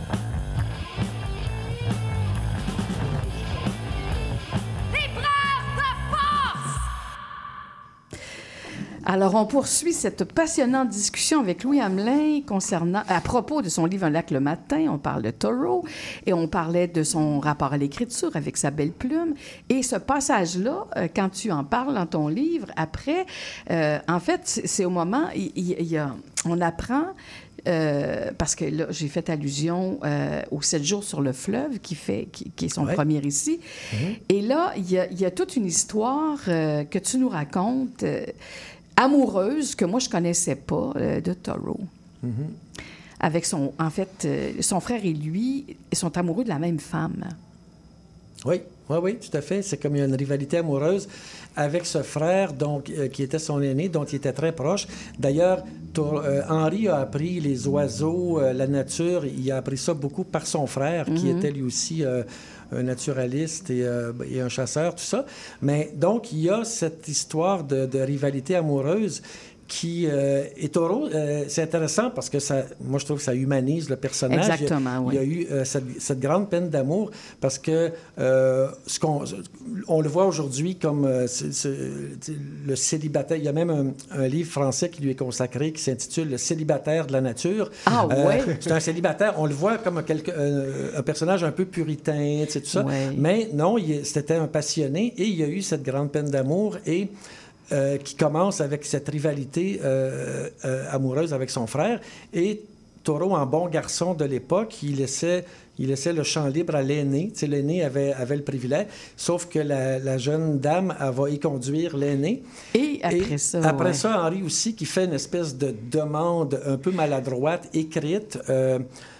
Alors, on poursuit cette passionnante discussion avec Louis Hamelin concernant, à propos de son livre « Un lac le matin ». On parle de Thoreau et on parlait de son rapport à l'écriture avec sa belle plume. Et ce passage-là, euh, quand tu en parles dans ton livre, après, euh, en fait, c'est, c'est au moment, il, il, il y a, on apprend... Euh, parce que là, j'ai fait allusion euh, aux sept jours sur le fleuve, qui, fait, qui, qui est son ouais. premier récit. Mm-hmm. Et là, il y a, il y a toute une histoire euh, que tu nous racontes, euh, amoureuse, que moi, je ne connaissais pas, euh, de Thoreau. Mm-hmm. Avec son... En fait, euh, son frère et lui sont amoureux de la même femme. Oui, oui, oui, tout à fait. C'est comme il y a une rivalité amoureuse avec ce frère donc, euh, qui était son aîné, dont il était très proche. D'ailleurs, Tour, euh, Henri a appris les oiseaux, euh, la nature. Il a appris ça beaucoup par son frère, mm-hmm. qui était lui aussi euh, un naturaliste et, euh, et un chasseur, tout ça. Mais donc, il y a cette histoire de, de rivalité amoureuse qui euh, et Thoreau, euh, c'est intéressant parce que ça, moi je trouve que ça humanise le personnage. Exactement, il y a, oui. il y a eu euh, cette, cette grande peine d'amour parce que euh, ce qu'on, on le voit aujourd'hui comme euh, c'est, c'est, le célibataire. Il y a même un, un livre français qui lui est consacré qui s'intitule Le célibataire de la nature. Ah euh, ouais. C'est un célibataire. On le voit comme un, quelque, un, un personnage un peu puritain, tu sais, tout ça. Ouais. Mais non, il, c'était un passionné et il y a eu cette grande peine d'amour et Euh, qui commence avec cette rivalité euh, euh, amoureuse avec son frère. Et Thoreau, en bon garçon de l'époque, il laissait, il laissait le champ libre à l'aîné. Tu sais, l'aîné avait, avait le privilège, sauf que la, la jeune dame, elle va y conduire l'aîné. Et après Et ça... Après ouais. ça, Henri aussi, qui fait une espèce de demande un peu maladroite, écrite, euh,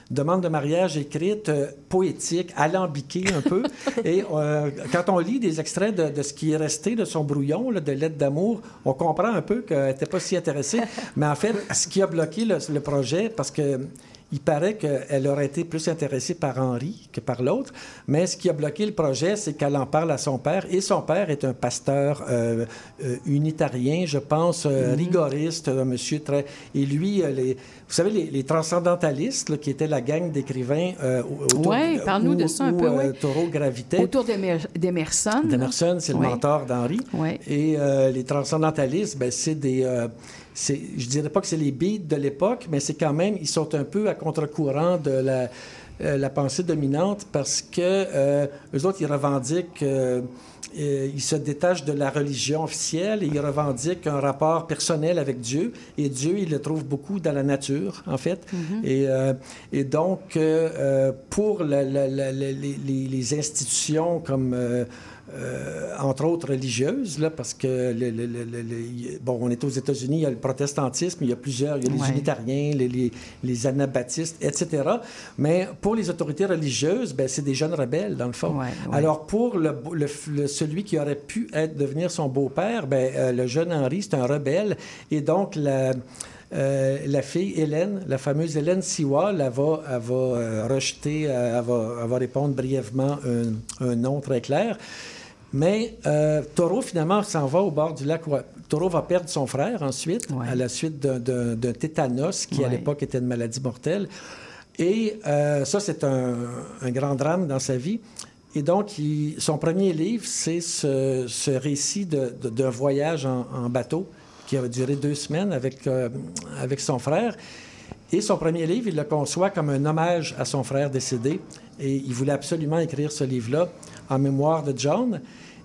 demande de mariage écrite, euh, poétique, alambiquée un peu. Et euh, quand on lit des extraits de, de ce qui est resté de son brouillon, là, de lettres d'amour, on comprend un peu qu'elle n'était pas si intéressée. Mais en fait, ce qui a bloqué le, le projet, parce que il paraît qu'elle aurait été plus intéressée par Henri que par l'autre, mais ce qui a bloqué le projet, c'est qu'elle en parle à son père, et son père est un pasteur euh, euh, unitarien, je pense, euh, mm-hmm. rigoriste, un monsieur très... Et lui, euh, les... vous savez, les, les transcendantalistes, là, qui étaient la gang d'écrivains... Euh, oui, parle-nous de ça un peu, oui. Euh, Thoreau gravitait. Autour d'Emer- d'Emerson. D'Emerson, c'est oui. le mentor d'Henri. Oui. Et euh, les transcendantalistes, ben, c'est des... Euh, C'est, je dirais pas que c'est les beats de l'époque, mais c'est quand même, ils sont un peu à contre-courant de la, euh, la pensée dominante parce que euh, eux autres, ils revendiquent, euh, euh, ils se détachent de la religion officielle et ils revendiquent un rapport personnel avec Dieu. Et Dieu, ils le trouvent beaucoup dans la nature, en fait. Mm-hmm. Et, euh, et donc, euh, pour la, la, la, la, les, les institutions comme... Euh, Euh, entre autres religieuses, là, parce que, le, le, le, le, bon, on est aux États-Unis, il y a le protestantisme, il y a plusieurs, il y a les ouais. unitariens, les, les, les anabaptistes, et cetera. Mais pour les autorités religieuses, ben, c'est des jeunes rebelles, dans le fond. Ouais, ouais. Alors, pour le, le, le, celui qui aurait pu être, devenir son beau-père, ben, euh, le jeune Henri, c'est un rebelle, et donc la... Euh, la fille Hélène, la fameuse Hélène Sewall, elle va, elle va euh, rejeter, elle va, elle va répondre brièvement un, un non très clair. Mais euh, Thoreau, finalement, s'en va au bord du lac. Thoreau va perdre son frère ensuite, ouais. à la suite d'un, d'un, d'un tétanos qui, ouais. à l'époque, était une maladie mortelle. Et euh, ça, c'est un, un grand drame dans sa vie. Et donc, il, son premier livre, c'est ce, ce récit de, de, d'un voyage en, en bateau qui a duré deux semaines avec, euh, avec son frère. Et son premier livre, il le conçoit comme un hommage à son frère décédé. Et il voulait absolument écrire ce livre-là en mémoire de John.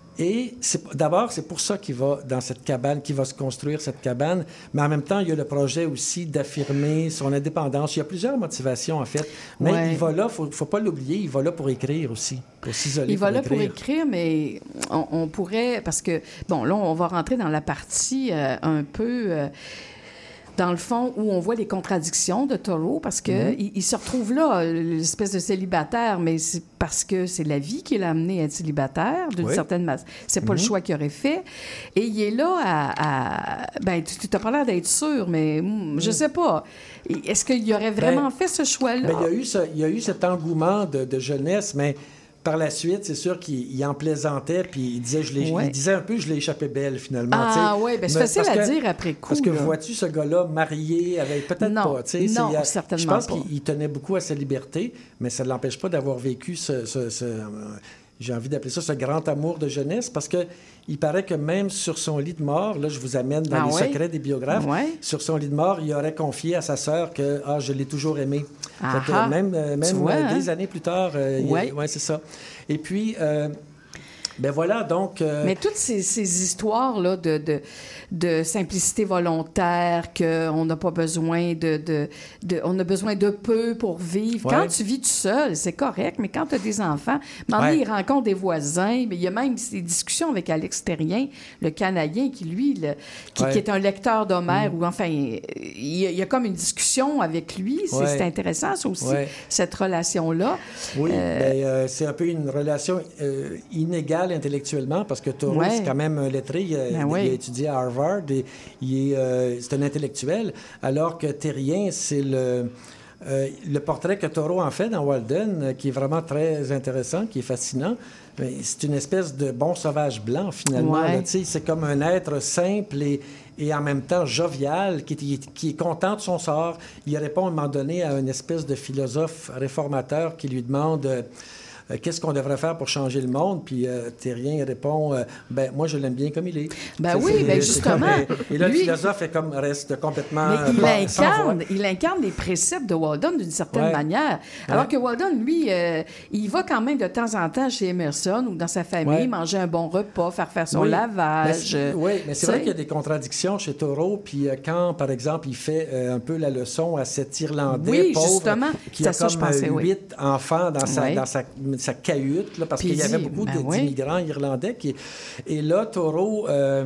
Et c'est, d'abord, c'est pour ça qu'il va dans cette cabane, qu'il va se construire cette cabane. Mais en même temps, il y a le projet aussi d'affirmer son indépendance. Il y a plusieurs motivations, en fait. Mais ouais. il va là, il ne faut, faut pas l'oublier, il va là pour écrire aussi, pour s'isoler. Il va pour là écrire. pour écrire, mais on, on pourrait... Parce que, bon, là, on va rentrer dans la partie euh, un peu... Euh, dans le fond, où on voit les contradictions de Thoreau, parce qu'il mm-hmm. il, il se retrouve là, l'espèce de célibataire, mais c'est parce que c'est la vie qui l'a amené à être célibataire, d'une oui. certaine manière. C'est pas mm-hmm. le choix qu'il aurait fait. Et il est là à... à ben, tu n'as pas l'air d'être sûr, mais mm. je sais pas. Est-ce qu'il aurait vraiment ben, fait ce choix-là? Ben, il, y a eu ce, il y a eu cet engouement de, de jeunesse, mais... Par la suite, c'est sûr qu'il il en plaisantait, puis il disait, je l'ai, ouais. il disait un peu, je l'ai échappé belle, finalement. Ah oui, bien c'est facile à que, dire après coup. Parce que, là. vois-tu, ce gars-là, marié, avec peut-être non, pas. Tu sais, non, c'est, certainement je pense pas. qu'il tenait beaucoup à sa liberté, mais ça ne l'empêche pas d'avoir vécu ce... ce, ce euh, j'ai envie d'appeler ça ce grand amour de jeunesse, parce que il paraît que même sur son lit de mort, là, je vous amène dans ah les ouais? secrets des biographes, ouais? sur son lit de mort, il aurait confié à sa sœur que « Ah, je l'ai toujours aimé ». Même, même vois, euh, des hein? années plus tard, euh, oui, ouais, c'est ça. Et puis... Euh, ben voilà, donc... Euh... Mais toutes ces, ces histoires-là de, de, de simplicité volontaire, qu'on n'a pas besoin de, de, de... On a besoin de peu pour vivre. Ouais. Quand tu vis tout seul, c'est correct, mais quand tu as des enfants, maintenant, ouais. ils rencontrent des voisins, mais il y a même des discussions avec Alex Terrien, le Canadien, qui, lui, le, qui, ouais. qui est un lecteur d'Homère, mmh. ou enfin, il y, a, il y a comme une discussion avec lui. C'est, ouais. c'est intéressant, ça aussi, ouais. cette relation-là. Oui, euh... ben, euh, c'est un peu une relation euh, inégale intellectuellement, parce que Thoreau, ouais. c'est quand même un lettré. Il, ben il oui. a étudié à Harvard et il est, euh, c'est un intellectuel, alors que Terrien, c'est le... Euh, le portrait que Thoreau en fait dans Walden, euh, qui est vraiment très intéressant, qui est fascinant, mais c'est une espèce de bon sauvage blanc, finalement. Ouais. Là, c'est comme un être simple et, et en même temps jovial, qui, qui est content de son sort. Il répond à un moment donné à une espèce de philosophe réformateur qui lui demande... Euh, Euh, qu'est-ce qu'on devrait faire pour changer le monde? Puis euh, Terrien répond, euh, ben moi, je l'aime bien comme il est. Ben c'est, oui, c'est, ben justement. Comme, et, et là, lui, le philosophe est comme, reste complètement... Mais il, euh, incarne, il incarne les préceptes de Walden d'une certaine ouais. manière. Alors ouais. que Walden, lui, euh, il va quand même de temps en temps chez Emerson ou dans sa famille, ouais. manger un bon repas, faire faire son oui. lavage. Mais oui, mais c'est vrai qu'il y a des contradictions chez Thoreau. Puis euh, quand, par exemple, il fait euh, un peu la leçon à cet Irlandais oui, pauvre justement. qui a ça, comme pensais, huit oui. enfants dans sa, oui. dans sa sa cahute, là, parce Puis qu'il y avait dit, beaucoup ben de, oui. d'immigrants irlandais. Qui... Et là, Thoreau, euh,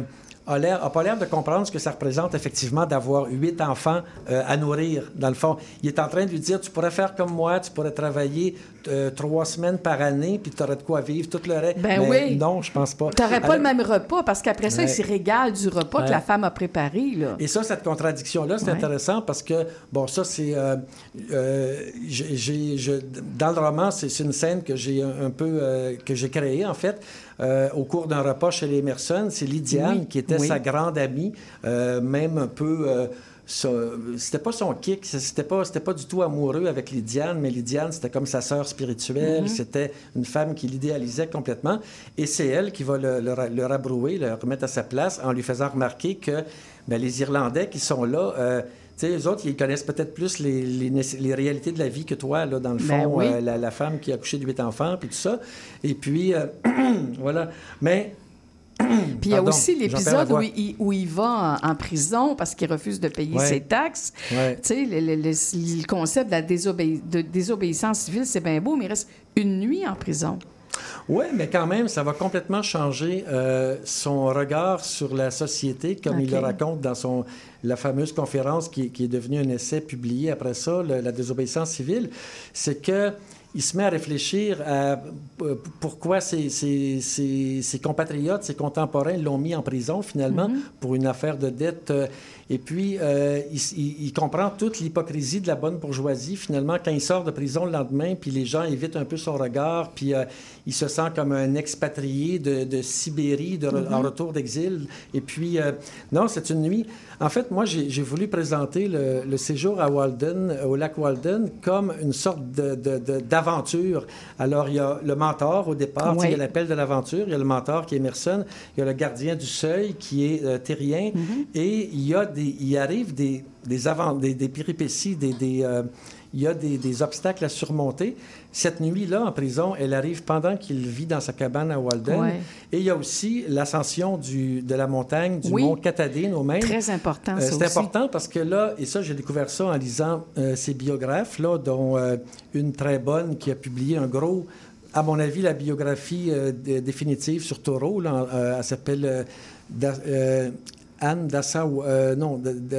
a l'air, a pas l'air de comprendre ce que ça représente effectivement d'avoir huit enfants euh, à nourrir, dans le fond. Il est en train de lui dire, tu pourrais faire comme moi, tu pourrais travailler euh, trois semaines par année, puis tu aurais de quoi vivre tout le reste. Ben mais oui. non, je pense pas. Tu n'aurais pas Alors, le même repas, parce qu'après ça, ouais. il s'y régale du repas ouais. que la femme a préparé. Là. Et ça, cette contradiction-là, c'est ouais. intéressant parce que, bon, ça, c'est... Euh, euh, j'ai, j'ai, je, dans le roman, c'est, c'est une scène que j'ai un, un peu... Euh, que j'ai créée, en fait. Euh, au cours d'un repas chez les Emerson, c'est Lydiane oui, qui était oui. sa grande amie, euh, même un peu... Euh, ça, c'était pas son kick, c'était pas, c'était pas du tout amoureux avec Lydiane, mais Lydiane, c'était comme sa sœur spirituelle, mm-hmm. c'était une femme qui l'idéalisait complètement, et c'est elle qui va le, le, le rabrouer, le remettre à sa place, en lui faisant remarquer que ben, les Irlandais qui sont là... Euh, tu sais, eux autres, ils connaissent peut-être plus les, les, les réalités de la vie que toi, là, dans le fond, ben oui. euh, la, la femme qui a accouché de huit enfants, puis tout ça. Et puis, euh, voilà. Mais... Puis il y a aussi l'épisode où il, où il va en, en prison parce qu'il refuse de payer ouais. ses taxes. Ouais. Tu sais, le, le, le, le concept de la désobé- de désobéissance civile, c'est bien beau, mais il reste une nuit en prison. Oui, mais quand même, ça va complètement changer euh, son regard sur la société, comme okay. il le raconte dans son, la fameuse conférence qui, qui est devenue un essai publié après ça, le, la désobéissance civile. C'est que il se met à réfléchir à euh, pourquoi ses, ses, ses, ses compatriotes, ses contemporains l'ont mis en prison, finalement, mm-hmm. pour une affaire de dette. Euh, et puis, euh, il, il, il comprend toute l'hypocrisie de la bonne bourgeoisie, finalement, quand il sort de prison le lendemain, puis les gens évitent un peu son regard, puis euh, il se sent comme un expatrié de, de Sibérie, de, mm-hmm. en retour d'exil. Et puis, euh, non, c'est une nuit... En fait, moi, j'ai, j'ai voulu présenter le, le séjour à Walden, au lac Walden, comme une sorte de, de, de, d'aventure. Alors, il y a le mentor au départ, ouais. il y a l'appel de l'aventure, il y a le mentor qui est Emerson, il y a le gardien du seuil qui est euh, Terrien, mm-hmm. et il y a des, il arrive des, des, avant, des, des péripéties, des, des, euh, il y a des, des obstacles à surmonter. Cette nuit-là, en prison, elle arrive pendant qu'il vit dans sa cabane à Walden. Ouais. Et il y a aussi l'ascension du, de la montagne du oui. mont Katahdin au Maine. Très important, ça euh, C'est aussi. important parce que là, et ça, j'ai découvert ça en lisant euh, ses biographes, là, dont euh, une très bonne qui a publié un gros... À mon avis, la biographie euh, d- définitive sur Thoreau, là, euh, elle s'appelle... Euh, da, euh, Anne Dassaw, euh, non,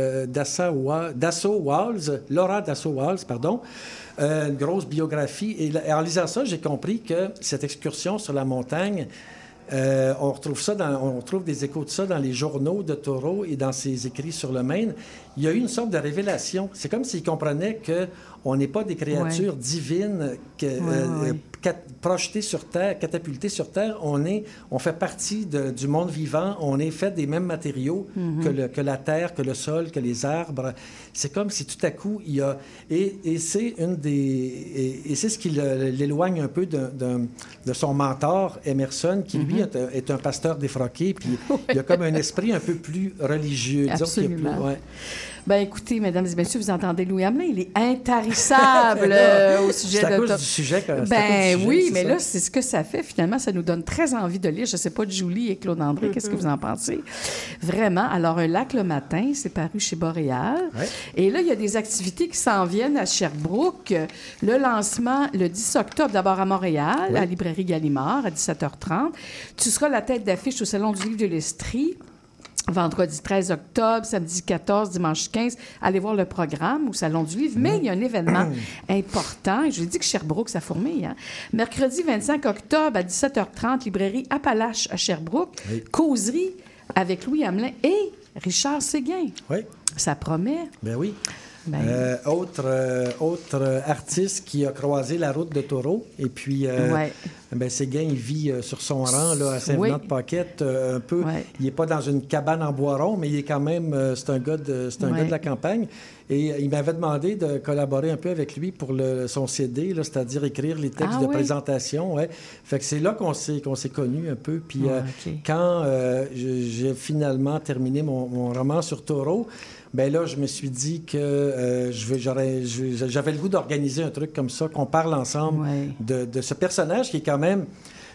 Dassaw-Walls, Laura Dassaw-Walls, pardon, euh, une grosse biographie. Et, et en lisant ça, j'ai compris que cette excursion sur la montagne, euh, on retrouve ça, dans, on retrouve des échos de ça dans les journaux de Thoreau et dans ses écrits sur le Maine. Il y a eu une sorte de révélation. C'est comme s'il comprenait que on n'est pas des créatures ouais. divines que, ouais, euh, ouais. Cat- projetées sur Terre, catapultées sur Terre. On, est, on fait partie de, du monde vivant. On est fait des mêmes matériaux mm-hmm. que, le, que la terre, que le sol, que les arbres. C'est comme si tout à coup, il y a... Et, et c'est une des... Et, et c'est ce qui le, l'éloigne un peu de, de, de son mentor, Emerson, qui, lui, mm-hmm. est, est un pasteur défroqué. Puis ouais. il a comme un esprit un peu plus religieux. Absolument. Disons qu'il y a plus, ouais. Ben écoutez, mesdames et messieurs, vous entendez Louis Hamelin, il est intarissable euh, au sujet c'est à de... cause du sujet. Quand, ben sujet, oui, c'est mais ça. Là, c'est ce que ça fait. Finalement, ça nous donne très envie de lire. Je ne sais pas, Julie et Claude André, mm-hmm. qu'est-ce que vous en pensez? Vraiment. Alors, Un lac le matin, c'est paru chez Boréal. Ouais. Et là, il y a des activités qui s'en viennent à Sherbrooke. Le lancement, le dix octobre, d'abord à Montréal, ouais. à la librairie Gallimard, à dix-sept heures trente. Tu seras la tête d'affiche au Salon du livre de l'Estrie. Vendredi treize octobre, samedi quatorze, dimanche quinze. Allez voir le programme au Salon du Livre. Mais il y a un événement important. Je vous ai dit que Sherbrooke, ça fourmille. Hein? Mercredi vingt-cinq octobre à dix-sept heures trente, librairie Appalache à Sherbrooke. Oui. Causerie avec Louis Hamelin et Richard Séguin. Oui. Ça promet. Ben oui. Ben... Euh, autre, euh, autre artiste qui a croisé la route de Thoreau. Et puis, euh, ouais. ben, Séguin, il vit euh, sur son rang là, à Saint-Venant-de-Paquette, euh, un peu. Ouais. Il n'est pas dans une cabane en bois rond, mais il est quand même... Euh, c'est un, gars de, c'est un ouais. gars de la campagne. Et euh, il m'avait demandé de collaborer un peu avec lui pour le, son C D, là, c'est-à-dire écrire les textes ah, de oui. présentation. Ouais. Fait que c'est là qu'on s'est, qu'on s'est connus un peu. Puis euh, okay. quand euh, j'ai finalement terminé mon, mon roman sur Thoreau, ben là, je me suis dit que euh, je vais, j'aurais, je, j'avais le goût d'organiser un truc comme ça, qu'on parle ensemble ouais. de, de ce personnage qui est quand même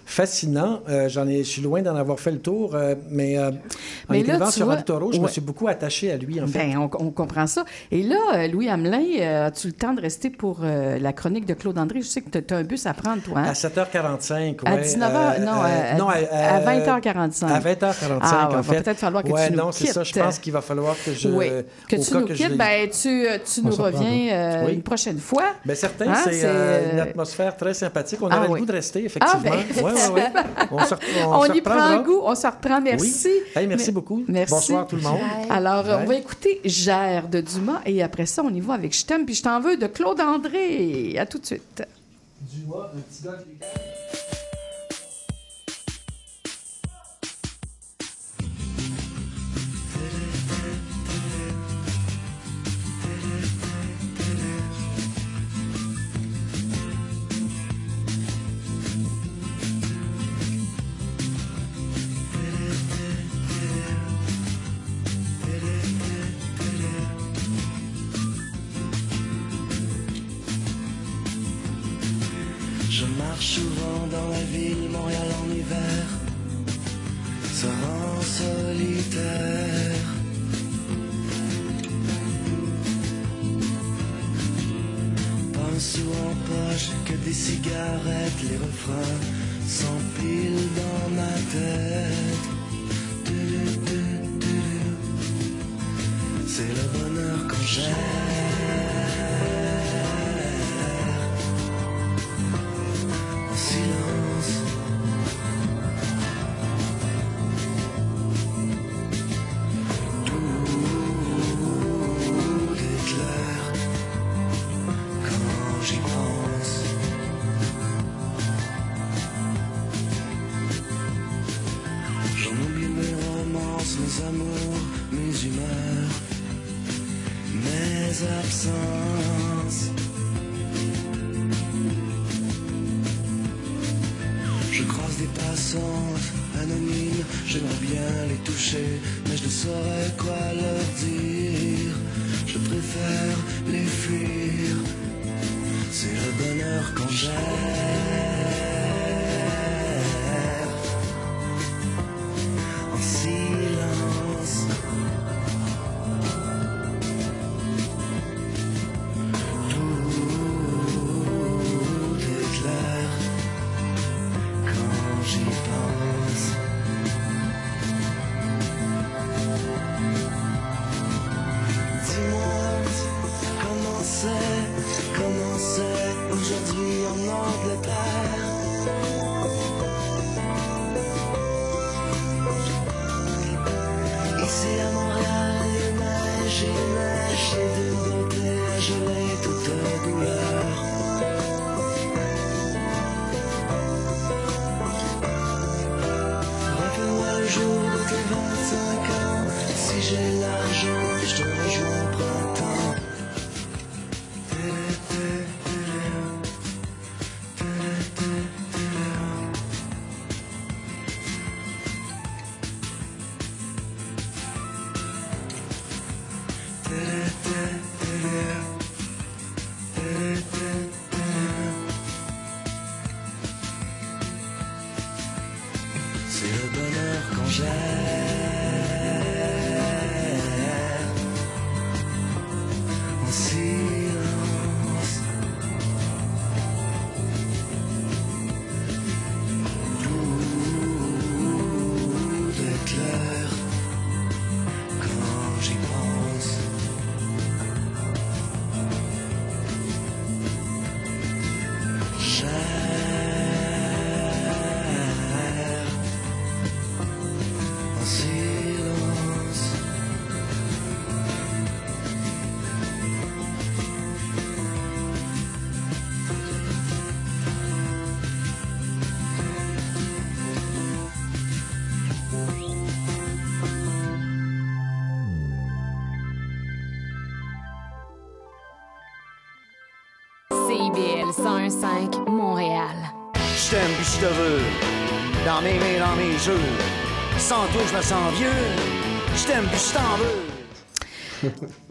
fascinant. Euh, j'en ai, je suis loin d'en avoir fait le tour, euh, mais, euh, en mais écrivant là, sur vois, Adultoro, je ouais. me suis beaucoup attaché à lui, en fait. Ben, on, on comprend ça. Et là, Louis Hamelin, euh, as-tu le temps de rester pour euh, la chronique de Claude André? Je sais que tu as un bus à prendre, toi. Hein? À sept heures quarante-cinq, oui. À dix-neuf heures, euh, non, euh, à, non, à, à vingt heures quarante-cinq. À vingt heures quarante-cinq, ah, ouais, en va fait. peut-être falloir que ouais, tu nous non, quittes. c'est ça. Je pense qu'il va falloir que je... Oui, que tu nous que quittes. Je... Ben, tu, tu nous reviens euh, oui. une prochaine fois. Bien, certain, hein, c'est, c'est euh, une atmosphère très sympathique. On ah, avait oui. le goût de rester, effectivement. Ah, ben, ouais, ouais, ouais. On, se, on, on se y prend goût. On se reprend. Merci. Oui. Hey, merci Mais, beaucoup. Merci. Bonsoir tout le monde. Bye. Alors, Bye. on va écouter Gère de Dumas et après ça, on y va avec Je t'aime puis je t'en veux de Claude André. À tout de suite. Dumas, un petit gars qui Je marche souvent dans la ville, Montréal en hiver, ça rend solitaire. Pinceau en poche, que des cigarettes, les refrains s'empilent dans ma tête. C'est le bonheur quand j'aime. Silence. Tout est clair quand j'y pense. J'en oublie mes romances, mes amours, mes humeurs, mes absences. Je croise des passantes anonymes, j'aimerais bien les toucher, mais je ne saurais quoi leur dire. Je préfère les fuir. C'est le bonheur quand j'erre en silence. Tout est clair quand j'y pense. Dis-moi comment c'est, comment c'est aujourd'hui en Angleterre. Ici à Montréal, il neige, il neige, et d'une beauté à geler toute douleur. Rappelle-moi le jour de tes vingt-cinq ans. Si j'ai l'argent, je te rejoins au printemps. C'est le bonheur quand j'erre en silence. Tout est clair quand j'y pense. J'erre en silence. C I B L cent un virgule cinq Montréal. Je t'aime puis je te veux, dans mes mains, dans mes jeux. Sans toi, je me sens vieux. Je t'aime puis je t'en veux.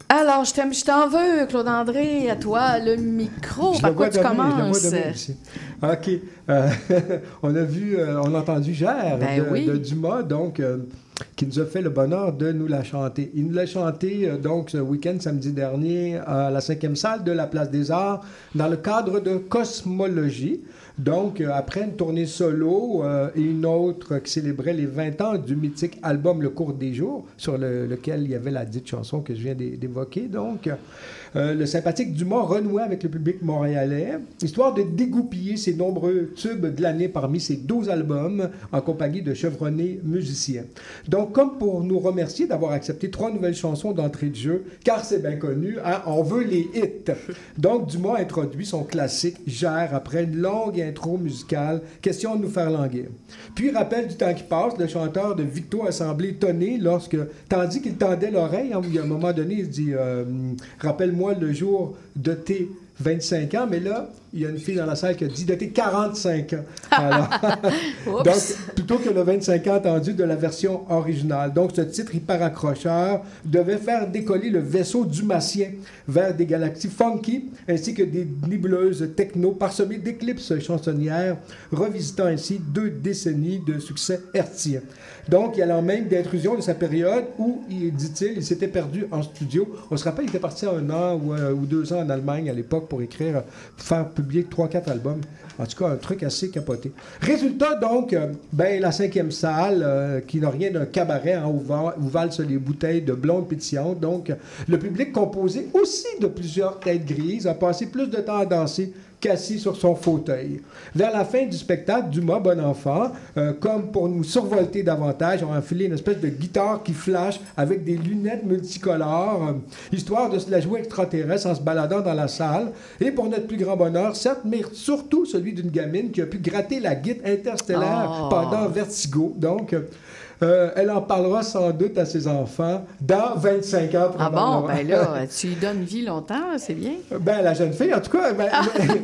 Alors, je t'aime, je t'en veux, Claude-André, à toi, le micro. Je Par le quoi vois tu demain, commences? je le vois demain aussi. OK. Euh, on a vu, euh, on a entendu Gère Ben de, oui. de Dumas, donc, euh, qui nous a fait le bonheur de nous la chanter. Il nous l'a chanté, euh, donc, ce week-end, samedi dernier, à la cinquième salle de la Place des Arts, dans le cadre de Cosmologie. Donc, euh, après une tournée solo euh, et une autre qui célébrait les vingt ans du mythique album Le Cours des Jours, sur le- lequel il y avait la dite chanson que je viens d'é- d'évoquer. Donc, euh, le sympathique Dumas renouait avec le public montréalais, histoire de dégoupiller ses nombreux tubes de l'année parmi ses douze albums, en compagnie de chevronnés musiciens. Donc, comme pour nous remercier d'avoir accepté trois nouvelles chansons d'entrée de jeu, car c'est bien connu, hein, on veut les hits. Donc, Dumas introduit son classique Gère après une longue intro musicale, question de nous faire languir. Puis, rappel du temps qui passe, le chanteur de Victo a semblé étonné lorsque, tandis qu'il tendait l'oreille, hein, il y a un moment donné, il se dit euh, rappelle-moi le jour de tes vingt-cinq ans, mais là, il y a une fille dans la salle qui a dit de tes quarante-cinq ans. Alors, donc, plutôt que le vingt-cinq ans attendu de la version originale. Donc, ce titre hyper accrocheur devait faire décoller le vaisseau dumassien vers des galaxies funky, ainsi que des nébuleuses techno parsemées d'éclipses chansonnières, revisitant ainsi deux décennies de succès hertzien. Donc, il y a l'an même d'intrusion de sa période où, il, dit-il, il s'était perdu en studio. On se rappelle, il était parti un an ou, euh, ou deux ans en Allemagne à l'époque pour écrire, pour faire publier trois quatre albums. En tout cas, un truc assez capoté. Résultat, donc, euh, ben, la cinquième salle, euh, qui n'a rien d'un cabaret, hein, où, va- où valsent les bouteilles de blonde pétillante. Donc, le public composé aussi de plusieurs têtes grises a passé plus de temps à danser qu'assis sur son fauteuil. Vers la fin du spectacle, Dumas, bon enfant, euh, comme pour nous survolter davantage, ont enfilé une espèce de guitare qui flash avec des lunettes multicolores, euh, histoire de se la jouer extraterrestre en se baladant dans la salle. Et pour notre plus grand bonheur, certes, mais surtout celui d'une gamine qui a pu gratter la guitare interstellaire Oh. pendant Vertigo. Donc, euh, elle en parlera sans doute à ses enfants dans vingt-cinq ans. Ah bon, probablement. ben là, tu lui donnes vie longtemps, c'est bien. Ben, la jeune fille, en tout cas, ben,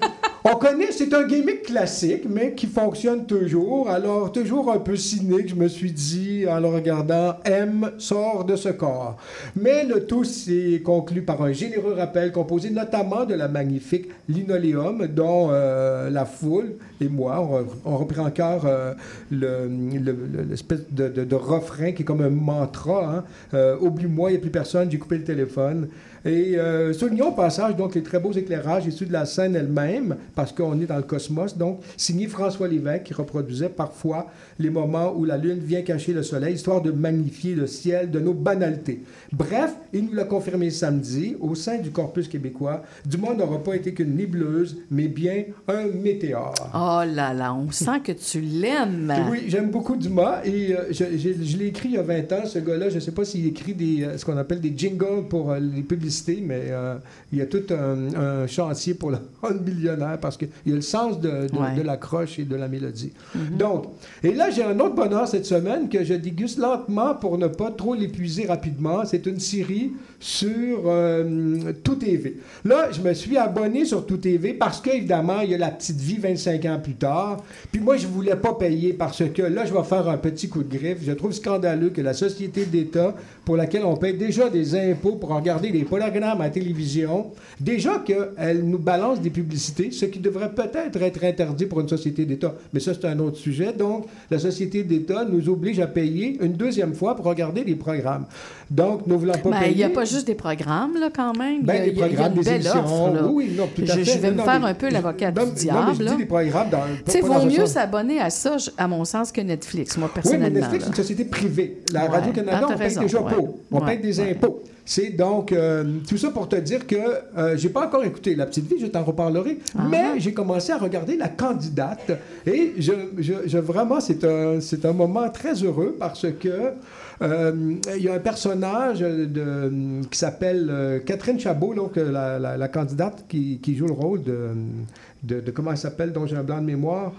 on connaît, c'est un gimmick classique, mais qui fonctionne toujours. Alors, toujours un peu cynique, je me suis dit, en le regardant, M sort de ce corps. Mais le tout s'est conclu par un généreux rappel composé notamment de la magnifique Linoléum, dont euh, la foule et moi, on, on reprend encore euh, le, le- le- l'espèce de, de- de refrain qui est comme un mantra. Hein. Euh, Oublie-moi, il n'y a plus personne, j'ai coupé le téléphone. Et euh, soulignons au passage donc les très beaux éclairages issus de la scène elle-même, parce qu'on est dans le cosmos, donc signé François Lévesque, qui reproduisait parfois les moments où la Lune vient cacher le Soleil, histoire de magnifier le ciel de nos banalités. Bref, il nous l'a confirmé samedi, au sein du corpus québécois, Dumas n'aura pas été qu'une nébuleuse, mais bien un météore. Oh là là, on sent que tu l'aimes. Oui, j'aime beaucoup Dumas et euh, je, je- je l'ai écrit il y a vingt ans, ce gars-là. Je ne sais pas s'il écrit des, euh, ce qu'on appelle des jingles pour euh, les publicités, mais euh, il y a tout un, un chantier pour le rendre millionnaire parce qu'il y a le sens de, de, Ouais. de l'accroche et de la mélodie. Donc, et là, j'ai un autre bonheur cette semaine que je déguste lentement pour ne pas trop l'épuiser rapidement. C'est une série sur euh, Tout T V. Là, je me suis abonné sur Tout T V parce qu'évidemment, il y a La Petite Vie vingt-cinq ans plus tard. Puis moi, je voulais pas payer parce que là, je vais faire un petit coup de griffe. Je trouve scandaleux que la société d'État, pour laquelle on paye déjà des impôts pour regarder des polygrammes à la télévision, déjà qu'elle nous balance des publicités, ce qui devrait peut-être être interdit pour une société d'État. Mais ça, c'est un autre sujet. Donc, la société d'État nous oblige à payer une deuxième fois pour regarder des programmes. Donc, nous ne voulons pas Ben, payer... il n'y a pas juste des programmes, là, quand même. Ben, il y a, des il y a- il y a programmes, une des belle émissions. offre, là. Oui, non, tout à je, fait. je vais Non, me non, faire mais- un peu l'avocat non, du non, diable. mais je dis là. des programmes dans... Tu sais, pas vaut dans un mieux sens- s'abonner à ça, je- à mon sens, que Netflix, moi, Oui, mais personnellement. Netflix, c'est une là. société privée. La Ouais. Radio-Canada, Ah, on t'as paye raison, déjà ouais. pour. On Ouais, paye des ouais. impôts. C'est donc euh, tout ça pour te dire que euh, j'ai pas encore écouté La Petite Vie, je t'en reparlerai, Ah. mais j'ai commencé à regarder La Candidate et je, je, je- vraiment c'est un c'est un moment très heureux parce que euh, il y a un personnage de, qui s'appelle euh, Catherine Chabot, donc euh, la, la, la candidate qui, qui joue le rôle de, de, de comment elle s'appelle, dont j'ai un blanc de mémoire.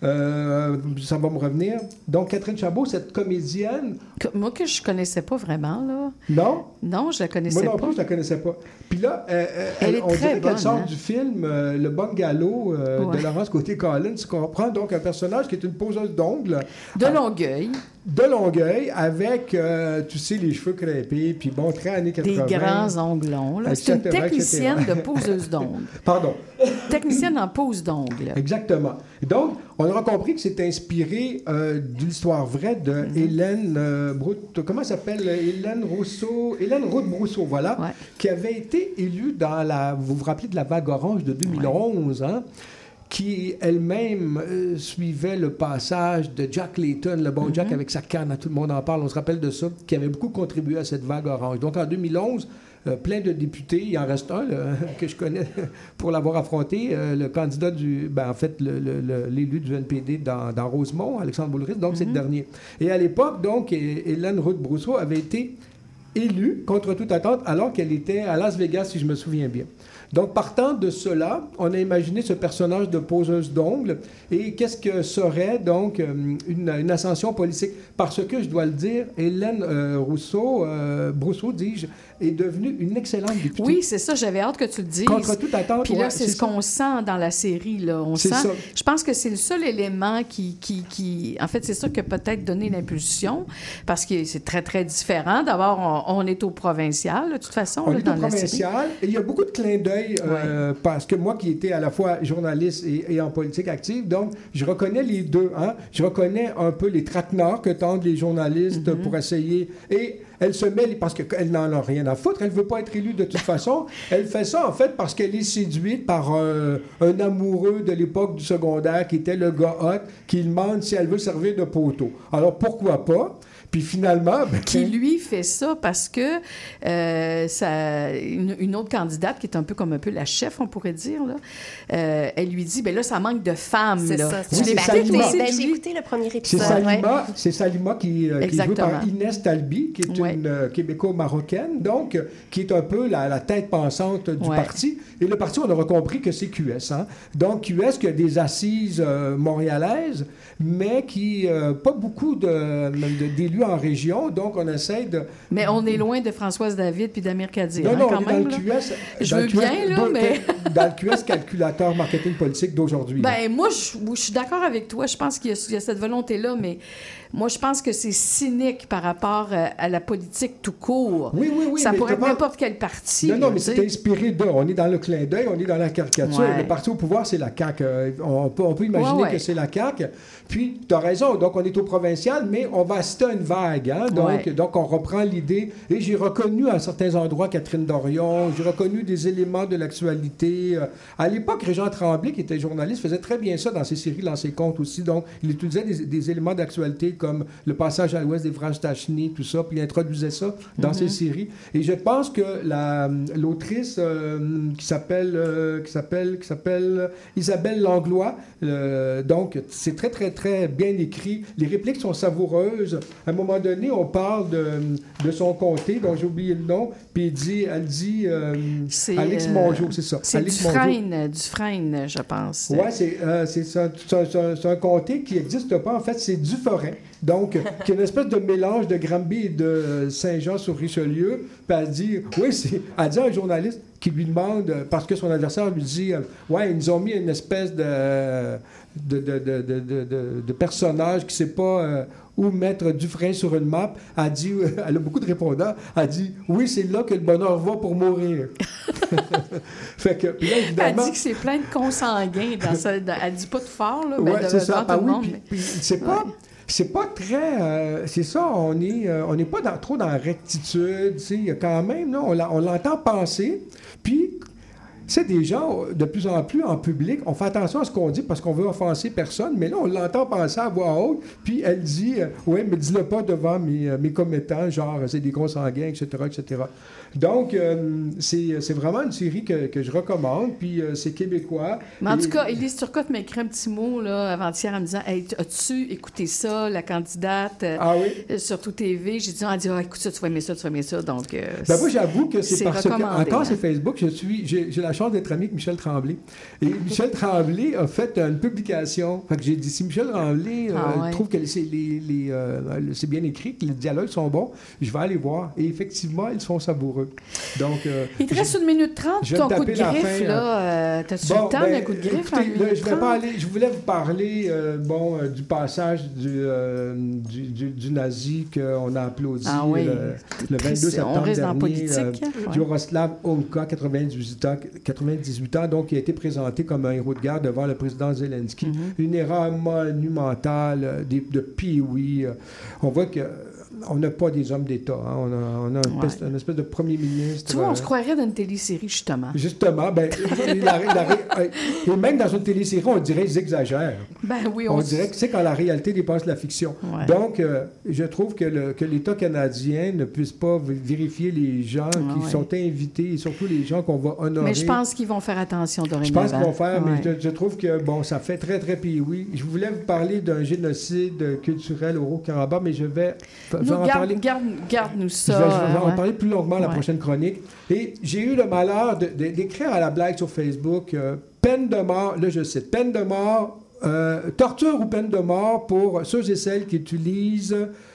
Euh, ça va me revenir. Donc, Catherine Chabot, cette comédienne. Que- moi, que je connaissais pas vraiment, là. Non? Non, je la connaissais Moi non pas. plus, je la connaissais pas. Puis là, euh, euh, Elle est on très dirait bonne, qu'elle sort hein? du film euh, Le Bungalow euh, Ouais. de Laurence Côté-Collins, qu'on reprend donc un personnage qui est une poseuse d'ongles. De Longueuil. de Longueuil, avec, euh, tu sais, les cheveux crêpés, puis bon, très années quatre-vingts. Des grands ongles longs. Là. C'est une technicienne de poseuse d'ongles. Pardon. Technicienne en pose d'ongles. Exactement. Donc, on aura compris que c'est inspiré euh, d'une histoire vraie de mm-hmm. Hélène euh, Brout... Comment elle s'appelle? Hélène Rousseau... Hélène Route-Brousseau, voilà, ouais. qui avait été élue dans la... Vous vous rappelez de la vague orange de deux mille onze, ouais. hein? Qui elle-même euh, suivait le passage de Jack Layton, le bon mm-hmm. Jack avec sa canne, tout le monde en parle, on se rappelle de ça, qui avait beaucoup contribué à cette vague orange. Donc en deux mille onze, euh, plein de députés, il en reste un là, que je connais pour l'avoir affronté, euh, le candidat du, ben, en fait, le, le, le, l'élu du N P D dans, dans Rosemont, Alexandre Boulris, donc mm-hmm. c'est le dernier. Et à l'époque, donc, Hélène Route-Brousseau avait été élue contre toute attente alors qu'elle était à Las Vegas, si je me souviens bien. Donc, partant de cela, on a imaginé ce personnage de poseuse d'ongles et qu'est-ce que serait donc une, une ascension politique. Parce que, je dois le dire, Hélène euh, Rousseau, euh, Brousseau, dis-je, est devenue une excellente députée. Oui, c'est ça, j'avais hâte que tu le dises. Contre toute attente. Puis là, ouais, c'est, c'est ce ça. qu'on sent dans la série, là. On c'est sent... ça. Je pense que c'est le seul élément qui, qui, qui... En fait, c'est ça qui a peut-être donné l'impulsion, parce que c'est très, très différent. D'abord, on, on est au provincial, de toute façon, on là, est dans au la provincial, série. Et il y a beaucoup de clins d'œil, euh, ouais. parce que moi qui étais à la fois journaliste et, et en politique active, donc je reconnais les deux. Hein? Je reconnais un peu les traquenards que tentent les journalistes mm-hmm. pour essayer... Et elle se met, parce qu'elle n'en a rien à foutre, elle ne veut pas être élue de toute façon. Elle fait ça, en fait, parce qu'elle est séduite par un, un amoureux de l'époque du secondaire qui était le gars hot, qui demande si elle veut servir de poteau. Alors, pourquoi pas? Puis finalement... Ben... Qui, lui, fait ça parce que euh, ça, une, une autre candidate, qui est un peu comme un peu la chef, on pourrait dire, là, euh, elle lui dit, bien là, ça manque de femmes. C'est là. ça. Oui, c'est Salima. Ben, j'ai écouté le premier épisode. C'est Salima, ouais. c'est Salima qui, euh, qui est jouée par Inès Talbi, qui est ouais. une euh, québéco-marocaine, donc, euh, qui est un peu la, la tête pensante du ouais. parti. Et le parti, on aura compris que c'est Q S. Hein? Donc, Q S qui a des assises euh, montréalaises, mais qui euh, pas beaucoup de, de, d'élus en région, donc on essaie de... Mais on est loin de Françoise David puis d'Amir Kadir, non, hein, non, quand on est même. Dans le Q S, je dans veux le Q S, bien, là, dans, mais... dans le Q S calculateur marketing politique d'aujourd'hui. Ben là. moi, je, je suis d'accord avec toi. Je pense qu'il y a, il y a cette volonté-là, mais moi, je pense que c'est cynique par rapport à, à la politique tout court. Oui, oui, oui. Ça pourrait être pas... n'importe quel parti. Non, non, là, mais c'est inspiré d'eux. On est dans le clin d'œil, on est dans la caricature. Ouais. Le parti au pouvoir, c'est la C A Q. On peut, on peut imaginer ouais, ouais. que c'est la C A Q. Puis, tu as raison, donc on est au provincial, mais on va assister à une vague. Hein? Donc, ouais. donc, on reprend l'idée. Et j'ai reconnu à certains endroits Catherine Dorion, j'ai reconnu des éléments de l'actualité. À l'époque, Régent Tremblay, qui était journaliste, faisait très bien ça dans ses séries, dans ses contes aussi. Donc, il utilisait des, des éléments d'actualité comme le passage à l'ouest des Franches Tachny, tout ça, puis il introduisait ça dans mm-hmm. ses séries. Et je pense que la, l'autrice euh, qui s'appelle euh, qui s'appelle qui s'appelle Isabelle Langlois, euh, donc c'est très très très bien écrit. Les répliques sont savoureuses. À un moment donné, on parle de, de son comté, dont j'ai oublié le nom, puis elle dit, elle dit euh, Alex euh, Mongeau, c'est ça. C'est Alex Dufresne, Dufresne, je pense. Oui, c'est, euh, c'est, c'est, un, c'est, un, c'est un comté qui n'existe pas. En fait, c'est Duforest. Donc, qui est une espèce de mélange de Granby et de Saint-Jean-sur-Richelieu. Puis elle dit, oui, c'est... Elle dit à un journaliste qui lui demande, parce que son adversaire lui dit, ouais, ils nous ont mis une espèce de, de, de, de, de, de, de personnage qui ne sait pas euh, où mettre Dufresne sur une map. Elle dit, elle a beaucoup de répondants. Elle dit, oui, c'est là que le bonheur va pour mourir. Fait que, puis là, évidemment... Elle dit que c'est plein de consanguins dans ça. Elle dit pas tout fort, là. Oui, ben, c'est ça. Ah oui, monde, puis, mais... puis c'est pas... Ouais. C'est pas très... Euh, c'est ça, on est, euh, on n'est pas dans, trop dans la rectitude, tu sais, il y a quand même, là, on, l'a, on l'entend penser, puis... C'est des gens, de plus en plus en public, on fait attention à ce qu'on dit parce qu'on veut offenser personne, mais là, on l'entend penser à voix haute, puis elle dit euh, « Oui, mais dis-le pas devant mes, mes commettants, genre, c'est des consanguins, et cetera, et cetera » Donc, euh, c'est, c'est vraiment une série que, que je recommande, puis euh, c'est québécois. Mais en et... tout cas, Élise Turcotte m'a écrit un petit mot là, avant-hier en me disant hey, « As-tu écouté ça, la candidate, euh, ah oui? sur tout T V? » J'ai dit « Elle dit, ah, écoute ça, tu vas aimer ça, tu vas aimer ça. » Donc, euh, ben moi, j'avoue que c'est, c'est parce que, encore hein. c'est Facebook, je suis, j'ai, j'ai la chance d'être ami avec Michel Tremblay. Et Michel Tremblay a fait une publication. Fait que j'ai dit, si Michel Tremblay euh, Ah ouais. trouve que c'est, les, les, euh, c'est bien écrit, que les dialogues sont bons, je vais aller voir. Et effectivement, ils sont savoureux. Donc, euh, Il te reste une minute trente, je vais ton me coup de taper la griffe, fin, là. Euh, T'as-tu Bon, le temps ben, d'un coup de griffe en écoutez, une là, minute je, vais trente? parler, je voulais vous parler euh, bon, euh, du passage du, euh, du, du, du nazi qu'on a applaudi Ah oui. le, le Triste. vingt-deux septembre On reste dans la dernier. politique. euh, Ouais. Jaroslav Homka, quatre-vingt-dix-huit ans, quatre-vingt-dix-huit ans, donc, qui a été présenté comme un héros de guerre devant le président Zelensky. Mm-hmm. Une erreur monumentale euh, des- de pioui. euh, On voit que on n'a pas des hommes d'État. Hein. On a, on a une, Ouais. espèce, une espèce de premier ministre. Tu vois, on euh, se croirait dans une télésérie, justement. Justement, ben, il a- il a- et même dans une télésérie, on dirait qu'ils exagèrent. Ben oui, on, On s- dirait que c'est quand la réalité dépasse la fiction. Ouais. Donc, euh, je trouve que, le- que l'État canadien ne puisse pas v- vérifier les gens qui ouais. sont invités et surtout les gens qu'on va honorer. Mais je pense qu'ils vont faire attention Je dorénavant. pense qu'ils vont faire, Ouais. mais je, je trouve que, bon, ça fait très, très pioui. Je voulais vous parler d'un génocide culturel au Haut-Karabakh, mais je vais, je vais Nous, en garde, parler. garde, garde-nous ça. Je vais, je vais en euh, parler plus longuement la Ouais. prochaine chronique. Et j'ai eu le malheur de- de- d'écrire à la blague sur Facebook euh, peine de mort, là je cite, peine de mort, euh, torture ou peine de mort pour ceux et celles qui utilisent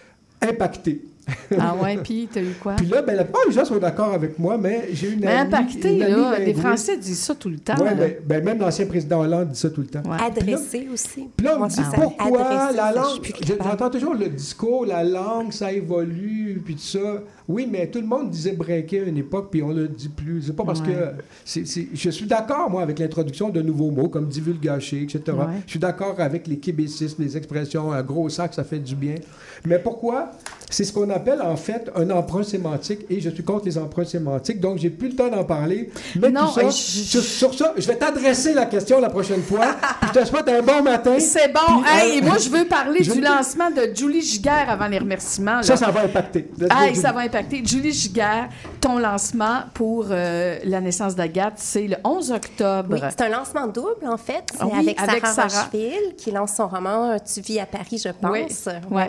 impacté. Ah ouais, puis t'as eu quoi? Puis là, ben, la plupart des gens sont d'accord avec moi, mais j'ai une Mais amie... impacté, une amie là, les linguiste- Français disent ça tout le temps. Ouais, là. ben, ben, même l'ancien président Hollande dit ça tout le temps. Ouais. Adressé aussi. Puis là, on Moi, me dit ça, pourquoi adressé, la ça, je langue. suis plus je- capable. J'entends toujours le discours, la langue, ça évolue, puis tout ça. Oui, mais tout le monde disait breaker à une époque, puis on le dit plus. C'est pas parce Ouais. que. c'est- c'est- je suis d'accord, moi, avec l'introduction de nouveaux mots comme divulgacher, et cetera. Ouais. Je suis d'accord avec les québécismes, les expressions, un gros sac, ça fait du bien. Mais pourquoi? C'est ce qu'on appelle, en fait, un emprunt sémantique, et je suis contre les emprunts sémantiques, donc j'ai plus le temps d'en parler. Mais Non, tout ça, et je- sur, sur ça, je vais t'adresser la question la prochaine fois, puis je te souhaite un bon matin. C'est bon. Puis, Hey, euh, et moi, je veux parler je- du lancement de Julie Giguère avant les remerciements. là. Ça, ça va impacter. Let's go, Hey, Julie. ça va impacter. Julie Giguère, ton lancement pour euh, la naissance d'Agathe, c'est le onze octobre. Oui, c'est un lancement double, en fait. C'est Ah oui, avec, avec Sarah, Sarah. Rocheville, qui lance son roman « Tu vis à Paris, je pense Oui, ouais.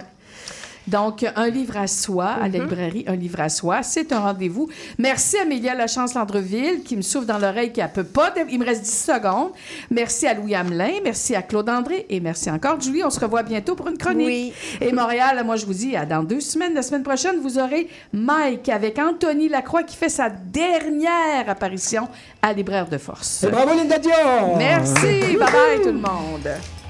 Donc, un livre à soi, à la librairie, un livre à soi. C'est un rendez-vous. Merci à Amélia Lachance-Landreville qui me souffle dans l'oreille qu'elle peut pas. dé- Il me reste dix secondes. Merci à Louis Hamelin. Merci à Claude André. Et merci encore, Julie. On se revoit bientôt pour une chronique. Oui. Et Montréal, moi, je vous dis, à dans deux semaines. La semaine prochaine, vous aurez Mike avec Anthony Lacroix qui fait sa dernière apparition à Libraire de Force. Et bravo, Linda Dion! Merci. Bye-bye, tout le monde.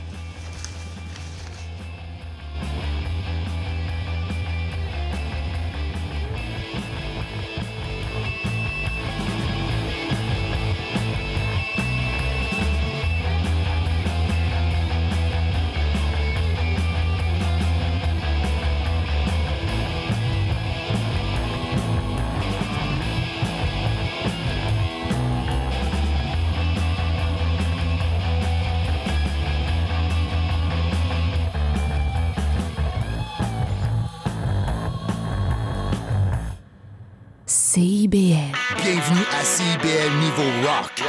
C I B L. Bienvenue à C I B L Niveau Rock.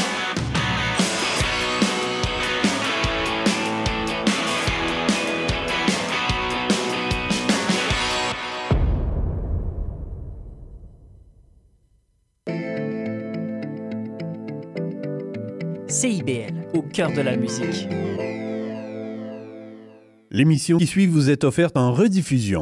C I B L, au cœur de la musique. L'émission qui suit vous est offerte en rediffusion.